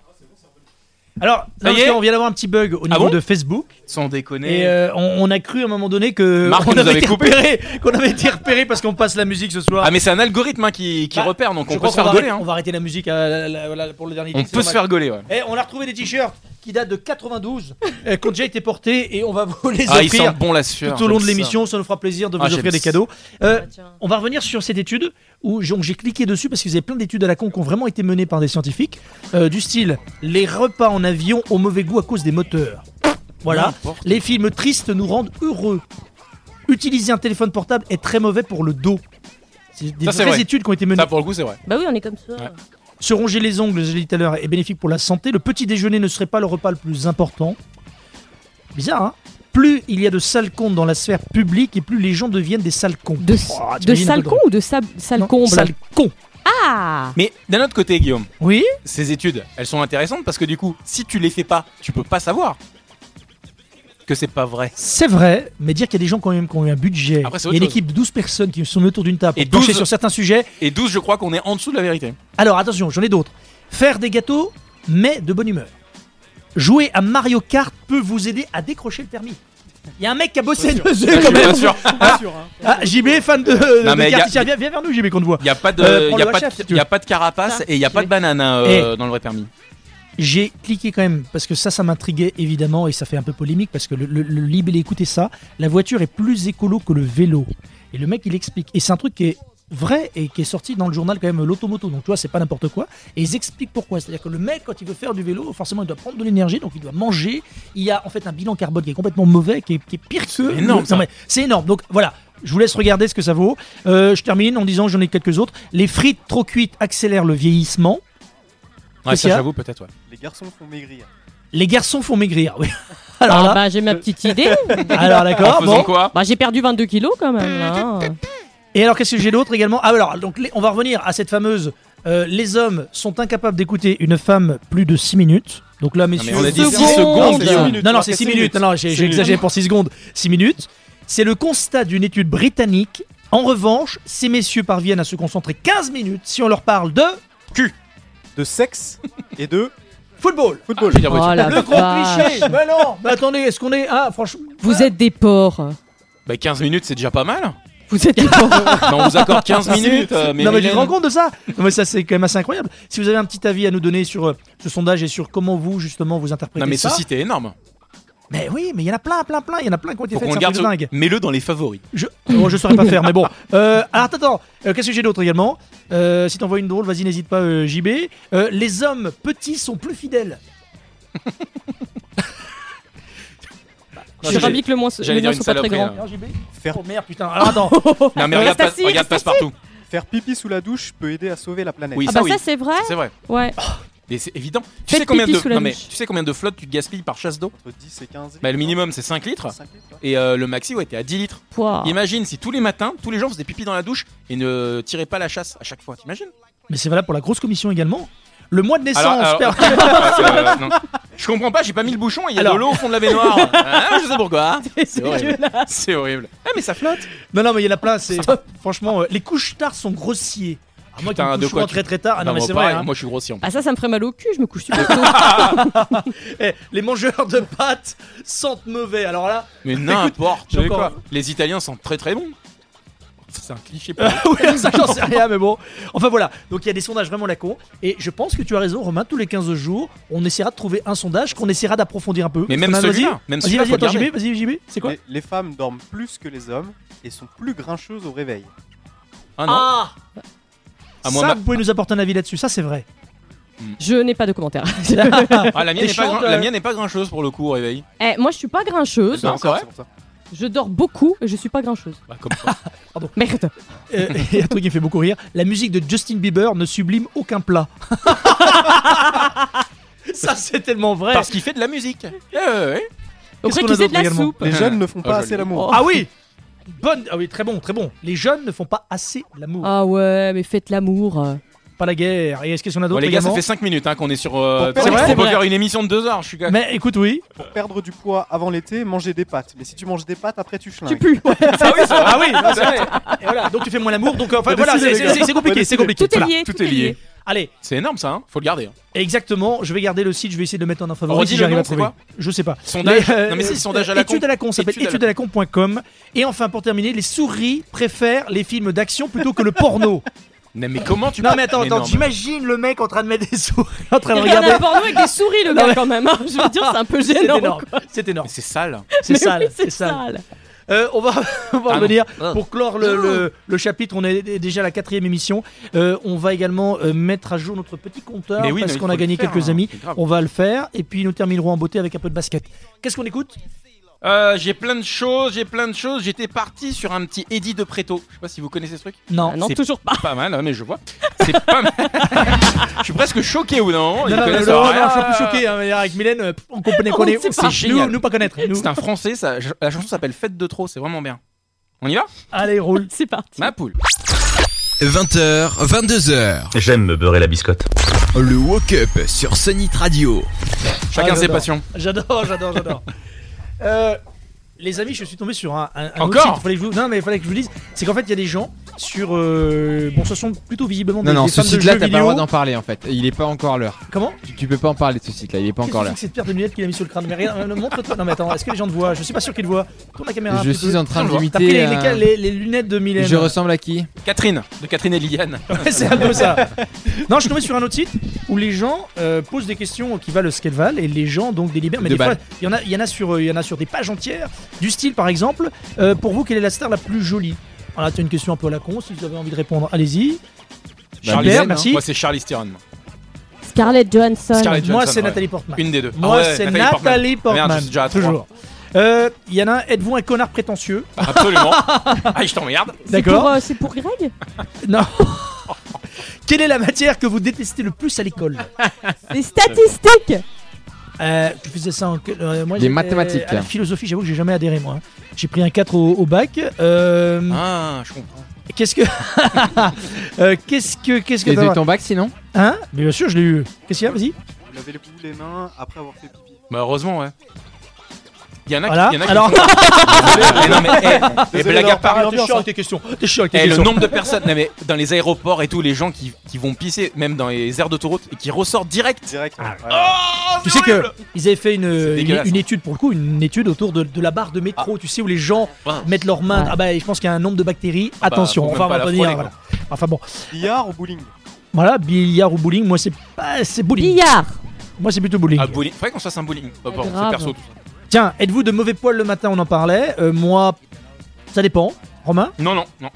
Alors, Ça non, y parce est qu'on vient d'avoir un petit bug au niveau Ah bon de Facebook. Sans déconner. Et euh, on, on a cru à un moment donné que Marc on nous avait avait été coupé. repéré, qu'on avait été repéré parce qu'on passe la musique ce soir. Ah mais c'est un algorithme hein, qui, qui Bah, repère, donc Je on peut crois se qu'on faire va gauler. arrêter- Hein. On va arrêter la musique à la- la- la- pour le dernier. On titre, peut c'est se normal. faire gauler, ouais. Et on a retrouvé des t-shirts qui datent de quatre-vingt-douze, euh, qui ont déjà été portés et on va vous les Ah, ils offrir sentent bon la sueur. tout au long de j'aime l'émission. Ça nous fera plaisir de vous Ah, j'aime offrir des ça. cadeaux. Euh, Ah, tiens. on va revenir sur cette étude où j'ai donc j'ai cliqué dessus parce qu'ils avaient plein d'études à la con qui ont vraiment été menées par des scientifiques euh, du style les repas en avion ont mauvais goût à cause des moteurs. Voilà. N'importe. Les films tristes nous rendent heureux. Utiliser un téléphone portable est très mauvais pour le dos. C'est des Ça, c'est vraies vrai. études qui ont été menées. Ça pour le coup c'est vrai. Bah oui, on est comme ça. Ouais. Se ronger les ongles, je l'ai dit tout à l'heure, est bénéfique pour la santé. Le petit déjeuner ne serait pas le repas le plus important. Bizarre, hein? Plus il y a de sales cons dans la sphère publique et plus les gens deviennent des sales cons. De, Oh, de t'imagines un sale peu con ou de sale, sale Non, comble sale con. Ah Mais d'un autre côté Guillaume, Oui. ces études, elles sont intéressantes parce que du coup, si tu les fais pas, tu peux pas savoir que c'est pas vrai. C'est vrai, mais dire qu'il y a des gens quand même qui ont eu un budget, Après, c'est il y a une autre chose. équipe de douze personnes qui sont autour d'une table pour Et pencher douze sur certains sujets. Et douze, je crois qu'on est en dessous de la vérité. Alors attention, j'en ai d'autres. Faire des gâteaux, mais de bonne humeur. Jouer à Mario Kart peut vous aider à décrocher le permis. Il y a un mec qui a bossé sûr. dessus Je quand suis même. pas sûr. Ah, ah, J B, fan de, de, Non, de mais y a- kart, tiens, viens, viens vers nous J B qu'on te voit. Il y a pas de Euh, il prends y a le pas de, chef, si tu il y a veux. pas de carapace Ça, et il y a je pas vais- de banane hein, euh, dans le vrai permis. J'ai cliqué quand même parce que ça, ça m'intriguait évidemment et ça fait un peu polémique parce que le, le, le libellé, écoutez ça, la voiture est plus écolo que le vélo. Et le mec il explique, et c'est un truc qui est vrai et qui est sorti dans le journal quand même l'automoto, donc tu vois c'est pas n'importe quoi, et ils expliquent pourquoi. C'est-à-dire que le mec quand il veut faire du vélo, forcément il doit prendre de l'énergie, donc il doit manger, il y a en fait un bilan carbone qui est complètement mauvais, qui est, qui est pire que... C'est énorme, Non, ça. mais c'est énorme, donc voilà. Je vous laisse regarder ce que ça vaut. Euh, je termine en disant, j'en ai quelques autres. Les frites trop cuites accélèrent le vieillissement. Ouais, Qu'est-ce ça qu'il y a j'avoue peut-être ouais. Les garçons font maigrir. Les garçons font maigrir, oui. Alors Ah là, bah j'ai ma petite idée. alors d'accord, En faisant bon. quoi? Bah j'ai perdu vingt-deux kilos quand même là. Et alors qu'est-ce que j'ai d'autre également? Ah alors donc les- on va revenir à cette fameuse euh, les hommes sont incapables d'écouter une femme plus de six minutes. Donc là messieurs, mais on a dit Secondes. six secondes. C'est Guillaume. six minutes. non non Alors c'est que six six minutes. minutes. Non, non j'ai Six j'ai exagéré pour six secondes. six minutes. C'est le constat d'une étude britannique. En revanche, ces messieurs parviennent à se concentrer quinze minutes si on leur parle de De sexe et de football. football. Je veux dire, Oh voiture. la Le gros vache. cliché. Mais non. Mais attendez, est-ce qu'on est ah franchement Vous êtes des porcs. Bah quinze minutes c'est déjà pas mal. Vous êtes des porcs. Non, on vous accorde quinze minutes. euh, mais non mais tu te Mylène- rends compte de ça? Non mais ça c'est quand même assez incroyable. Si vous avez un petit avis à nous donner sur euh, ce sondage et sur comment vous justement vous interprétez Non mais ça. ce site est énorme. Mais oui, mais il y en a plein, plein, plein. Il y en a plein qui ont été Faut faits. qu'on C'est le un truc garde. de dingue. Mets-le dans les favoris. Je, oh, je saurais pas faire, mais bon. Euh, alors attends, attends. Euh, qu'est-ce que j'ai d'autre également? Euh, Si t'en vois une drôle, vas-y, n'hésite pas, euh, J B. Euh, les hommes petits sont plus fidèles. Je suis ravi que le moins J'allais le dire moins une soit pas très saloperie, grand. là. Alors, J B Faire, Oh merde, putain. Alors attends. Non mais Euh, regarde, pas, Stacy, regarde passe partout. faire pipi sous la douche peut aider à sauver la planète. Oui, Ah ça bah oui. ça c'est vrai. C'est vrai. Ouais. Et c'est évident. Tu Faites sais combien pipi de sous la non, mais douche. tu sais combien de flotte tu gaspilles par chasse d'eau? Entre dix et quinze litres. Bah le minimum c'est cinq litres cinq litres, ouais. et euh, le maxi ouais t'es à dix litres. Pouah. Imagine si tous les matins tous les gens faisaient pipi dans la douche et ne tiraient pas la chasse à chaque fois. T'imagines? Mais c'est valable pour la grosse commission également. Le mois de naissance. Alors, alors, per- euh, non. Je comprends pas, j'ai pas mis le bouchon et il y a Alors. de l'eau au fond de la baignoire. Ah, je sais pourquoi. C'est horrible. dégueulasse. C'est horrible. Ah mais ça flotte. Non, non, mais il y en a plein. C'est franchement, euh, les couches tard sont grossiers. Ah, moi qui Putain, me de couche quoi souvent tu- très très tard. Ah non, Bah, mais moi, c'est pareil, vrai. hein. Moi je suis grossier en plus. Ah ça ça me ferait mal au cul, je me couche super tôt. Eh, les mangeurs de pâtes sentent mauvais. Alors là, Mais n'importe j'ai quoi. encore- Les Italiens sont très très bons. C'est un cliché. Pour oui, ça j'en sais rien, mais bon. Enfin voilà, donc il y a des sondages vraiment la con. Et je pense que tu as raison, Romain. Tous les quinze jours, on essaiera de trouver un sondage qu'on essaiera d'approfondir un peu. Mais même Parce qu'on a- celui-là, vas-y, même Vas-y, celui-là, vas-y, faut attends, le J B, garder. vas-y, J B, c'est quoi Les, les femmes dorment plus que les hommes et sont plus grincheuses au réveil. Ah non. Ah, Ah, moi, ça, ma- vous pouvez nous apporter un avis là-dessus. Ça, c'est vrai. Je n'ai pas de commentaires. Ah, la mienne T'es n'est pas, chante, grin- la euh, mienne n'est pas grincheuse pour le coup au réveil. Eh, moi je suis pas grincheuse. Non, c'est vrai. pour ça. Je dors beaucoup et je suis pas grincheuse. Bah, comme ça. Pardon. Merde. Euh, et un truc qui me fait beaucoup rire, la musique de Justin Bieber ne sublime aucun plat. Ça, c'est tellement vrai. Parce qu'il fait de la musique. Ouais, ouais, ouais. Qu'est-ce Après qu'on qu'il a fait d'autre de la également soupe. Les jeunes ne font pas Oh, assez joli. l'amour. Ah oui. Bonne. Ah oui, très bon, très bon. Les jeunes ne font pas assez l'amour. Ah ouais, mais faites l'amour. Pas la guerre. Et est-ce qu'il y en a Bon, d'autres les gars, ça également fait cinq minutes hein, qu'on est sur. Euh, Pour c'est perdre- vrai, c'est on peut vrai. faire une émission de deux heures. Je suis gars. Mais écoute, oui. Pour perdre du poids avant l'été, manger des pâtes. Mais si tu manges des pâtes, après tu flingues. Tu pues. Ah oui, c'est vrai. Ah oui, non, c'est vrai. Et voilà, donc tu fais moins l'amour. Donc enfin Faut voilà, décider, c'est- les gars. c'est c'est compliqué, Faut c'est compliqué. Tout est Voilà. lié. Tout est lié. Allez, C'est énorme ça, hein. Faut le garder. hein. exactement. Je vais garder le site. Je vais essayer de le mettre en un favori Redis si le j'arrive nom, à c'est trouver. quoi Je sais pas. Sondage. Mais, Non, mais si, sondage à la con. Étude à la con, ça s'appelle Étude à la étude à la con point com. Et enfin, pour terminer, les souris préfèrent les films d'action plutôt que le porno. Non, mais comment tu Non peux- mais attends, Mais attends, non, mais- j'imagine le mec en train de mettre des souris, en train de Il regarde regarder. un porno avec des souris, le Non, gars, mais- quand même. hein. Je veux dire, c'est un peu C'est gênant. énorme, quoi. c'est énorme, Mais c'est sale. c'est Mais sale, oui, c'est sale. sale. Euh, on va, on va Ah revenir non. pour clore le, le- le chapitre. On est déjà à la quatrième émission. Euh, on va également euh, mettre à jour notre petit compteur Mais oui, parce mais il qu'on faut a le gagné faire, quelques hein. amis. C'est grave. On va le faire et puis nous terminerons en beauté avec un peu de basket. Qu'est-ce qu'on écoute? Euh, j'ai plein de choses, j'ai plein de choses. J'étais parti sur un petit Eddie de Preto. Je sais pas si vous connaissez ce truc. Non, Ah non, C'est toujours pas. Pas mal, hein, mais je vois. C'est pas mal. Je suis presque choqué ou non. Non, Ils non, non, connaissent non, non, rien. je suis plus choqué hein, mais avec Mylène. euh, On connaît, On connaît. sait pas. C'est génial. Nous, nous pas connaître. Nous. C'est un français, ça, la chanson s'appelle Fête de trop, c'est vraiment bien. On y va? Allez, roule. C'est parti. Ma poule. vingt heures, vingt-deux heures. J'aime me beurrer la biscotte. Le Woke Up sur Sunnit Radio. Chacun Ah, ses j'adore. passions. J'adore, j'adore, j'adore. euh, les amis, je suis tombé sur un, un, un Encore autre site. Fallait que je vous... Non, mais il fallait que je vous dise. C'est qu'en fait, il y a des gens sur. euh, Bon, ce sont plutôt visiblement des, Non, non, des ce fans de site-là, jeux t'as pas le vidéo. droit d'en parler en fait. Il est pas encore l'heure. Comment? Tu, tu peux pas en parler de ce site-là, il est pas Qu'est-ce encore que c'est l'heure. que cette paire de lunettes qu'il a mis sur le crâne? Mais regarde, euh, montre-toi. Non, mais attends, est-ce que les gens te voient? Je suis pas sûr qu'ils te voient. Tourne la caméra. un Je petit suis peu. en train de T'as limiter, pris les, euh, les- les- les lunettes de Mylène. Je ressemble à qui? Catherine, de Catherine et Liliane. Ouais, c'est un peu ça. Non, je suis tombé sur un autre site où les gens euh, posent des questions qui valent ce qu'elles valent et les gens donc délibèrent. Mais De des fois, balles. il y en a, il y en a sur, euh, il y en a sur des pages entières. Du style, par exemple, euh, pour vous, quelle est la star la plus jolie? Voilà, tu as une question un peu à la con. Si vous avez envie de répondre, allez-y. Charlie Super, Theron, merci. hein. Moi, c'est Charlie Theron. moi. Scarlett Johansson. Scarlett Moi, Johansson, c'est ouais. Nathalie Portman. Une des deux. Moi, Ah ouais, c'est Nathalie Nathalie Portman. Portman. Merde, je suis déjà à trois. Toujours. Euh, Il y en a un. Êtes-vous un connard prétentieux? Absolument. Ah, je t'emmerde. C'est D'accord. pour, euh, c'est pour Greg. Non. Quelle est la matière que vous détestez le plus à l'école? Les statistiques. Euh, tu faisais ça en. euh, moi, Des j'étais- mathématiques. À la philosophie, j'avoue que j'ai jamais adhéré, moi. J'ai pris un quatre au, au bac. Euh, Ah, je comprends. Qu'est-ce que. euh, Qu'est-ce que. Qu'est-ce que. Et t'as- de ton bac sinon? Hein? Mais bien sûr, je l'ai eu. Qu'est-ce qu'il y a? Vas-y. Vous lavez le bout les mains après avoir fait pipi. Bah, heureusement, ouais. Il y en a Voilà. qui. il y en a qui Alors. font- Mais non, mais, eh, mais Désolé, blague à non, part. parle T'es chiant ambiance, avec tes questions. T'es chiant avec tes Eh, le questions. nombre de personnes, non, mais dans les aéroports et tout, les gens qui, qui vont pisser, même dans les aires d'autoroute, et qui ressortent direct. Direct. ouais. Oh, Tu c'est sais que horrible. ils avaient fait une, une, dégueulasse, une hein. étude pour le coup, une étude autour de, de la barre de métro, tu sais où les gens Ouais. mettent leurs mains. Ouais. Ah bah je pense qu'il y a un nombre de bactéries. Ah bah, Attention, faut enfin même on pas va la pas dire. frôler, Voilà. Enfin bon, Billard ou bowling? voilà, billard ou bowling, moi c'est pas c'est bowling. Billard. Moi c'est plutôt bowling. Ah, bowling. Faudrait qu'on se fasse un bowling. Bah, bon, c'est grave. perso tout ça. Tiens, êtes-vous de mauvais poil le matin? On en parlait. Euh, moi, ça dépend. Romain? Non, non, non.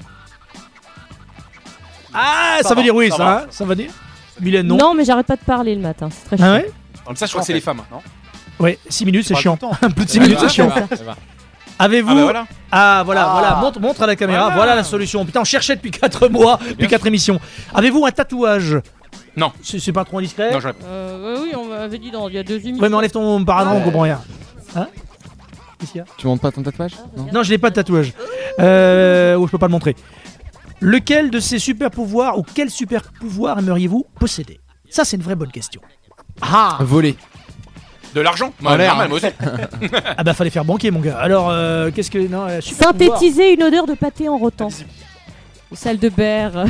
Ah, ça, Ça veut va, dire oui, ça ça. va. hein ça veut dire. Mylène, non. Non, mais j'arrête pas de parler le matin. C'est très chiant. Ah ouais? Comme ça, je crois que c'est les femmes. Non. Ouais, six minutes, c'est Parle chiant. tout le temps. Plus de six Ouais, minutes, ça c'est va, chiant. ça va. Avez-vous Ah, bah voilà. Ah voilà, Ah. voilà, montre, montre à la caméra, voilà, Voilà. la solution. Putain, on cherchait depuis quatre mois, depuis quatre émissions. Avez-vous un tatouage? Non. C'est c'est pas trop indiscret? Non, j'aurais Euh, ouais, oui, on m'avait dit dans il y a deux émissions. Ouais, mais enlève ton paravent, on Ouais. comprend rien. Hein? Qu'est-ce qu'il y a? Tu montres pas ton tatouage? Non. Non, je n'ai pas de tatouage. Euh, ou je peux pas le montrer. Lequel de ces super pouvoirs ou quel super pouvoir aimeriez-vous posséder? Ça, c'est une vraie bonne question. Ah Voler. De l'argent. En Bah, l'air, normal, hein. moi aussi. Ah bah, fallait faire banquier, mon gars. Alors, euh, qu'est-ce que. Non, euh, super pouvoir. Synthétiser une odeur de pâté en rotant. Ou celle de beurre.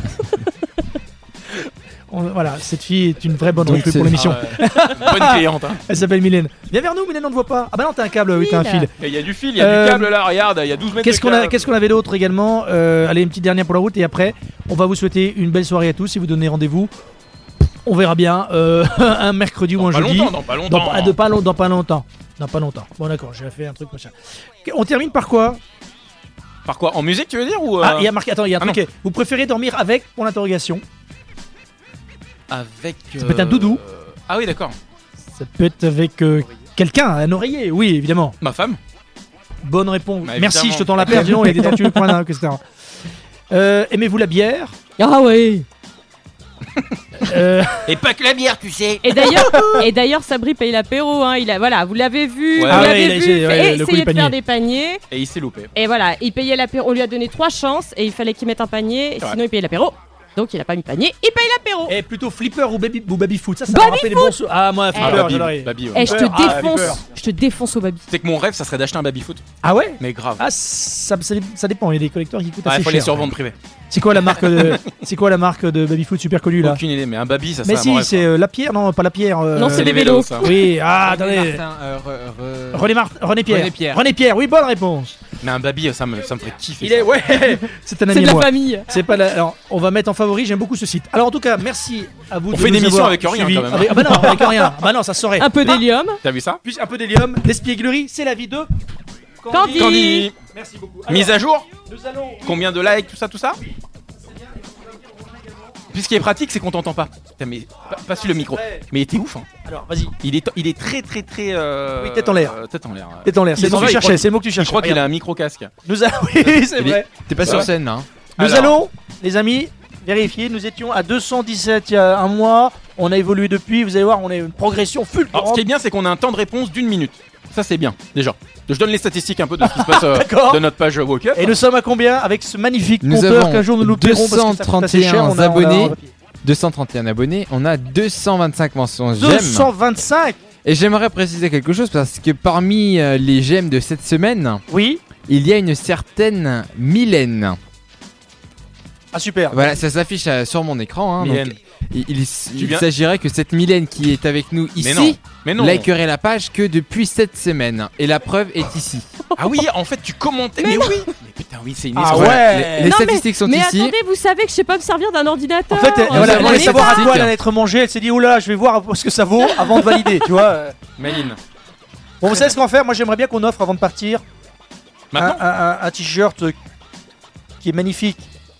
On- Voilà, cette fille est une vraie bonne Donc, recrue c'est- pour l'émission. Ah ouais. Bonne cliente. Hein. Elle s'appelle Mylène. Viens vers nous, Mylène, on ne voit pas. Ah bah non, t'as un câble, oui, t'as un là. fil. Et il y a du fil, il y a Euh, du câble là, regarde, il y a douze mètres Qu'est-ce de qu'on a, câble. qu'est-ce qu'on avait d'autre également? Euh, Allez, une petite dernière pour la route et après, on va vous souhaiter une belle soirée à tous et vous donner rendez-vous. On verra bien euh, un mercredi ou un Dans pas jeudi. longtemps, dans pas Dans, longtemps. pas- de pas, long- dans pas longtemps. Dans pas longtemps. Bon d'accord, j'ai fait un truc machin. Ok, on termine par quoi? Par quoi? En musique, tu veux dire ou euh, Ah, il y a marqué. Attends, il y a un ah, truc. Vous préférez dormir avec? Pour l'interrogation. Avec. Ça peut être un doudou. euh, Ah oui, d'accord. Ça peut être avec euh, quelqu'un, un oreiller. Oui, évidemment. Ma femme. bonne réponse. Bah, Merci, évidemment. je te tends la paire, dis donc, il est détendu, point d'un, et cetera. Euh, aimez-vous la bière? Ah ouais. Euh, Et pas que la bière, tu sais. Et d'ailleurs, et d'ailleurs, Sabri paye l'apéro. Hein. Il a, voilà, vous l'avez vu, Ouais. vous Ah ouais, l'avez il a vu. essayé, ouais, fait- le coup essayez du de faire panier. des paniers. Et il s'est loupé. Et voilà, il payait l'apéro. On lui a donné trois chances et il fallait qu'il mette un panier. Ouais. Sinon, il payait l'apéro. Donc, il a pas mis de panier. Il paye l'apéro. Et plutôt flipper ou baby, ou baby foot, ça, ça Baby m'a rappelé des bons sou- Ah, moi, flipper, Ah, Babi, j'adorais. Babi, ouais. Eh, je te Ah, flipper. défonce. Je te défonce au baby. C'est que mon rêve, ça serait d'acheter un baby-foot. Ah ouais? Mais grave. Ah, ça, ça, ça dépend, il y a des collecteurs qui coûtent Ah, il assez faut les cher. survendre privé. C'est quoi la marque de, c'est quoi la marque de baby foot super connue là? Aucune idée, mais un baby, ça Mais serait mon si, rêve. c'est euh, la pierre, non, pas la pierre. euh, Non, c'est les les vélos, vélos. ça. Oui, ah, attendez. Martin, euh, re- re- René, Mar- René Pierre. René Pierre. René Pierre, oui, bonne réponse. Mais un baby, ça me, ça me ferait kiffer. Il est, ouais, c'est un ami C'est de à la moi. famille. C'est pas la... Alors, on va mettre en favori, j'aime beaucoup ce site. Alors, en tout cas, merci à vous On de fait une nous émission avoir avec rien, suivis. quand même. Avec- Ah bah non, avec rien. Ah bah non, ça saurait. Un peu Ah, d'hélium. T'as vu ça? Puis un peu d'hélium, l'espièglerie, c'est la vie de Candy. Candy. Merci beaucoup. Alors, Mise à jour? nous allons. Combien de likes, tout ça, tout ça? Puis ce qui est pratique, c'est qu'on t'entend pas. Putain, mais pas, pas sur le micro. Mais t'es ouf, hein. Alors, vas-y. Il est, il est très, très, très. euh, Oui, tête en l'air. euh, tête en l'air. Tête en l'air, c'est Il le mot s'en que va, tu il cherchais, croit- c'est le mot que tu Je cherchais. crois qu'il a Regarde. un micro casque. Nous allons. Oui, c'est Il est- vrai. T'es pas Ouais. sur scène là. hein. Nous Alors. allons, les amis, vérifier. Nous étions à deux cent dix-sept il y a un mois. On a évolué depuis. Vous allez voir, on a une progression Alors, ce fulgurante. qui est bien, c'est qu'on a un temps de réponse d'une minute. Ça, c'est bien, déjà. Je donne les statistiques un peu de ce qui se passe euh, D'accord. de notre page Woke Up. Et nous sommes à combien avec ce magnifique Nous compteur avons qu'un jour nous nous paierons parce que ça coûte assez cher. deux cent trente et un On a- on a- abonnés. on a- deux cent trente et un abonnés, on a deux cent vingt-cinq mentions deux j'aime. cent vingt-cinq. Et j'aimerais préciser quelque chose parce que parmi euh, les j'aime de cette semaine, Oui. il y a une certaine Mylène. Ah super. Voilà, ça s'affiche euh, sur mon écran. hein, donc Mylène. il il- il viens- s'agirait que cette Mylène qui est avec nous Mais ici non. Mais non. likerait la page que depuis cette semaine. Et la preuve est ici. Ah oui, en fait, tu commentais. Mais, oui. Mais putain, oui, c'est une Ah escroque. ouais. Les Non, mais- statistiques sont Mais ici. attendez, vous savez que je sais pas me servir d'un ordinateur. En fait, elle, Euh, voilà, elle avons voulait les savoir à statistiques. quoi elle allait être mangée. Elle s'est dit, oh là, je vais voir ce que ça vaut avant de valider, tu vois. euh. Maline. Bon, vous savez ce qu'on va faire? Moi, j'aimerais bien qu'on offre avant de partir un, Maintenant un- un- un t-shirt euh, qui est magnifique,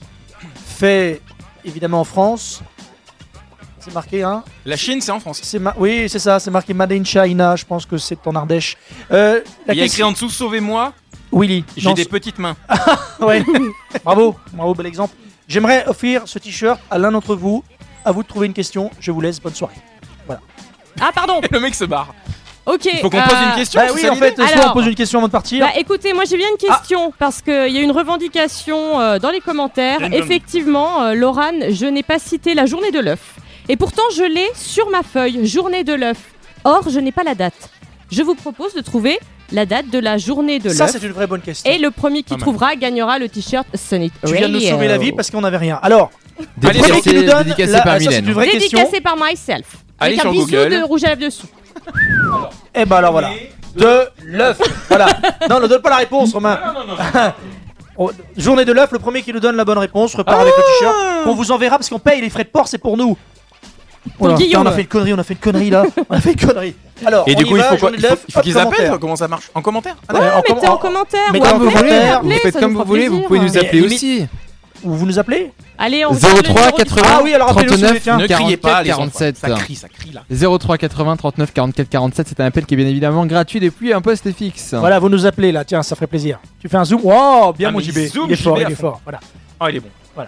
fait évidemment en France. C'est marqué, hein? La Chine, c'est en France. C'est ma- Oui, c'est ça, c'est marqué Made in China. Je pense que c'est en Ardèche. Euh, la Il y a écrit question- en dessous Sauvez-moi, Willy. j'ai Non, des c'est- petites mains. Ouais. Bravo, bravo, bel exemple. J'aimerais offrir ce t-shirt à l'un d'entre vous. À vous de trouver une question. Je vous laisse. Bonne soirée. Ah, pardon. Et le mec se barre. Ok. Il faut qu'on pose euh, une question. Bah c'est oui, ça en fait, l'idée soit Alors- on pose une question avant de partir. Bah écoutez, moi j'ai bien une question parce qu'il y a une revendication euh, dans les commentaires. Dun, dun. Effectivement, euh, Laurane, je n'ai pas cité la journée de l'œuf. Et pourtant, je l'ai sur ma feuille, journée de l'œuf. Or, je n'ai pas la date. Je vous propose de trouver la date de la journée de Ça, l'œuf. c'est une vraie bonne question. Et le premier qui Pas mal. trouvera gagnera le t-shirt Sonic Tu viens de nous Radio. sauver la vie parce qu'on n'avait rien. Alors, le Dédicacé- premier qui nous donne dédicacé la- par ça, c'est Mylène. une vraie question. Dédicacé par myself. Allez Avec sur un bisou Google. de rouge à lèvres dessous. Eh ben alors voilà. De l'œuf. Voilà. Non, ne donne pas la réponse, Romain. Oh, journée de l'œuf, le premier qui nous donne la bonne réponse repart avec le t-shirt. On vous enverra parce qu'on paye les frais de port, c'est pour nous. Voilà. Guillaume. Putain, on a fait une connerie, on a fait une connerie là. On a fait une connerie. Alors, Et on du y coup, il va, faut quoi journée Il de faut, l'œuf, il faut hop, qu'ils commentaire. appellent. Comment ça marche? En commentaire? Ah, Ouais, d'accord. en Mettez com- en commentaire. mettez ou en appelez, commentaire, appelez, Vous faites ça comme nous vous fera voulez, vous plaisir. pouvez nous Mais appeler limite- aussi. Ou vous nous appelez Allez, on zéro trois quatre-vingts Ah oui, alors rappelez-nous, s'il vous plaît, tiens. Ne criez pas, quarante-quatre les enfants. quarante-sept. Ça crie, ça crie là. zéro trois quatre-vingts trente-neuf quarante-quatre quarante-sept, c'est un appel qui est bien évidemment gratuit depuis un poste fixe. Voilà, vous nous appelez là, tiens, ça ferait plaisir. Tu fais un zoom. Wow, bien Ah, mon mais J B. il zoome Il est fort, J B à il est fond. fort. Voilà. Ah, il est bon.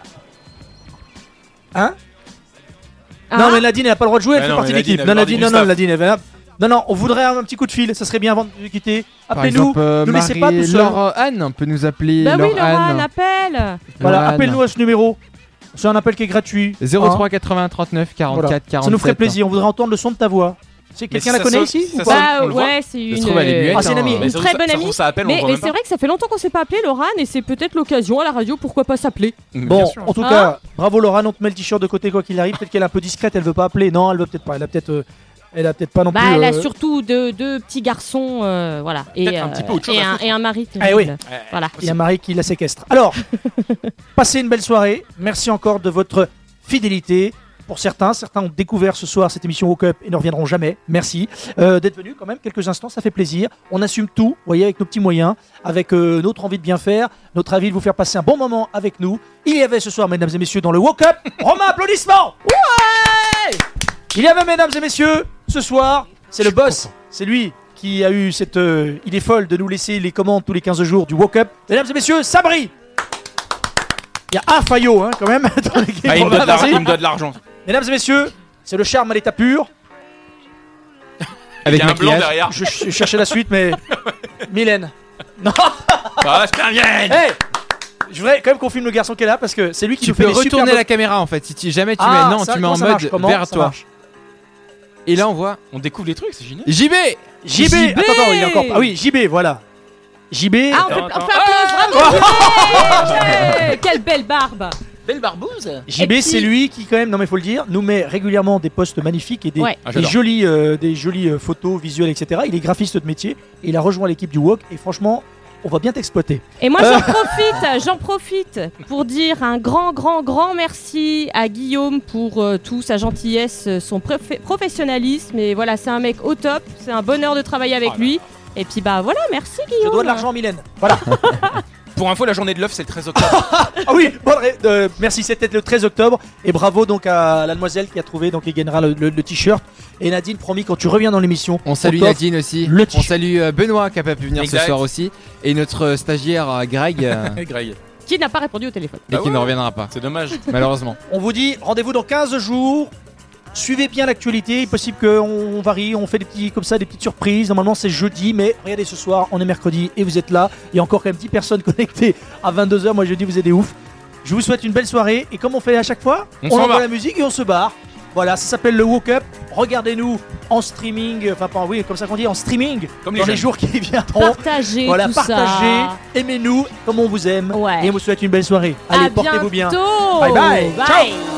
Hein Ah. Non, mais Nadine, elle n'a pas le droit de jouer, elle Mais fait non, partie de mais Nadine, l'équipe. elle Non, fait Nadine, partie non, du non, staff. Nadine, elle va- Non, non, on voudrait un petit coup de fil, ça serait bien avant de quitter. Par Appelez-nous, exemple, euh, ne laissez pas tout Marie- seul. Laure Anne peut nous appeler. Bah oui, Laure Laurane, Anne. appelle. Voilà, Laure Anne. appelle-nous à ce numéro. C'est un appel qui est gratuit. zéro trois Hein. quatre-vingts trente-neuf Voilà. quarante-quatre quarante-sept. Ça nous ferait plaisir, on voudrait entendre le son de ta voix. C'est Mais quelqu'un si la ça connaît sonne- ici si ou ça pas sonne, Bah on le voit. ouais, c'est une, se trouve, elle est muette, Ah, c'est une amie. hein. Mais une ça- très ça- bonne ça- amie. ça appelle, on Mais, le voit mais même c'est pas. vrai que ça fait longtemps qu'on s'est pas appelé, Laurane, et c'est peut-être l'occasion à la radio, pourquoi pas s'appeler. Bien Bon, sûr. en tout Hein cas, bravo Laura, on te met le t-shirt de côté quoi qu'il arrive. Peut-être qu'elle est un peu discrète, elle veut pas appeler. Non, elle veut peut-être pas. Elle a peut-être, euh, elle a peut-être pas non Bah, plus. elle a euh, surtout deux, deux petits garçons, euh, voilà. Et, Peut-être un petit peu autre chose et, à un, foutre. et un mari Ah terrible. oui. Voilà. Il y a Marie qui la séquestre. Alors, passez une belle soirée. Merci encore de votre fidélité. Pour certains, certains ont découvert ce soir cette émission Woke Up et ne reviendront jamais. Merci euh, d'être venus quand même quelques instants, ça fait plaisir. On assume tout, vous voyez, avec nos petits moyens, avec euh, notre envie de bien faire, notre envie de vous faire passer un bon moment avec nous. Il y avait ce soir, mesdames et messieurs, dans le Woke Up, Romain, applaudissements. Ouais. Il y avait, mesdames et messieurs, ce soir, c'est le boss, c'est lui, qui a eu cette euh, idée folle de nous laisser les commandes tous les quinze jours du Woke Up. Mesdames et messieurs, Sabri. Il y a un Fayot hein, quand même dans l'équipe. Ah, il, me doit de l'argent, il me doit de l'argent. Mesdames et messieurs, c'est le charme à l'état pur. Avec un blanc derrière. Je, je cherchais la suite, mais. Mylène. Non. Ah, c'est bien Mylène. Hey, je voudrais quand même qu'on filme le garçon qui est là parce que c'est lui qui Tu nous fait peux des retourner super la caméra en fait. Si tu, jamais tu Ah, mets non, ça, tu mets en comment ça mode marche Comment vers ça toi. marche Et là on voit. On découvre les trucs, c'est génial. J B. J B. Attends, attends, il est encore. Ah oui, J B, voilà. J B. Ah, on fait, Attends, on fait applause, bravo J B. Ouais, quelle belle barbe. Belle barbouze. J B, Et c'est puis- lui qui, quand même, non mais faut le dire, nous met régulièrement des posts magnifiques et des, Ouais. Ah, des j'adore. jolies, euh, des jolies euh, photos visuelles, et cetera. Il est graphiste de métier et il a rejoint l'équipe du Wok et franchement, on va bien t'exploiter. Et moi Euh. j'en profite, j'en profite pour dire un grand, grand, grand merci à Guillaume pour euh, tout, sa gentillesse, euh, son profe- professionnalisme. Et voilà, c'est un mec au top, c'est un bonheur de travailler avec Ah, lui. Et puis bah voilà, merci Guillaume. Je dois de l'argent, Mylène. Voilà. Pour info, la journée de l'œuf, c'est le treize octobre. Ah oui, bon, euh, merci, c'était le treize octobre. Et bravo donc à la demoiselle qui a trouvé, donc il gagnera le, le- le t-shirt. Et Nadine, promis, quand tu reviens dans l'émission, On salue t'offre Nadine aussi. le On t-shirt. salue euh, Benoît qui a pas pu venir Exact. ce soir aussi. Et notre euh, stagiaire euh, Greg euh, Greg. Qui n'a pas répondu au téléphone. et Ah qui ouais. ne reviendra pas. C'est dommage. Malheureusement. On vous dit rendez-vous dans quinze jours. Suivez bien l'actualité. Il est possible qu'on varie, on fait des petits comme ça, des petites surprises. Normalement c'est jeudi, mais regardez ce soir, on est mercredi et vous êtes là. Il y a encore quand même dix personnes connectées à vingt-deux heures. Moi je dis vous êtes des ouf. Je vous souhaite une belle soirée et comme on fait à chaque fois, On on, s'en envoie va. la musique et on se barre. Voilà, ça s'appelle le Woke Up. Regardez-nous en streaming, enfin pas oui, comme ça qu'on dit, en streaming Comme les dans les jeunes. jours qui viendront. Partagez Voilà, tout partagez, ça. aimez-nous comme on vous aime Ouais. et on vous souhaite une belle soirée. À Allez, portez-vous bien. bientôt. Bye bye. Bye. Ciao.